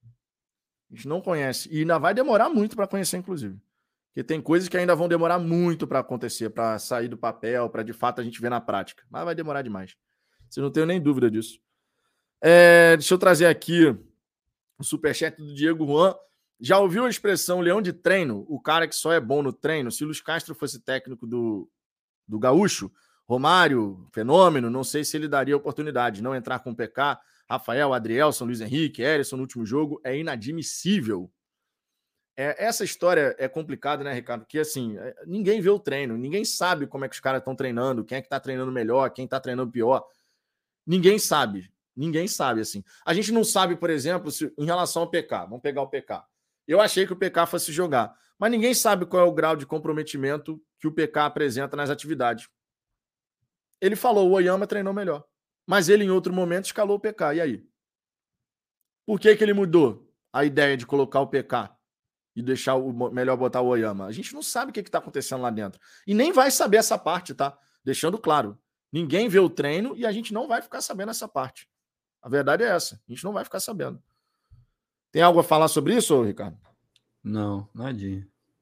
A gente não conhece. E ainda vai demorar muito para conhecer, inclusive. Porque tem coisas que ainda vão demorar muito para acontecer, para sair do papel, para de fato a gente ver na prática. Mas vai demorar demais. Você não tem nem dúvida disso. É, deixa eu trazer aqui o superchat do Diego Juan. Já ouviu a expressão leão de treino? O cara que só é bom no treino? Se o Luiz Castro fosse técnico do, do Gaúcho, Romário, fenômeno, não sei se ele daria oportunidade. Não entrar com o P K, Rafael, Adrielson, Luiz Henrique, Erisson no último jogo é inadmissível. É, essa história é complicada, né, Ricardo? Porque, assim, ninguém vê o treino, ninguém sabe como é que os caras estão treinando, quem é que está treinando melhor, quem está treinando pior. Ninguém sabe. Ninguém sabe, assim. A gente não sabe, por exemplo, se, em relação ao P K. Vamos pegar o P K. Eu achei que o P K fosse jogar, mas ninguém sabe qual é o grau de comprometimento que o P K apresenta nas atividades. Ele falou, o Oyama treinou melhor. Mas ele, em outro momento, escalou o P K. E aí? Por que, que ele mudou a ideia de colocar o P K e deixar o melhor botar o Oyama? A gente não sabe o que está acontecendo lá dentro. E nem vai saber essa parte, tá? Deixando claro. Ninguém vê o treino e a gente não vai ficar sabendo essa parte. A verdade é essa. A gente não vai ficar sabendo. Tem algo a falar sobre isso, Ricardo? Não, nadinha.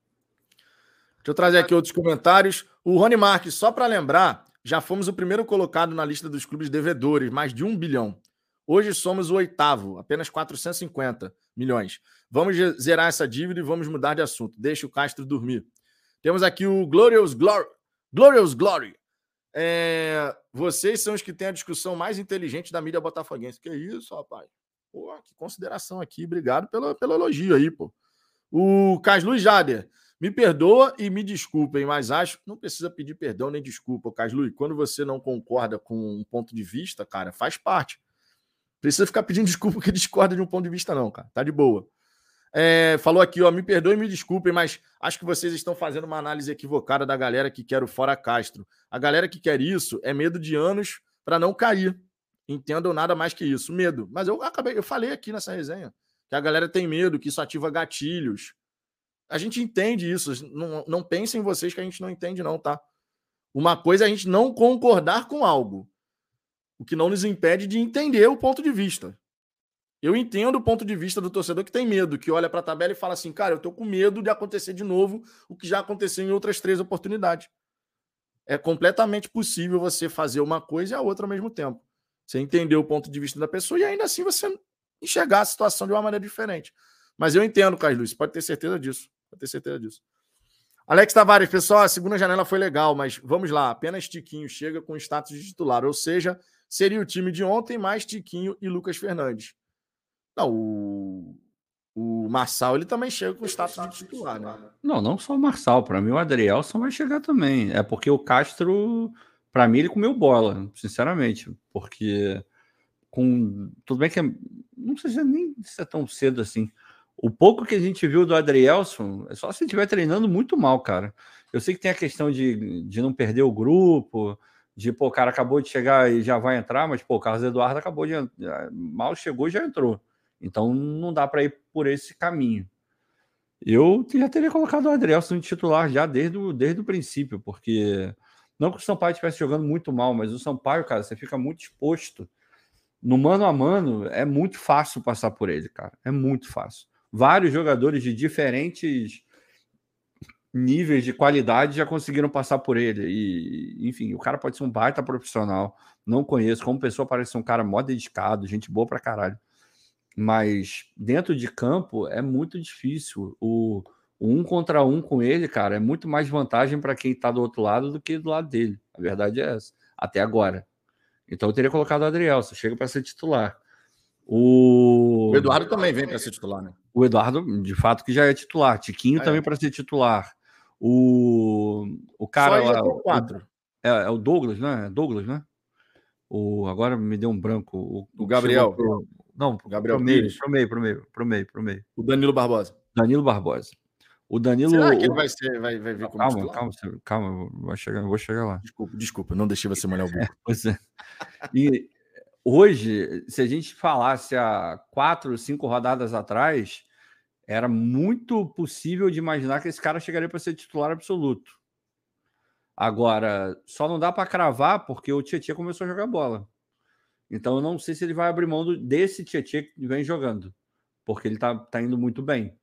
Deixa eu trazer aqui outros comentários. O Rony Marques, só para lembrar, já fomos o primeiro colocado na lista dos clubes devedores, mais de um bilhão. Hoje somos o oitavo, apenas quatrocentos e cinquenta milhões. Vamos zerar essa dívida e vamos mudar de assunto. Deixa o Castro dormir. Temos aqui o Glorious Glory. Glorious Glory. É... Vocês são os que têm a discussão mais inteligente da mídia botafoguense. Que isso, rapaz? Pô, que consideração aqui. Obrigado pelo, pelo elogio aí, pô. O Caslu Jader. Me perdoa e me desculpem, mas acho que não precisa pedir perdão nem desculpa, Caslu. Quando você não concorda com um ponto de vista, cara, faz parte. Precisa ficar pedindo desculpa porque discorda de um ponto de vista, não, cara. Tá de boa. É, falou aqui, ó, me perdoem e me desculpem, mas acho que vocês estão fazendo uma análise equivocada da galera que quer o Fora Castro. A galera que quer isso é medo de anos para não cair. Entendam nada mais que isso. Medo. Mas eu acabei, eu falei aqui nessa resenha que a galera tem medo, que isso ativa gatilhos. A gente entende isso. Não, não pensem em vocês que a gente não entende, não, tá? Uma coisa é a gente não concordar com algo. O que não nos impede de entender o ponto de vista. Eu entendo o ponto de vista do torcedor que tem medo, que olha para a tabela e fala assim, cara, eu tô com medo de acontecer de novo o que já aconteceu em outras três oportunidades. É completamente possível você fazer uma coisa e a outra ao mesmo tempo. Você entender o ponto de vista da pessoa e ainda assim você enxergar a situação de uma maneira diferente. Mas eu entendo, Carlos, você pode ter certeza disso. Pode ter certeza disso. Alex Tavares, pessoal, a segunda janela foi legal, mas vamos lá, apenas Tiquinho chega com status de titular, ou seja, seria o time de ontem mais Tiquinho e Lucas Fernandes. Não, o, o Marçal, ele também chega com status de titular, né? Não, não só o Marçal, para mim o Adrielson vai chegar também. É porque o Castro, para mim, ele comeu bola, sinceramente, porque com tudo bem que é, não sei se é nem se é tão cedo assim. O pouco que a gente viu do Adrielson é só se ele estiver treinando muito mal, cara. Eu sei que tem a questão de, de não perder o grupo, de, pô, o cara acabou de chegar e já vai entrar, mas, pô, o Carlos Eduardo acabou de... mal chegou e já entrou. Então, não dá para ir por esse caminho. Eu já teria colocado o Adrielson de titular já desde o, desde o princípio, porque não que o Sampaio estivesse jogando muito mal, mas o Sampaio, cara, você fica muito exposto. No mano a mano, é muito fácil passar por ele, cara. É muito fácil. Vários jogadores de diferentes níveis de qualidade já conseguiram passar por ele. E, enfim, o cara pode ser um baita profissional. Não conheço. Como pessoa, parece ser um cara mó dedicado, gente boa pra caralho. Mas dentro de campo é muito difícil. O, o um contra um com ele, cara, é muito mais vantagem para quem tá do outro lado do que do lado dele. A verdade é essa. Até agora. Então eu teria colocado o Adrielson. Chega para ser titular. O... o Eduardo também vem para ser titular, né? O Eduardo, de fato, que já é titular. Tiquinho ah, também é. para ser titular. O, o cara lá. O, quatro. É, é o Douglas, né? Douglas, né? O, agora me deu um branco. O, o Gabriel. Pro, não, o Gabriel pro meio, pro meio, pro meio, pro meio, pro meio. O Danilo Barbosa. Danilo Barbosa. O Danilo. Será que ele vai, ser, vai, vai vir como calma, titular? calma, calma, vai chegar, vou chegar lá. Desculpa, desculpa, não deixei você molhar o buco. É, pois é. E hoje, se a gente falasse há quatro, cinco rodadas atrás, era muito possível de imaginar que esse cara chegaria para ser titular absoluto. Agora, só não dá para cravar porque o Tietchan começou a jogar bola. Então, eu não sei se ele vai abrir mão desse Tietchan que vem jogando, porque ele tá, tá indo muito bem.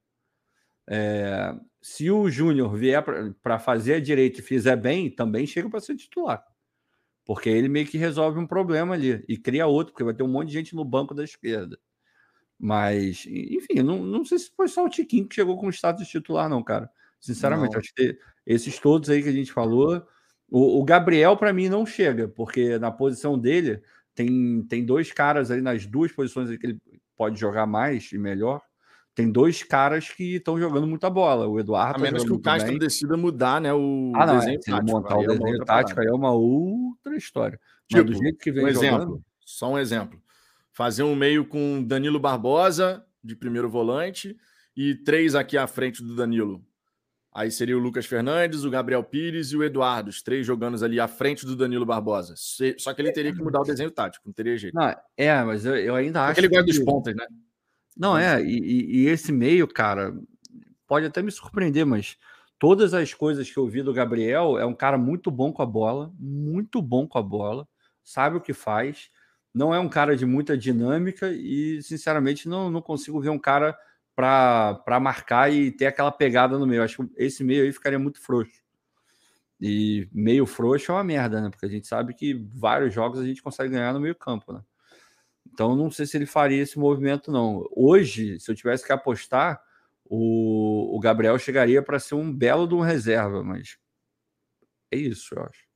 É, se o Júnior vier para fazer a direita e fizer bem, também chega para ser titular. Porque ele meio que resolve um problema ali e cria outro, porque vai ter um monte de gente no banco da esquerda. Mas, enfim, não, não sei se foi só o Tiquinho que chegou com o status de titular, não, cara. Sinceramente, não. Acho que esses todos aí que a gente falou, o, o Gabriel, para mim, não chega, porque na posição dele tem, tem dois caras aí nas duas posições que ele pode jogar mais e melhor. tem dois caras que estão jogando muita bola. O Eduardo. A menos tá que o Castro bem. decida mudar, né, o ah, não, desenho é, se ele tático. montar o Aí é uma desenho outra tático, parada. aí é uma outra história. Mas do Tipo, jeito que vem um jogando. exemplo, só um exemplo. Fazer um meio com Danilo Barbosa, de primeiro volante, e três aqui à frente do Danilo. Aí seria o Lucas Fernandes, o Gabriel Pires e o Eduardo, os três jogando ali à frente do Danilo Barbosa. Só que ele teria que mudar o desenho tático, não teria jeito. Não, é, mas eu, eu ainda acho Porque ele gosta que... dos pontas, né? Não, é, e, e esse meio, cara, pode até me surpreender, mas todas as coisas que eu vi do Gabriel, é um cara muito bom com a bola, muito bom com a bola, sabe o que faz, não é um cara de muita dinâmica e, sinceramente, não, não consigo ver um cara para marcar e ter aquela pegada no meio. Acho que esse meio aí ficaria muito frouxo. E meio frouxo é uma merda, né? Porque a gente sabe que vários jogos a gente consegue ganhar no meio campo, né? Então, não sei se ele faria esse movimento, não. Hoje, se eu tivesse que apostar, o, o Gabriel chegaria para ser um belo de um reserva, mas é isso, eu acho.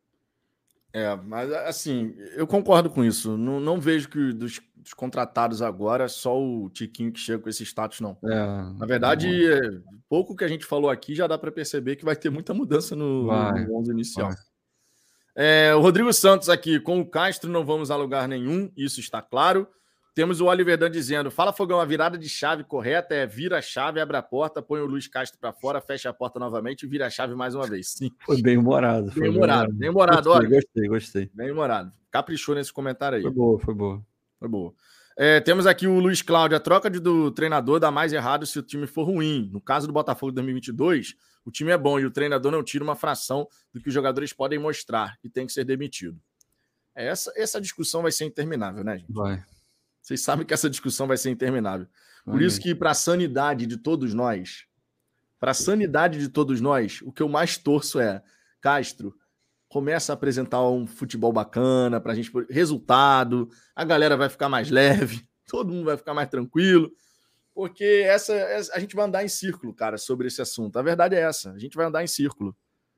É, mas assim, eu concordo com isso. Não, não vejo que dos, dos contratados agora, só o Tiquinho que chega com esse status, não. É, Na verdade, é, pouco que a gente falou aqui já dá para perceber que vai ter muita mudança no, vai, no onze inicial. vai. É, o Rodrigo Santos aqui, com o Castro não vamos a lugar nenhum, isso está claro. Temos o Oliver Dan dizendo, fala Fogão, a virada de chave correta é vira a chave, abre a porta, põe o Luiz Castro para fora, fecha a porta novamente e vira a chave mais uma vez. Sim. Foi bem humorado. Bem humorado, bem humorado, olha. Gostei, gostei. Bem humorado. Caprichou nesse comentário aí. Foi boa, foi boa. Foi boa. É, temos aqui o Luiz Cláudio, a troca de, do treinador dá mais errado se o time for ruim. No caso do Botafogo de dois mil e vinte e dois, o time é bom e o treinador não tira uma fração do que os jogadores podem mostrar e tem que ser demitido. Essa, essa discussão vai ser interminável, né, gente? Vai. Vocês sabem que essa discussão vai ser interminável. Por Vai isso que, para a sanidade de todos nós, para a sanidade de todos nós, o que eu mais torço é, Castro, começa a apresentar um futebol bacana para a gente, resultado, a galera vai ficar mais leve, todo mundo vai ficar mais tranquilo, porque essa, a gente vai andar em círculo, cara, sobre esse assunto. A verdade é essa, a gente vai andar em círculo.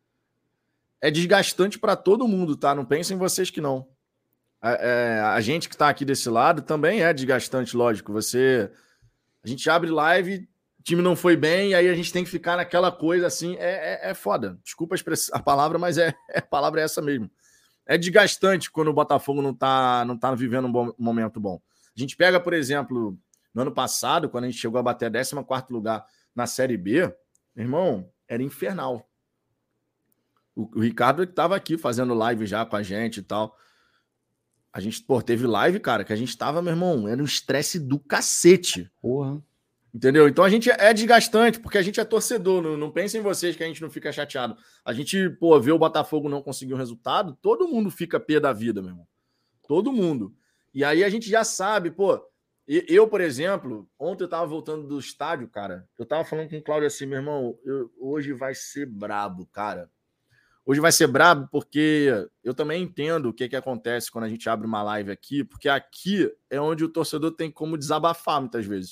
É desgastante para todo mundo, tá? Não pensem vocês que não. A, é, a gente que está aqui desse lado também é desgastante, lógico. Você, a gente abre live, o time não foi bem, e aí a gente tem que ficar naquela coisa assim. É, é, é foda. Desculpa a palavra, mas é, é, a palavra é essa mesmo. É desgastante quando o Botafogo não está não tá vivendo um, bom, um momento bom. A gente pega, por exemplo, no ano passado, quando a gente chegou a bater a décimo quarto lugar na Série B, meu irmão, era infernal. O, o Ricardo estava aqui fazendo live já com a gente e tal. A gente, pô, teve live, cara, que a gente tava, meu irmão, era um estresse do cacete. Porra. Entendeu? Então a gente é desgastante, porque a gente é torcedor. Não, não pensem em vocês que a gente não fica chateado. A gente, pô, vê o Botafogo não conseguir um resultado, todo mundo fica pé da vida, meu irmão. Todo mundo. E aí a gente já sabe, pô. Eu, por exemplo, ontem eu tava voltando do estádio, cara. Eu tava falando com o Cláudio assim, meu irmão, eu, hoje vai ser brabo, cara. Hoje vai ser brabo porque eu também entendo o que, que acontece quando a gente abre uma live aqui, porque aqui é onde o torcedor tem como desabafar muitas vezes.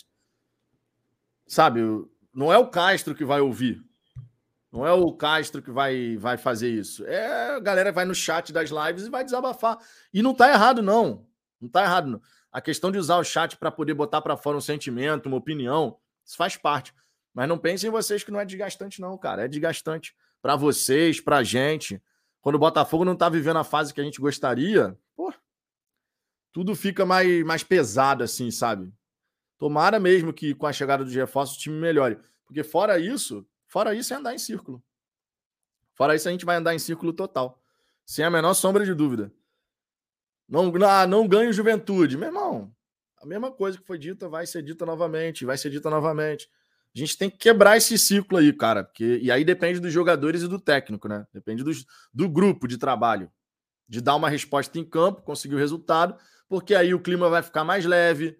Sabe, não é o Castro que vai ouvir. Não é o Castro que vai, vai fazer isso. É a galera vai no chat das lives e vai desabafar. E não tá errado, não. Não tá errado, não. A questão de usar o chat para poder botar para fora um sentimento, uma opinião, isso faz parte. Mas não pensem vocês que não é desgastante, não, cara. É desgastante. Para vocês, para a gente. Quando o Botafogo não está vivendo a fase que a gente gostaria, pô, tudo fica mais, mais pesado assim, sabe? Tomara mesmo que com a chegada dos reforços o time melhore. Porque fora isso, fora isso é andar em círculo. Fora isso a gente vai andar em círculo total. Sem a menor sombra de dúvida. Não, não, não ganho Juventude. Meu irmão, a mesma coisa que foi dita vai ser dita novamente, vai ser dita novamente. A gente tem que quebrar esse ciclo aí, cara. Porque, e aí depende dos jogadores e do técnico, né? Depende do, do grupo de trabalho. De dar uma resposta em campo, conseguir o resultado, porque aí o clima vai ficar mais leve.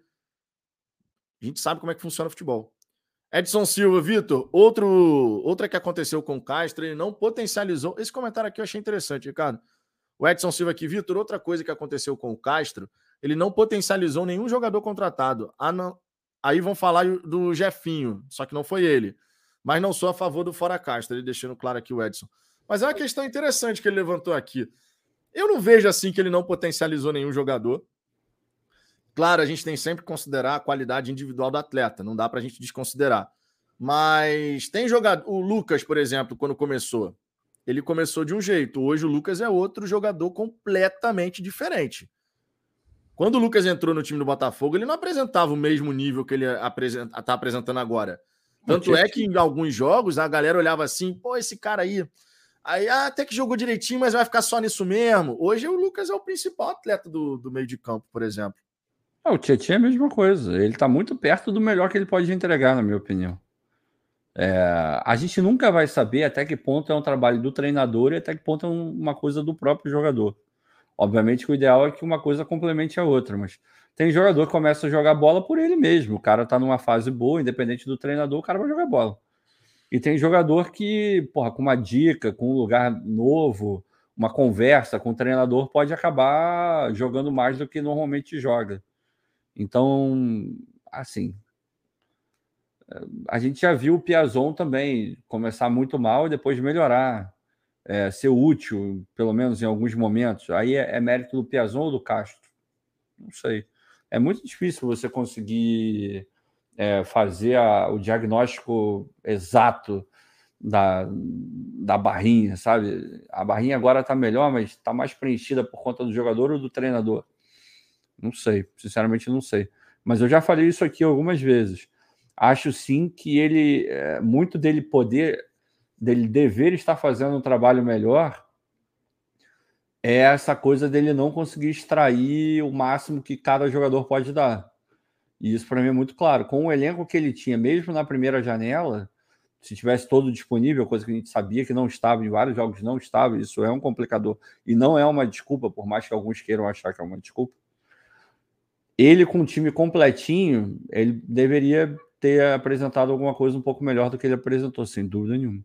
A gente sabe como é que funciona o futebol. Edson Silva, Vitor, outro, outra que aconteceu com o Castro, ele não potencializou. Esse comentário aqui eu achei interessante, Ricardo. O Edson Silva aqui, Vitor, outra coisa que aconteceu com o Castro, ele não potencializou nenhum jogador contratado. Ah, não. Aí vão falar do Jefinho, só que não foi ele. Mas não sou a favor do Fora Castro, ele deixando claro aqui o Edson. Mas é uma questão interessante que ele levantou aqui. Eu não vejo assim que ele não potencializou nenhum jogador. Claro, a gente tem sempre que considerar a qualidade individual do atleta, não dá para a gente desconsiderar. Mas tem jogador. O Lucas, por exemplo, quando começou, ele começou de um jeito. Hoje o Lucas é outro jogador completamente diferente. Quando o Lucas entrou no time do Botafogo, ele não apresentava o mesmo nível que ele está apresentando agora. Tanto é que em alguns jogos a galera olhava assim, pô, esse cara aí. Aí ah, até que jogou direitinho, mas vai ficar só nisso mesmo. Hoje o Lucas é o principal atleta do, do meio de campo, por exemplo. Ah, o Tietchan é a mesma coisa. Ele está muito perto do melhor que ele pode entregar, na minha opinião. É, a gente nunca vai saber até que ponto é um trabalho do treinador e até que ponto é um, uma coisa do próprio jogador. Obviamente que o ideal é que uma coisa complemente a outra, mas tem jogador que começa a jogar bola por ele mesmo. O cara tá numa fase boa, independente do treinador, o cara vai jogar bola. E tem jogador que, porra, com uma dica, com um lugar novo, uma conversa com o treinador, pode acabar jogando mais do que normalmente joga. Então, assim, a gente já viu o Piazon também começar muito mal e depois melhorar. É, ser útil, pelo menos em alguns momentos. Aí é, é mérito do Piazon ou do Castro? Não sei. É muito difícil você conseguir é, fazer a, o diagnóstico exato da, da barrinha, sabe? A barrinha agora está melhor, mas está mais preenchida por conta do jogador ou do treinador? Não sei, sinceramente não sei. Mas eu já falei isso aqui algumas vezes. Acho sim que ele, é, muito dele poder... dele dever estar fazendo um trabalho melhor é essa coisa dele não conseguir extrair o máximo que cada jogador pode dar. E isso para mim é muito claro. Com o elenco que ele tinha, mesmo na primeira janela, se tivesse todo disponível, coisa que a gente sabia que não estava, em vários jogos não estava, isso é um complicador. E não é uma desculpa, por mais que alguns queiram achar que é uma desculpa. Ele com o time completinho, ele deveria ter apresentado alguma coisa um pouco melhor do que ele apresentou, sem dúvida nenhuma.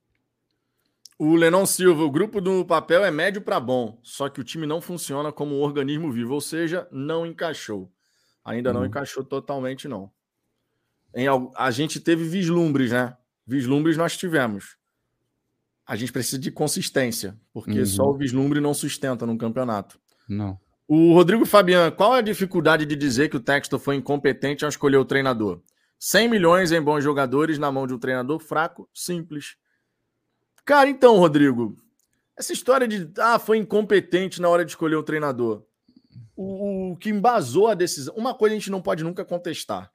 O Lenon Silva, o grupo do papel é médio para bom, só que o time não funciona como um organismo vivo, ou seja, não encaixou. Ainda não uhum. encaixou totalmente, não. Em, a gente teve vislumbres, né? Vislumbres nós tivemos. A gente precisa de consistência, porque uhum. só o vislumbre não sustenta num campeonato. Não. O Rodrigo Fabiano, qual é a dificuldade de dizer que o Textor foi incompetente ao escolher o treinador? cem milhões em bons jogadores na mão de um treinador fraco? Simples. Cara, então, Rodrigo, essa história de ah, foi incompetente na hora de escolher o treinador. O, o que embasou a decisão... Uma coisa a gente não pode nunca contestar.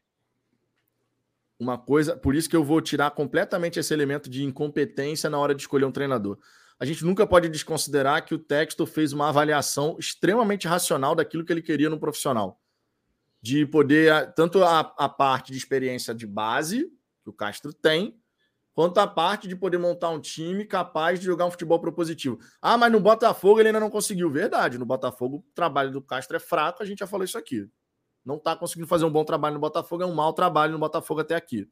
Uma coisa... Por isso que eu vou tirar completamente esse elemento de incompetência na hora de escolher um treinador. A gente nunca pode desconsiderar que o Textor fez uma avaliação extremamente racional daquilo que ele queria no profissional. De poder... Tanto a, a parte de experiência de base, que o Castro tem, quanto a parte de poder montar um time capaz de jogar um futebol propositivo. Ah, mas no Botafogo ele ainda não conseguiu. Verdade, no Botafogo o trabalho do Castro é fraco, a gente já falou isso aqui. Não está conseguindo fazer um bom trabalho no Botafogo, é um mau trabalho no Botafogo até aqui.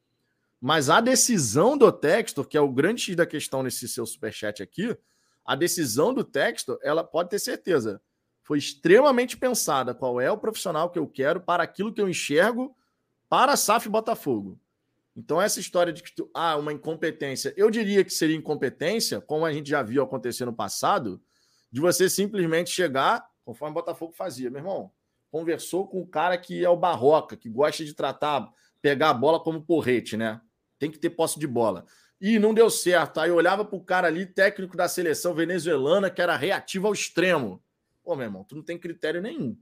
Mas a decisão do Textor, que é o grande X da questão nesse seu superchat aqui, a decisão do Textor, ela pode ter certeza, foi extremamente pensada qual é o profissional que eu quero para aquilo que eu enxergo para a S A F Botafogo. Então, essa história de que ah, uma incompetência, eu diria que seria incompetência, como a gente já viu acontecer no passado, de você simplesmente chegar, conforme o Botafogo fazia, meu irmão, conversou com o cara que é o Barroca, que gosta de tratar, pegar a bola como porrete, né? Tem que ter posse de bola. E não deu certo. Aí eu olhava para o cara ali, técnico da seleção venezuelana, que era reativo ao extremo. Pô, meu irmão, tu não tem critério nenhum.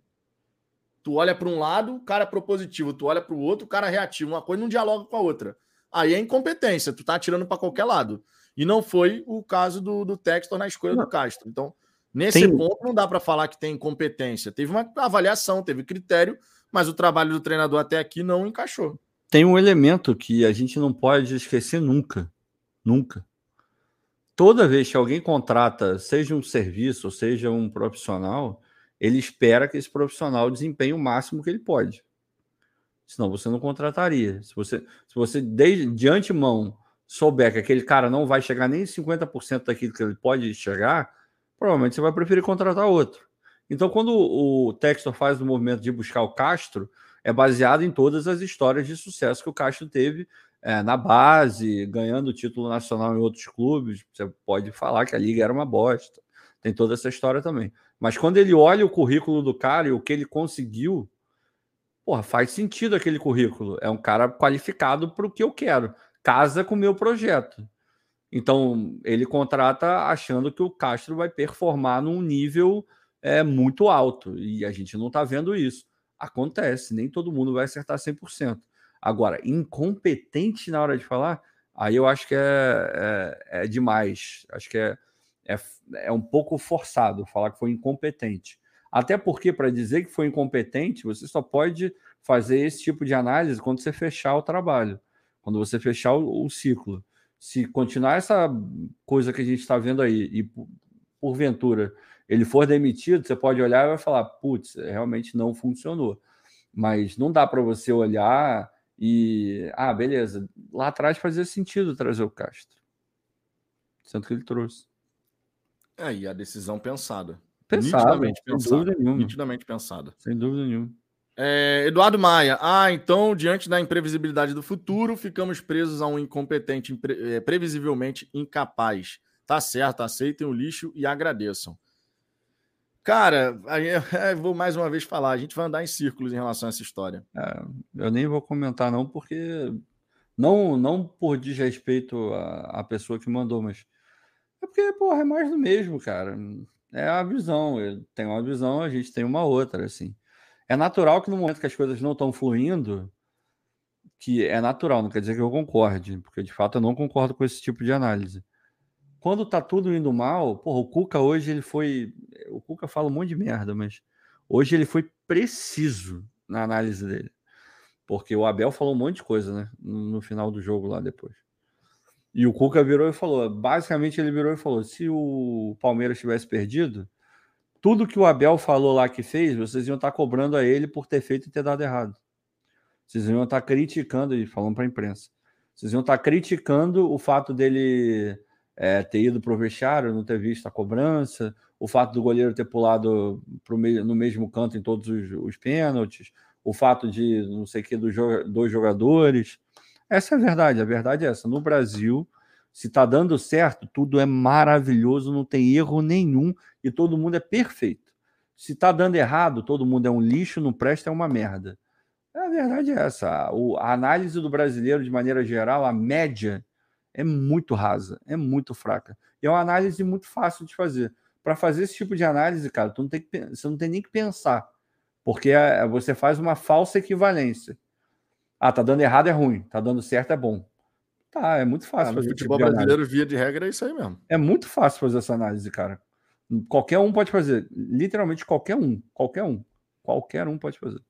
Tu olha para um lado, o cara é propositivo. Tu olha para o outro, o cara é reativo. Uma coisa não dialoga com a outra. Aí é incompetência. Tu tá atirando para qualquer lado. E não foi o caso do, do Textor na escolha não. do Castro. Então, nesse tem... ponto, não dá para falar que tem incompetência. Teve uma avaliação, teve critério, mas o trabalho do treinador até aqui não encaixou. Tem um elemento que a gente não pode esquecer nunca. Nunca. Toda vez que alguém contrata, seja um serviço, ou seja um profissional, ele espera que esse profissional desempenhe o máximo que ele pode. Senão você não contrataria. Se você, se você de, de antemão souber que aquele cara não vai chegar nem cinquenta por cento daquilo que ele pode chegar, provavelmente você vai preferir contratar outro. Então, quando o Textor faz o movimento de buscar o Castro, é baseado em todas as histórias de sucesso que o Castro teve é, na base, ganhando o título nacional em outros clubes. Você pode falar que a liga era uma bosta. Tem toda essa história também. Mas quando ele olha o currículo do cara e o que ele conseguiu, porra, faz sentido aquele currículo. É um cara qualificado para o que eu quero. Casa com o meu projeto. Então, ele contrata achando que o Castro vai performar num nível é, muito alto. E a gente não está vendo isso. Acontece, nem todo mundo vai acertar cem por cento. Agora, incompetente na hora de falar, aí eu acho que é, é, é demais. Acho que é, é, é um pouco forçado falar que foi incompetente. Até porque, para dizer que foi incompetente, você só pode fazer esse tipo de análise quando você fechar o trabalho, quando você fechar o, o ciclo. Se continuar essa coisa que a gente está vendo aí e, porventura, ele for demitido, você pode olhar e vai falar, putz, realmente não funcionou. Mas não dá para você olhar e... Ah, beleza. Lá atrás fazia sentido trazer o Castro. Sendo que ele trouxe. É, e a decisão pensada. Pensado, Nitidamente sem pensada. dúvida nenhuma. Nitidamente pensada. Sem dúvida nenhuma. É, Eduardo Maia. Ah, então, diante da imprevisibilidade do futuro, ficamos presos a um incompetente, impre, é, previsivelmente incapaz. Tá certo, aceitem o lixo e agradeçam. Cara, aí, é, vou mais uma vez falar, a gente vai andar em círculos em relação a essa história. É, eu nem vou comentar não, porque... Não, não por desrespeito à, à pessoa que mandou, mas... É porque, porra, é mais do mesmo, cara. É a visão. Eu tenho uma visão, a gente tem uma outra, assim. É natural que no momento que as coisas não estão fluindo, que é natural, não quer dizer que eu concorde, porque de fato eu não concordo com esse tipo de análise. Quando tá tudo indo mal, porra, o Cuca hoje ele foi... O Cuca fala um monte de merda, mas hoje ele foi preciso na análise dele. Porque o Abel falou um monte de coisa, né? No, no final do jogo lá depois. E o Cuca virou e falou, basicamente ele virou e falou, se o Palmeiras tivesse perdido, tudo que o Abel falou lá que fez, vocês iam estar cobrando a ele por ter feito e ter dado errado. Vocês iam estar criticando, e falando para a imprensa, vocês iam estar criticando o fato dele é, ter ido para o vestiário, não ter visto a cobrança, o fato do goleiro ter pulado pro meio, no mesmo canto em todos os, os pênaltis, o fato de não sei o que dos dois jogadores. Essa é a verdade, a verdade é essa. No Brasil, se está dando certo, tudo é maravilhoso, não tem erro nenhum e todo mundo é perfeito. Se está dando errado, todo mundo é um lixo, não presta, é uma merda. A verdade é essa. A análise do brasileiro, de maneira geral, a média é muito rasa, é muito fraca. E é uma análise muito fácil de fazer. Para fazer esse tipo de análise, cara, tu não tem que, você não tem nem que pensar, porque você faz uma falsa equivalência. Ah, tá dando errado é ruim, tá dando certo é bom. Tá, é muito fácil Ah, no fazer futebol tipo brasileiro, via de regra, é isso aí mesmo. É muito fácil fazer essa análise, cara. Qualquer um pode fazer. Literalmente qualquer um. Qualquer um. Qualquer um pode fazer.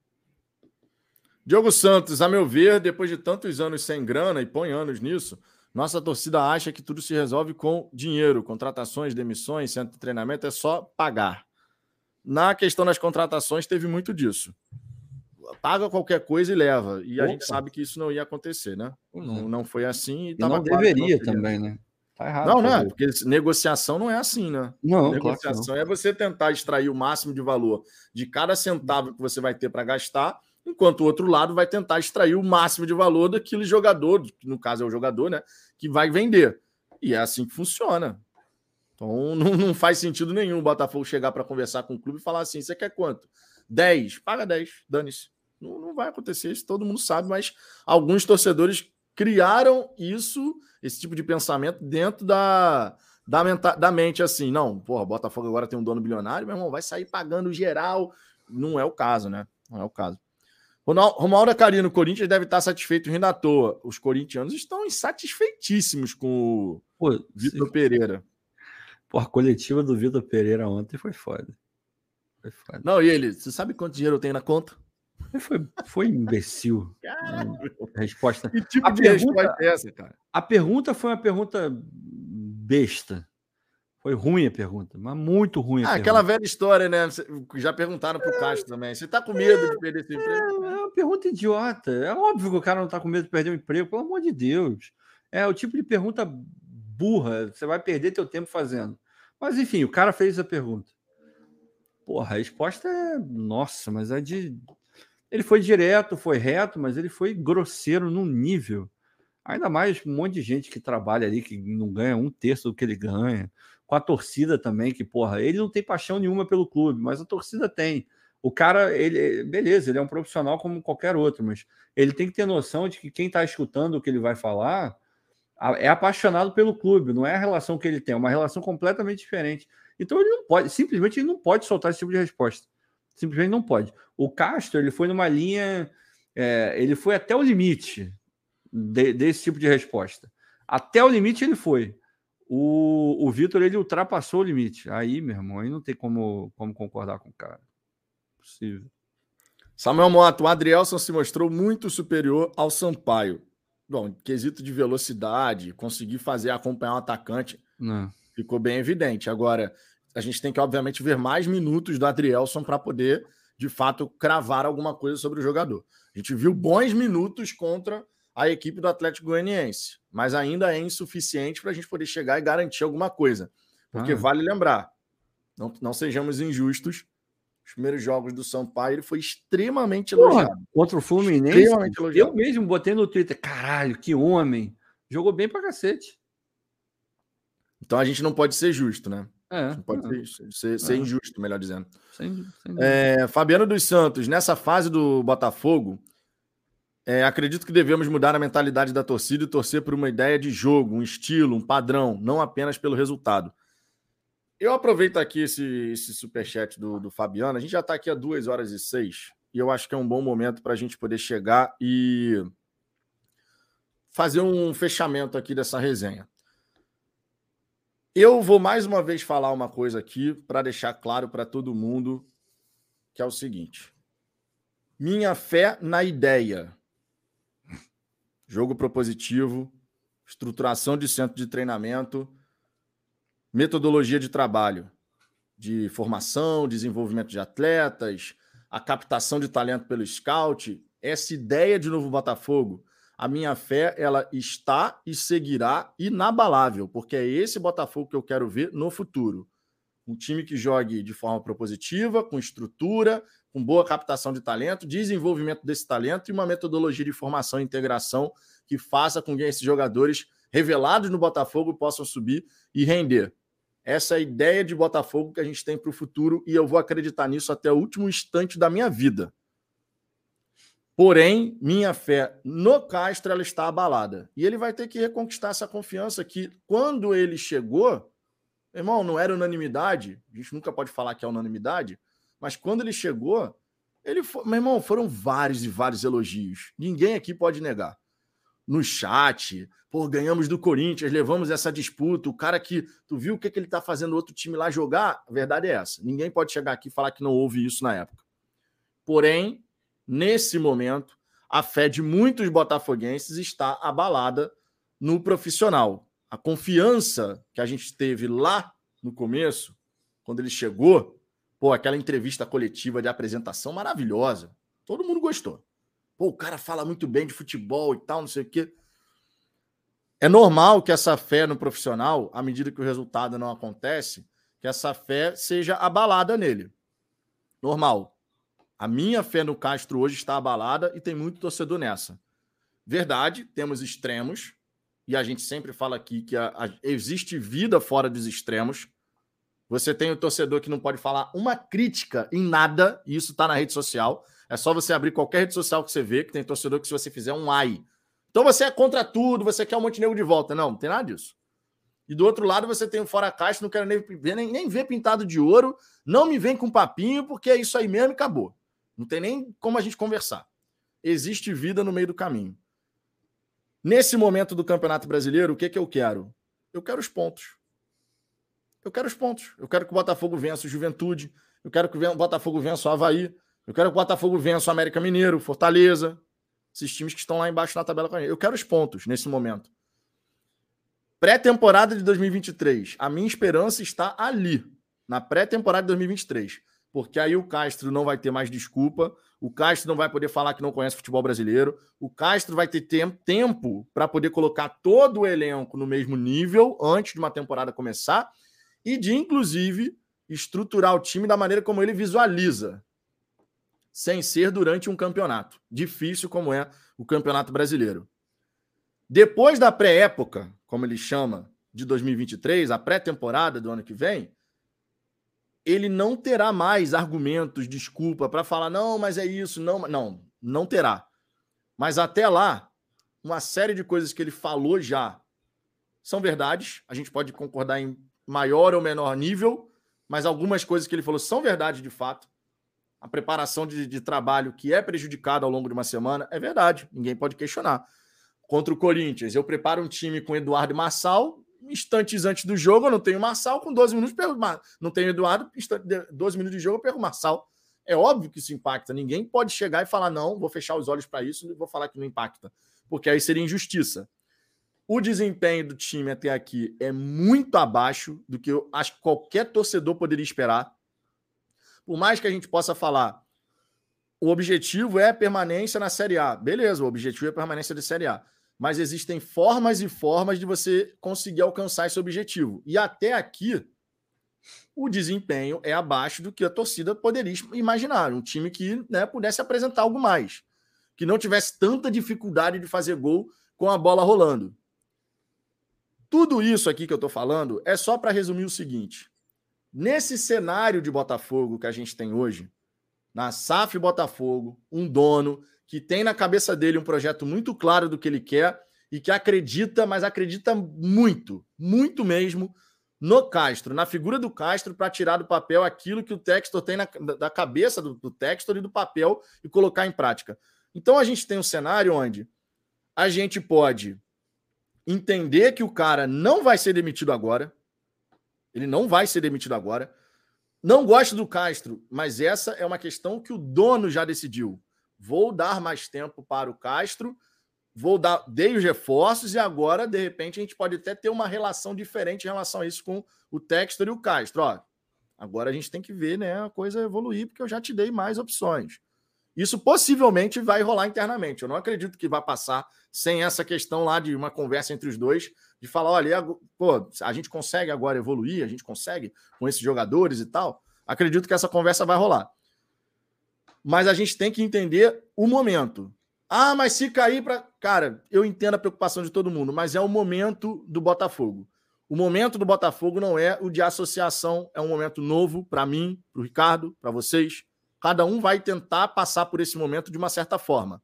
Diogo Santos, a meu ver, depois de tantos anos sem grana, e põe anos nisso, nossa torcida acha que tudo se resolve com dinheiro, contratações, demissões, centro de treinamento, é só pagar. Na questão das contratações, teve muito disso. Paga qualquer coisa e leva. E a Opa. gente sabe que isso não ia acontecer, né? Não, não foi assim. E, e não claro deveria não também, né? Tá errado. Não, não é, porque negociação não é assim, né? Não, negociação claro é você tentar extrair o máximo de valor de cada centavo que você vai ter para gastar, enquanto o outro lado vai tentar extrair o máximo de valor daquele jogador, que no caso é o jogador, né? Que vai vender. E é assim que funciona. Então não, não faz sentido nenhum o Botafogo chegar para conversar com o clube e falar assim: você quer quanto? dez, paga dez, dane-se. Não, não vai acontecer isso, todo mundo sabe, mas alguns torcedores criaram isso, esse tipo de pensamento dentro da, da, menta, da mente, assim, não, porra, Botafogo agora tem um dono bilionário, meu irmão, vai sair pagando geral. Não é o caso, né? Não é o caso. Romualdo Carino, o Corinthians deve estar satisfeito rindo à toa. Os corintianos estão insatisfeitíssimos com o Vitor se... Pereira. Pô, a coletiva do Vitor Pereira ontem foi foda. Foi foda. Não, e ele, você sabe quanto dinheiro eu tenho na conta? Foi, foi imbecil. Caralho. A resposta. Que tipo a de pergunta, resposta é essa, cara? A pergunta foi uma pergunta besta. Foi ruim a pergunta, mas muito ruim a ah, pergunta. Aquela velha história, né? Já perguntaram pro Castro também. Você tá com medo é, de perder seu emprego? É, é uma pergunta idiota. É óbvio que o cara não tá com medo de perder o emprego, pelo amor de Deus. É o tipo de pergunta burra. Você vai perder teu tempo fazendo. Mas, enfim, o cara fez a pergunta. Porra, a resposta é... Nossa, mas é de... Ele foi direto, foi reto, mas ele foi grosseiro num nível. Ainda mais um monte de gente que trabalha ali, que não ganha um terço do que ele ganha. Com a torcida também, que, porra, ele não tem paixão nenhuma pelo clube, mas a torcida tem. O cara, ele, beleza, ele é um profissional como qualquer outro, mas ele tem que ter noção de que quem está escutando o que ele vai falar é apaixonado pelo clube, não é a relação que ele tem, é uma relação completamente diferente. Então ele não pode, simplesmente ele não pode soltar esse tipo de resposta. Simplesmente não pode. O Castro, ele foi numa linha, é, ele foi até o limite de, desse tipo de resposta. Até o limite ele foi. O, o Vitor, ele ultrapassou o limite. Aí, meu irmão, aí não tem como, como concordar com o cara. Possível. Samuel Mota, o Adrielson se mostrou muito superior ao Sampaio. Bom, quesito de velocidade, conseguir fazer acompanhar um atacante, não. Ficou bem evidente. Agora, a gente tem que, obviamente, ver mais minutos do Adrielson para poder, de fato, cravar alguma coisa sobre o jogador. A gente viu bons minutos contra a equipe do Atlético Goianiense, mas ainda é insuficiente para a gente poder chegar e garantir alguma coisa. Porque ah. vale lembrar, não, não sejamos injustos, os primeiros jogos do Sampaio, ele foi extremamente Porra, elogiado. Contra o Fluminense, eu mesmo botei no Twitter, caralho, que homem. Jogou bem pra cacete. Então a gente não pode ser justo, né? É, não pode é, ser, ser, ser é. injusto, melhor dizendo. Sem, sem é, Fabiano dos Santos, nessa fase do Botafogo, é, acredito que devemos mudar a mentalidade da torcida e torcer por uma ideia de jogo, um estilo, um padrão, não apenas pelo resultado. Eu aproveito aqui esse, esse superchat do, do Fabiano. A gente já está aqui há duas horas e seis. E eu acho que é um bom momento para a gente poder chegar e fazer um fechamento aqui dessa resenha. Eu vou mais uma vez falar uma coisa aqui para deixar claro para todo mundo, que é o seguinte. Minha fé na ideia. Jogo propositivo, estruturação de centro de treinamento, metodologia de trabalho, de formação, desenvolvimento de atletas, a captação de talento pelo scout, essa ideia de Novo Botafogo, a minha fé, ela está e seguirá inabalável, porque é esse Botafogo que eu quero ver no futuro. Um time que jogue de forma propositiva, com estrutura, com boa captação de talento, desenvolvimento desse talento e uma metodologia de formação e integração que faça com que esses jogadores revelados no Botafogo possam subir e render. Essa é a ideia de Botafogo que a gente tem para o futuro e eu vou acreditar nisso até o último instante da minha vida. Porém, minha fé no Castro ela está abalada. E ele vai ter que reconquistar essa confiança que, quando ele chegou, irmão, não era unanimidade, a gente nunca pode falar que é unanimidade, mas quando ele chegou, ele foi, meu irmão, foram vários e vários elogios. Ninguém aqui pode negar. No chat, pô, ganhamos do Corinthians, levamos essa disputa, o cara que, tu viu o que, que ele tá fazendo outro time lá jogar? A verdade é essa. Ninguém pode chegar aqui e falar que não houve isso na época. Porém, nesse momento, a fé de muitos botafoguenses está abalada no profissional. A confiança que a gente teve lá no começo, quando ele chegou, pô, aquela entrevista coletiva de apresentação maravilhosa. Todo mundo gostou. Pô, o cara fala muito bem de futebol e tal, não sei o quê. É normal que essa fé no profissional, à medida que o resultado não acontece, que essa fé seja abalada nele. Normal. A minha fé no Castro hoje está abalada e tem muito torcedor nessa. Verdade, temos extremos, e a gente sempre fala aqui que a, a, existe vida fora dos extremos. Você tem o torcedor que não pode falar uma crítica em nada, e isso está na rede social. É só você abrir qualquer rede social que você vê, que tem torcedor que se você fizer um ai. Então você é contra tudo, você quer o Montenegro de volta. Não, não tem nada disso. E do outro lado você tem o fora caixa, não quero nem ver, nem, nem ver pintado de ouro, não me vem com papinho, porque é isso aí mesmo e acabou. Não tem nem como a gente conversar. Existe vida no meio do caminho. Nesse momento do Campeonato Brasileiro, o que, que eu quero? Eu quero os pontos. Eu quero os pontos. Eu quero que o Botafogo vença o Juventude. Eu quero que o Botafogo vença o Avaí. Eu quero que o Botafogo vença o América Mineiro, Fortaleza. Esses times que estão lá embaixo na tabela com a gente. Eu quero os pontos nesse momento. Pré-temporada de dois mil e vinte e três. A minha esperança está ali, na pré-temporada de dois mil e vinte e três. Porque aí o Castro não vai ter mais desculpa. O Castro não vai poder falar que não conhece futebol brasileiro. O Castro vai ter tempo, tempo para poder colocar todo o elenco no mesmo nível antes de uma temporada começar e de, inclusive, estruturar o time da maneira como ele visualiza, sem ser durante um campeonato difícil como é o Campeonato Brasileiro. Depois da pré-época, como ele chama, de dois mil e vinte e três, a pré-temporada do ano que vem, ele não terá mais argumentos, desculpa, para falar, não, mas é isso, não, não, não terá. Mas até lá, uma série de coisas que ele falou já são verdades, a gente pode concordar em maior ou menor nível, mas algumas coisas que ele falou são verdade de fato. A preparação de, de trabalho que é prejudicada ao longo de uma semana é verdade, ninguém pode questionar. Contra o Corinthians, eu preparo um time com Eduardo e Marçal, instantes antes do jogo eu não tenho Marçal, com doze minutos pego, não tenho Eduardo, doze minutos de jogo eu pego Marçal. É óbvio que isso impacta, ninguém pode chegar e falar não, vou fechar os olhos para isso e vou falar que não impacta, porque aí seria injustiça. O desempenho do time até aqui é muito abaixo do que eu acho que qualquer torcedor poderia esperar. Por mais que a gente possa falar, o objetivo é a permanência na Série A. Beleza, o objetivo é a permanência da Série A. Mas existem formas e formas de você conseguir alcançar esse objetivo. E até aqui, o desempenho é abaixo do que a torcida poderia imaginar. Um time que, né, pudesse apresentar algo mais. Que não tivesse tanta dificuldade de fazer gol com a bola rolando. Tudo isso aqui que eu estou falando é só para resumir o seguinte. Nesse cenário de Botafogo que a gente tem hoje, na S A F Botafogo, um dono que tem na cabeça dele um projeto muito claro do que ele quer e que acredita, mas acredita muito, muito mesmo, no Castro, na figura do Castro, para tirar do papel aquilo que o Textor tem na, da cabeça do, do Textor e do papel e colocar em prática. Então a gente tem um cenário onde a gente pode entender que o cara não vai ser demitido agora, ele não vai ser demitido agora. Não gosto do Castro, mas essa é uma questão que o dono já decidiu. Vou dar mais tempo para o Castro, vou dar, dei os reforços e agora, de repente, a gente pode até ter uma relação diferente em relação a isso com o Textor e o Castro. Ó, agora a gente tem que ver, né, a coisa evoluir, porque eu já te dei mais opções. Isso possivelmente vai rolar internamente. Eu não acredito que vai passar sem essa questão lá de uma conversa entre os dois, de falar, olha, pô, a gente consegue agora evoluir, a gente consegue com esses jogadores e tal. Acredito que essa conversa vai rolar. Mas a gente tem que entender o momento. Ah, mas se cair para... Cara, eu entendo a preocupação de todo mundo, mas é o momento do Botafogo. O momento do Botafogo não é o de associação, é um momento novo para mim, para o Ricardo, para vocês. Cada um vai tentar passar por esse momento de uma certa forma.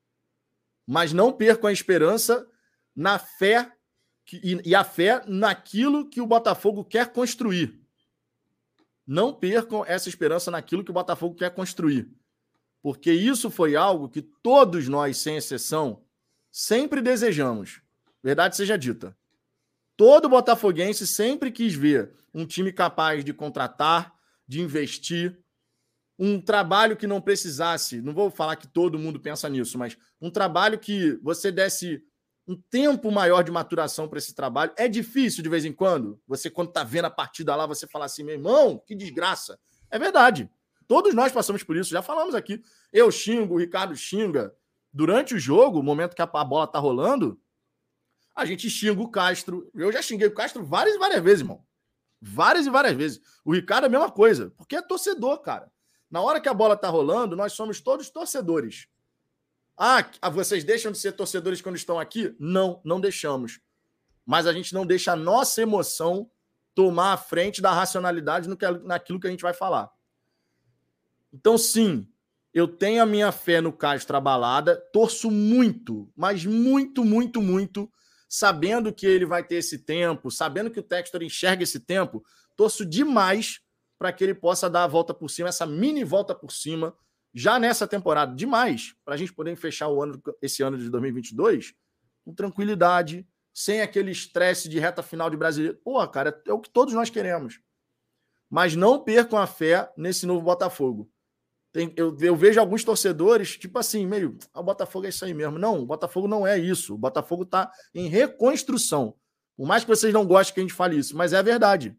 Mas não percam a esperança na fé que, e, e a fé naquilo que o Botafogo quer construir. Não percam essa esperança naquilo que o Botafogo quer construir. Porque isso foi algo que todos nós, sem exceção, sempre desejamos. Verdade seja dita. Todo botafoguense sempre quis ver um time capaz de contratar, de investir, um trabalho que não precisasse, não vou falar que todo mundo pensa nisso, mas um trabalho que você desse um tempo maior de maturação para esse trabalho. É difícil de vez em quando, você quando está vendo a partida lá, você fala assim, meu irmão, que desgraça. É verdade. Todos nós passamos por isso, já falamos aqui. Eu xingo, o Ricardo xinga. Durante o jogo, o momento que a bola está rolando, a gente xinga o Castro. Eu já xinguei o Castro várias e várias vezes, irmão. Várias e várias vezes. O Ricardo é a mesma coisa, porque é torcedor, cara. Na hora que a bola está rolando, nós somos todos torcedores. Ah, vocês deixam de ser torcedores quando estão aqui? Não, não deixamos. Mas a gente não deixa a nossa emoção tomar a frente da racionalidade no que, naquilo que a gente vai falar. Então, sim, eu tenho a minha fé no Castro abalada, torço muito, mas muito, muito, muito, sabendo que ele vai ter esse tempo, sabendo que o Textor enxerga esse tempo, torço demais para que ele possa dar a volta por cima, essa mini volta por cima, já nessa temporada, demais, para a gente poder fechar o ano, esse ano de dois mil e vinte e dois com tranquilidade, sem aquele estresse de reta final de brasileiro. Pô, cara, é o que todos nós queremos. Mas não percam a fé nesse novo Botafogo. Tem, eu, eu vejo alguns torcedores, tipo assim, meio, ah, o Botafogo é isso aí mesmo. Não, o Botafogo não é isso. O Botafogo está em reconstrução. Por mais que vocês não gostem que a gente fale isso, mas é a verdade.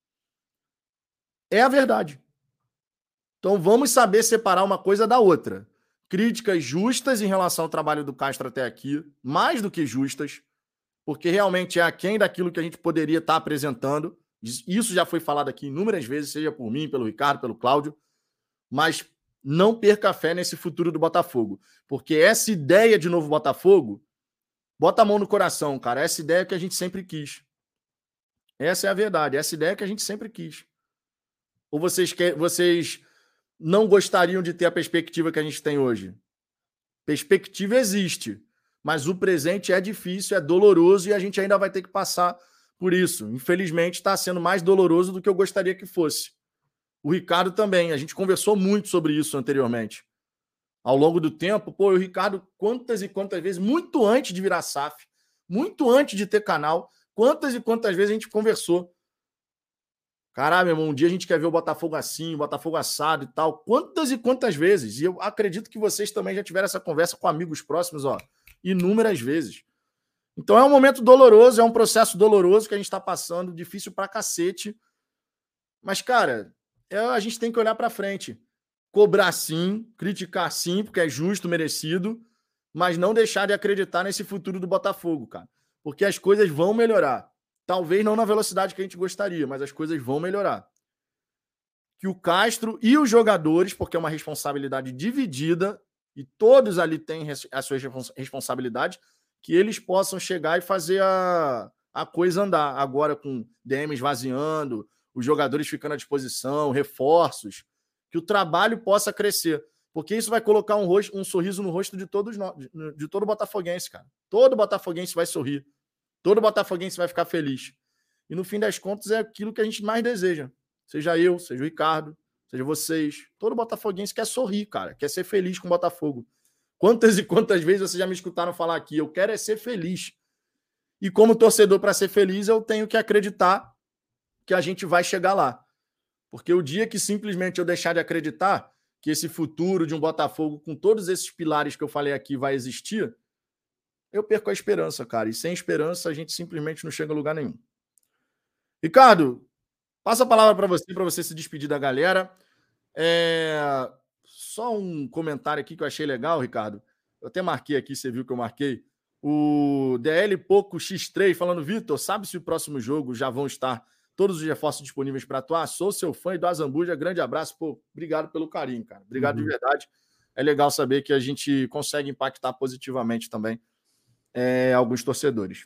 É a verdade. Então vamos saber separar uma coisa da outra. Críticas justas em relação ao trabalho do Castro até aqui, mais do que justas, porque realmente é aquém daquilo que a gente poderia estar apresentando. Isso já foi falado aqui inúmeras vezes, seja por mim, pelo Ricardo, pelo Cláudio, mas não perca a fé nesse futuro do Botafogo, porque essa ideia de novo Botafogo, bota a mão no coração, cara, essa ideia que a gente sempre quis. Essa é a verdade, essa ideia que a gente sempre quis. Ou vocês, quer, vocês não gostariam de ter a perspectiva que a gente tem hoje? Perspectiva existe, mas o presente é difícil, é doloroso e a gente ainda vai ter que passar por isso. Infelizmente, está sendo mais doloroso do que eu gostaria que fosse. O Ricardo também. A gente conversou muito sobre isso anteriormente. Ao longo do tempo, pô, o Ricardo, quantas e quantas vezes, muito antes de virar S A F, muito antes de ter canal, quantas e quantas vezes a gente conversou. Caralho, meu irmão, um dia a gente quer ver o Botafogo assim, o Botafogo assado e tal. Quantas e quantas vezes? E eu acredito que vocês também já tiveram essa conversa com amigos próximos, ó, inúmeras vezes. Então é um momento doloroso, é um processo doloroso que a gente está passando, difícil pra cacete. Mas, cara, é, a gente tem que olhar pra frente. Cobrar sim, criticar sim, porque é justo, merecido, mas não deixar de acreditar nesse futuro do Botafogo, cara. Porque as coisas vão melhorar. Talvez não na velocidade que a gente gostaria, mas as coisas vão melhorar. Que o Castro e os jogadores, porque é uma responsabilidade dividida, e todos ali têm as suas responsabilidades, que eles possam chegar e fazer a, a coisa andar. Agora com D M esvaziando, os jogadores ficando à disposição, reforços, que o trabalho possa crescer. Porque isso vai colocar um, rosto, um sorriso no rosto de todos nós, de, de todo botafoguense, cara. Todo botafoguense vai sorrir. Todo botafoguense vai ficar feliz. E no fim das contas é aquilo que a gente mais deseja. Seja eu, seja o Ricardo, seja vocês. Todo botafoguense quer sorrir, cara. Quer ser feliz com o Botafogo. Quantas e quantas vezes vocês já me escutaram falar aqui? Eu quero é ser feliz. E como torcedor, para ser feliz, eu tenho que acreditar que a gente vai chegar lá. Porque o dia que simplesmente eu deixar de acreditar que esse futuro de um Botafogo com todos esses pilares que eu falei aqui vai existir, eu perco a esperança, cara. E sem esperança, a gente simplesmente não chega a lugar nenhum. Ricardo, passa a palavra para você, para você se despedir da galera. É... Só um comentário aqui que eu achei legal, Ricardo. Eu até marquei aqui, você viu que eu marquei. O D L Poco X três falando, Vitor, sabe se o próximo jogo já vão estar todos os reforços disponíveis para atuar? Sou seu fã e do Azambuja. Grande abraço. Pô, obrigado pelo carinho, cara. Obrigado uhum. de verdade. É legal saber que a gente consegue impactar positivamente também É, alguns torcedores.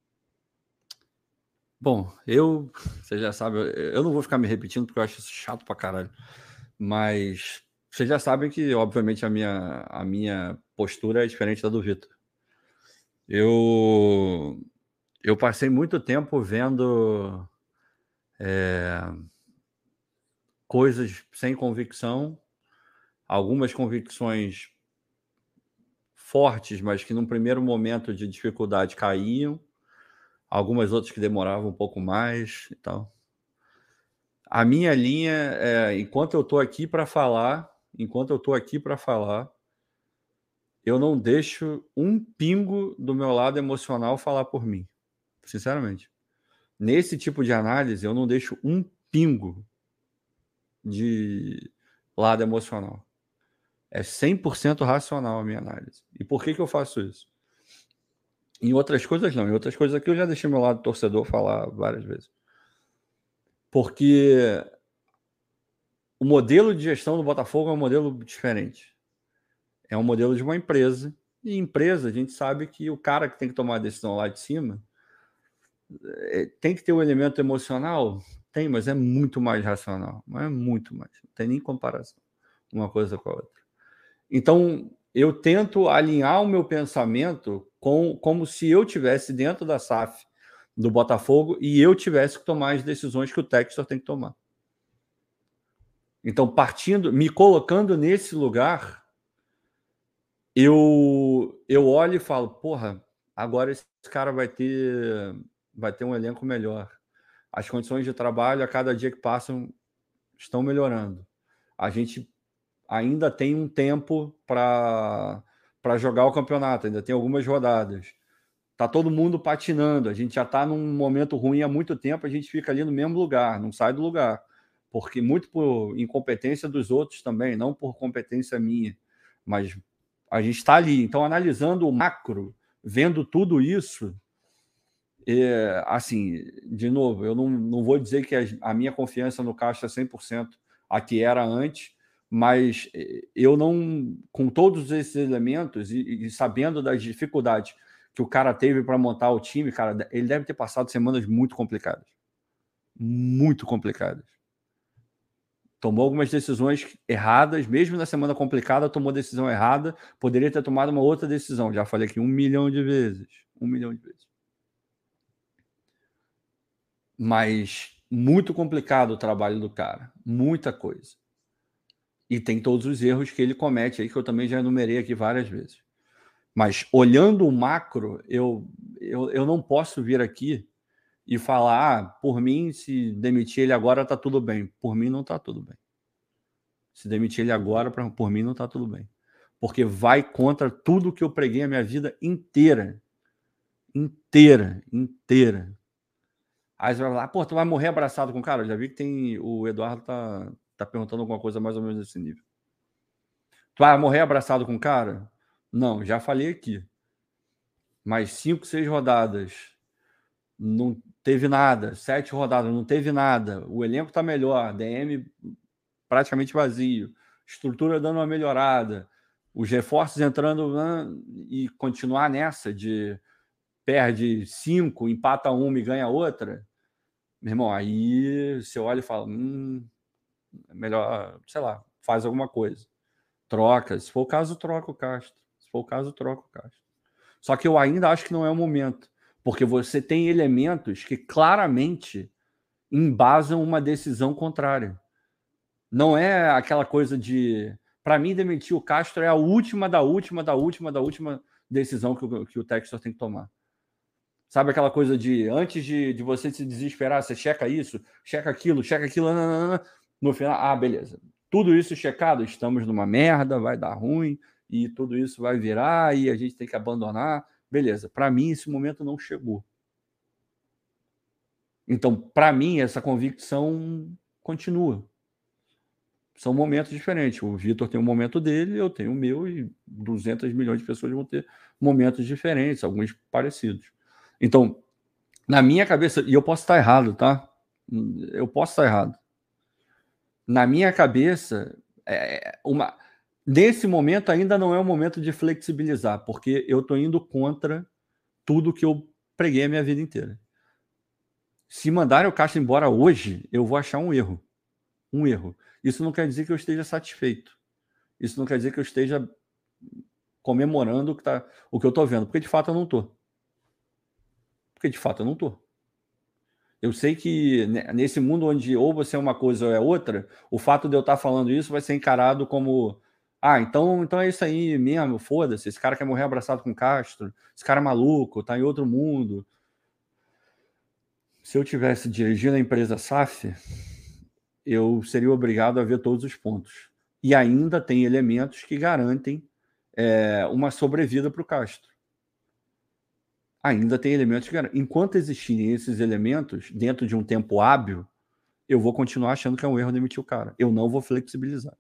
Bom, eu, você já sabe, eu não vou ficar me repetindo porque eu acho isso chato pra caralho, mas vocês já sabem que, obviamente, a minha, a minha postura é diferente da do Vitor. Eu, eu passei muito tempo vendo é, coisas sem convicção, algumas convicções fortes, mas que num primeiro momento de dificuldade caíam, algumas outras que demoravam um pouco mais e tal. A minha linha é, enquanto eu estou aqui para falar, enquanto eu estou aqui para falar, eu não deixo um pingo do meu lado emocional falar por mim, sinceramente. Nesse tipo de análise, eu não deixo um pingo de lado emocional. É cem por cento racional a minha análise. E por que que eu faço isso? Em outras coisas não. Em outras coisas aqui eu já deixei meu lado torcedor falar várias vezes. Porque o modelo de gestão do Botafogo é um modelo diferente. É um modelo de uma empresa. E empresa, a gente sabe que o cara que tem que tomar a decisão lá de cima tem que ter um elemento emocional? Tem, mas é muito mais racional. Mas é muito mais. Não tem nem comparação uma coisa com a outra. Então, eu tento alinhar o meu pensamento com, como se eu tivesse dentro da S A F do Botafogo e eu tivesse que tomar as decisões que o Textor tem que tomar. Então, partindo, me colocando nesse lugar, eu, eu olho e falo, porra, agora esse cara vai ter, vai ter um elenco melhor. As condições de trabalho, a cada dia que passam, estão melhorando. A gente ainda tem um tempo para para jogar o campeonato, ainda tem algumas rodadas. Tá todo mundo patinando, a gente já está num momento ruim há muito tempo, a gente fica ali no mesmo lugar, não sai do lugar. Porque muito por incompetência dos outros também, não por competência minha. Mas a gente está ali. Então, analisando o macro, vendo tudo isso, é, assim, de novo, eu não, não vou dizer que a minha confiança no Castro é cem por cento a que era antes, mas eu não, com todos esses elementos e, e sabendo das dificuldades que o cara teve para montar o time, cara, ele deve ter passado semanas muito complicadas. Muito complicadas. Tomou algumas decisões erradas, mesmo na semana complicada, tomou decisão errada, poderia ter tomado uma outra decisão. Já falei aqui um milhão de vezes. Um milhão de vezes. Mas muito complicado o trabalho do cara. Muita coisa. E tem todos os erros que ele comete aí, que eu também já enumerei aqui várias vezes. Mas olhando o macro, eu, eu, eu não posso vir aqui e falar, ah, por mim, se demitir ele agora, tá tudo bem. Por mim, não tá tudo bem. Se demitir ele agora, por mim, não tá tudo bem. Porque vai contra tudo que eu preguei a minha vida inteira. Inteira, inteira. Aí você vai falar, pô, tu vai morrer abraçado com o cara? Eu já vi que tem. O Eduardo tá, tá perguntando alguma coisa mais ou menos desse nível. Tu vai morrer abraçado com o cara? Não, já falei aqui. Mais cinco, seis rodadas. Não teve nada. Sete rodadas, não teve nada. O elenco tá melhor. D M praticamente vazio. Estrutura dando uma melhorada. Os reforços entrando, né, e continuar nessa de perde cinco, empata uma e ganha outra. Meu irmão, aí você olha e fala, hum, melhor, sei lá, faz alguma coisa. Troca. Se for o caso, troca o Castro. Se for o caso, troca o Castro. Só que eu ainda acho que não é o momento. Porque você tem elementos que claramente embasam uma decisão contrária. Não é aquela coisa de... Para mim, demitir o Castro é a última da última, da última, da última decisão que o, que o Textor tem que tomar. Sabe aquela coisa de, antes de, de você se desesperar, você checa isso, checa aquilo, checa aquilo, nananana, no final, ah, beleza. Tudo isso checado, estamos numa merda, vai dar ruim, e tudo isso vai virar, e a gente tem que abandonar. Beleza, para mim esse momento não chegou. Então, para mim, essa convicção continua. São momentos diferentes. O Vitor tem um momento dele, eu tenho o meu, e duzentos milhões de pessoas vão ter momentos diferentes, alguns parecidos. Então, na minha cabeça, e eu posso estar errado, tá? Eu posso estar errado. Na minha cabeça, é uma... nesse momento ainda não é o momento de flexibilizar, porque eu estou indo contra tudo que eu preguei a minha vida inteira. Se mandarem o Castro embora hoje, eu vou achar um erro. Um erro. Isso não quer dizer que eu esteja satisfeito. Isso não quer dizer que eu esteja comemorando o que, tá, o que eu estou vendo, porque de fato eu não estou. Porque de fato eu não estou. Eu sei que nesse mundo onde ou você é uma coisa ou é outra, o fato de eu estar falando isso vai ser encarado como, ah, então, então é isso aí mesmo, foda-se, esse cara quer morrer abraçado com Castro, esse cara é maluco, tá em outro mundo. Se eu tivesse dirigindo a empresa S A F, eu seria obrigado a ver todos os pontos. E ainda tem elementos que garantem é, uma sobrevida para o Castro. Ainda tem elementos que garantem. Enquanto existirem esses elementos, dentro de um tempo hábil, eu vou continuar achando que é um erro demitir o cara. Eu não vou flexibilizar.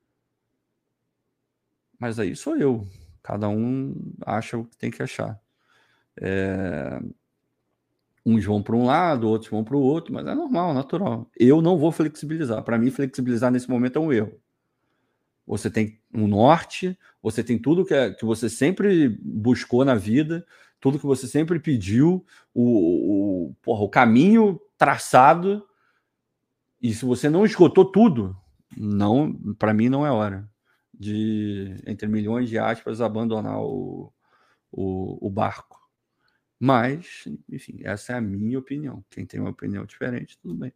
Mas aí sou eu. Cada um acha o que tem que achar. É... Uns vão para um lado, outros vão para o outro, mas é normal, natural. Eu não vou flexibilizar. Para mim, flexibilizar nesse momento é um erro. Você tem um norte, você tem tudo que, é, que você sempre buscou na vida, tudo que você sempre pediu, o, o, porra, o caminho traçado, e se você não esgotou tudo, não, para mim não é hora de, entre milhões de aspas, abandonar o, o, o barco. Mas, enfim, essa é a minha opinião. Quem tem uma opinião diferente, tudo bem.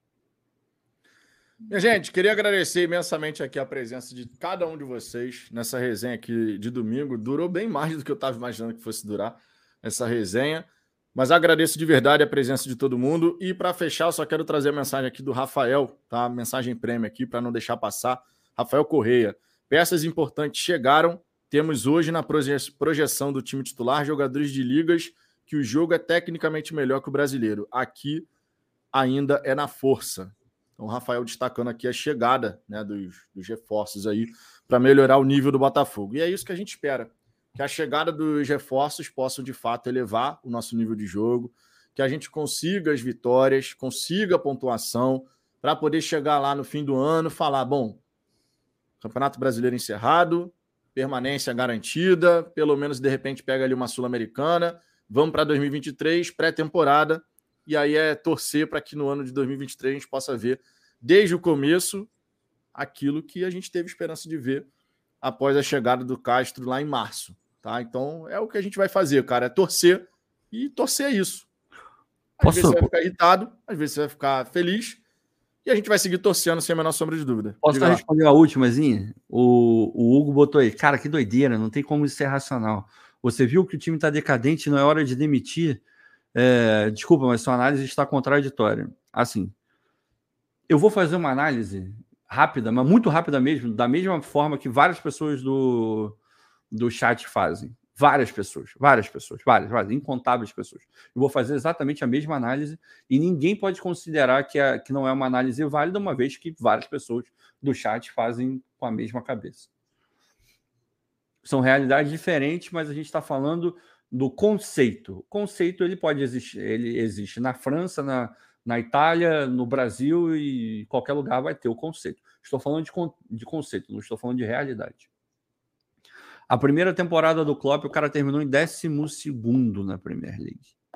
Minha gente, queria agradecer imensamente aqui a presença de cada um de vocês nessa resenha aqui de domingo. Durou bem mais do que eu estava imaginando que fosse durar essa resenha, mas agradeço de verdade a presença de todo mundo. E para fechar, eu só quero trazer a mensagem aqui do Rafael, tá? Mensagem prêmio aqui para não deixar passar. Rafael Correia. Peças importantes chegaram. Temos hoje na projeção do time titular jogadores de ligas que o jogo é tecnicamente melhor que o brasileiro. Aqui ainda é na força. Então, o Rafael destacando aqui a chegada, né, dos, dos reforços aí para melhorar o nível do Botafogo. E é isso que a gente espera, que a chegada dos reforços possam, de fato, elevar o nosso nível de jogo, que a gente consiga as vitórias, consiga a pontuação, para poder chegar lá no fim do ano e falar, bom, Campeonato Brasileiro encerrado, permanência garantida, pelo menos, de repente, pega ali uma Sul-Americana, vamos para dois mil e vinte e três, pré-temporada, e aí é torcer para que no ano de dois mil e vinte e três a gente possa ver, desde o começo, aquilo que a gente teve esperança de ver após a chegada do Castro lá em março. Tá? Então é o que a gente vai fazer, cara, é torcer e torcer é isso. Às Posso... vezes você vai ficar irritado, às vezes você vai ficar feliz e a gente vai seguir torcendo sem a menor sombra de dúvida. Posso só responder a últimazinha? O, o Hugo botou aí, cara, que doideira, não tem como isso ser racional. Você viu que o time está decadente, não é hora de demitir? É, desculpa, mas sua análise está contraditória. Assim, eu vou fazer uma análise rápida, mas muito rápida mesmo, da mesma forma que várias pessoas do, do chat fazem. Várias pessoas, várias pessoas, várias, várias, incontáveis pessoas. Eu vou fazer exatamente a mesma análise e ninguém pode considerar que, a, que não é uma análise válida, uma vez que várias pessoas do chat fazem com a mesma cabeça. São realidades diferentes, mas a gente está falando do conceito. O conceito ele pode existir, ele existe na França, na, na Itália, no Brasil e qualquer lugar vai ter o conceito. Estou falando de, de conceito, não estou falando de realidade. A primeira temporada do Klopp, o cara terminou em décimo segundo na Premier League.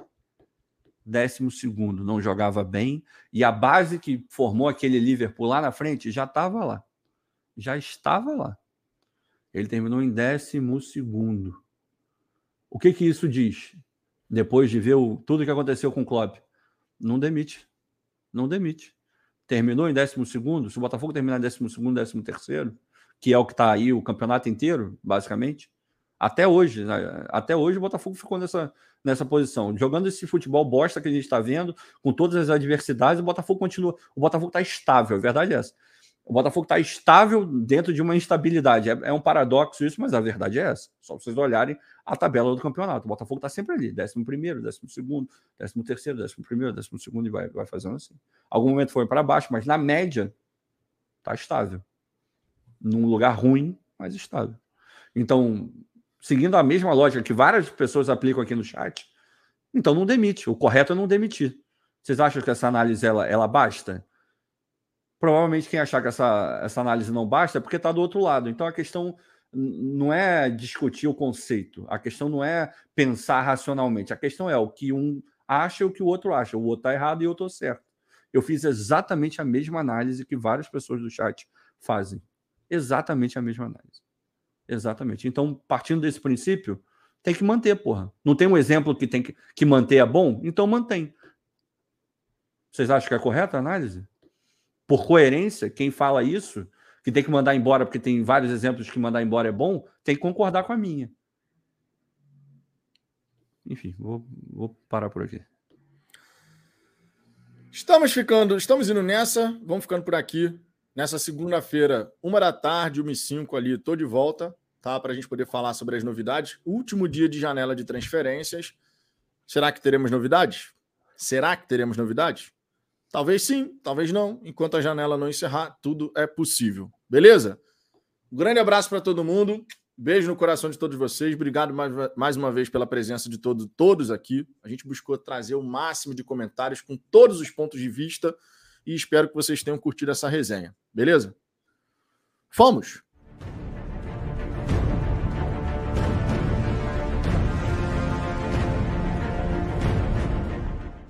Décimo segundo, não jogava bem. E a base que formou aquele Liverpool lá na frente já estava lá. Já estava lá. Ele terminou em décimo segundo. O que que isso diz? Depois de ver o, tudo que aconteceu com o Klopp. Não demite. Não demite. Terminou em décimo segundo. Se o Botafogo terminar em décimo segundo, décimo terceiro, que é o que está aí o campeonato inteiro, basicamente, até hoje, né? Até hoje o Botafogo ficou nessa, nessa posição. Jogando esse futebol bosta que a gente está vendo, com todas as adversidades, o Botafogo continua. O Botafogo está estável, a verdade é essa. O Botafogo está estável dentro de uma instabilidade. É, é um paradoxo isso, mas a verdade é essa. Só vocês olharem a tabela do campeonato. O Botafogo está sempre ali, décimo primeiro, décimo segundo, décimo terceiro, décimo primeiro, décimo segundo e vai, vai fazendo assim. Algum momento foi para baixo, mas na média está estável. Num lugar ruim, mas estável. Então, seguindo a mesma lógica que várias pessoas aplicam aqui no chat, então não demite. O correto é não demitir. Vocês acham que essa análise ela, ela basta? Provavelmente quem achar que essa, essa análise não basta é porque está do outro lado. Então a questão não é discutir o conceito, a questão não é pensar racionalmente, a questão é o que um acha e o que o outro acha. O outro está errado e eu estou certo. Eu fiz exatamente a mesma análise que várias pessoas do chat fazem. Exatamente a mesma análise. Exatamente. Então, partindo desse princípio, tem que manter, porra. Não tem um exemplo que tem que, que manter é bom? Então mantém. Vocês acham que é correta a análise? Por coerência, quem fala isso, que tem que mandar embora, porque tem vários exemplos que mandar embora é bom, tem que concordar com a minha. Enfim, vou, vou parar por aqui. Estamos ficando, estamos indo nessa, vamos ficando por aqui. Nessa segunda-feira, uma da tarde, uma e cinco ali, estou de volta, tá? Para a gente poder falar sobre as novidades. Último dia de janela de transferências. Será que teremos novidades? Será que teremos novidades? Talvez sim, talvez não. Enquanto a janela não encerrar, tudo é possível. Beleza? Um grande abraço para todo mundo. Beijo no coração de todos vocês. Obrigado mais, mais uma vez pela presença de todo, todos aqui. A gente buscou trazer o máximo de comentários com todos os pontos de vista e espero que vocês tenham curtido essa resenha. Beleza? Fomos!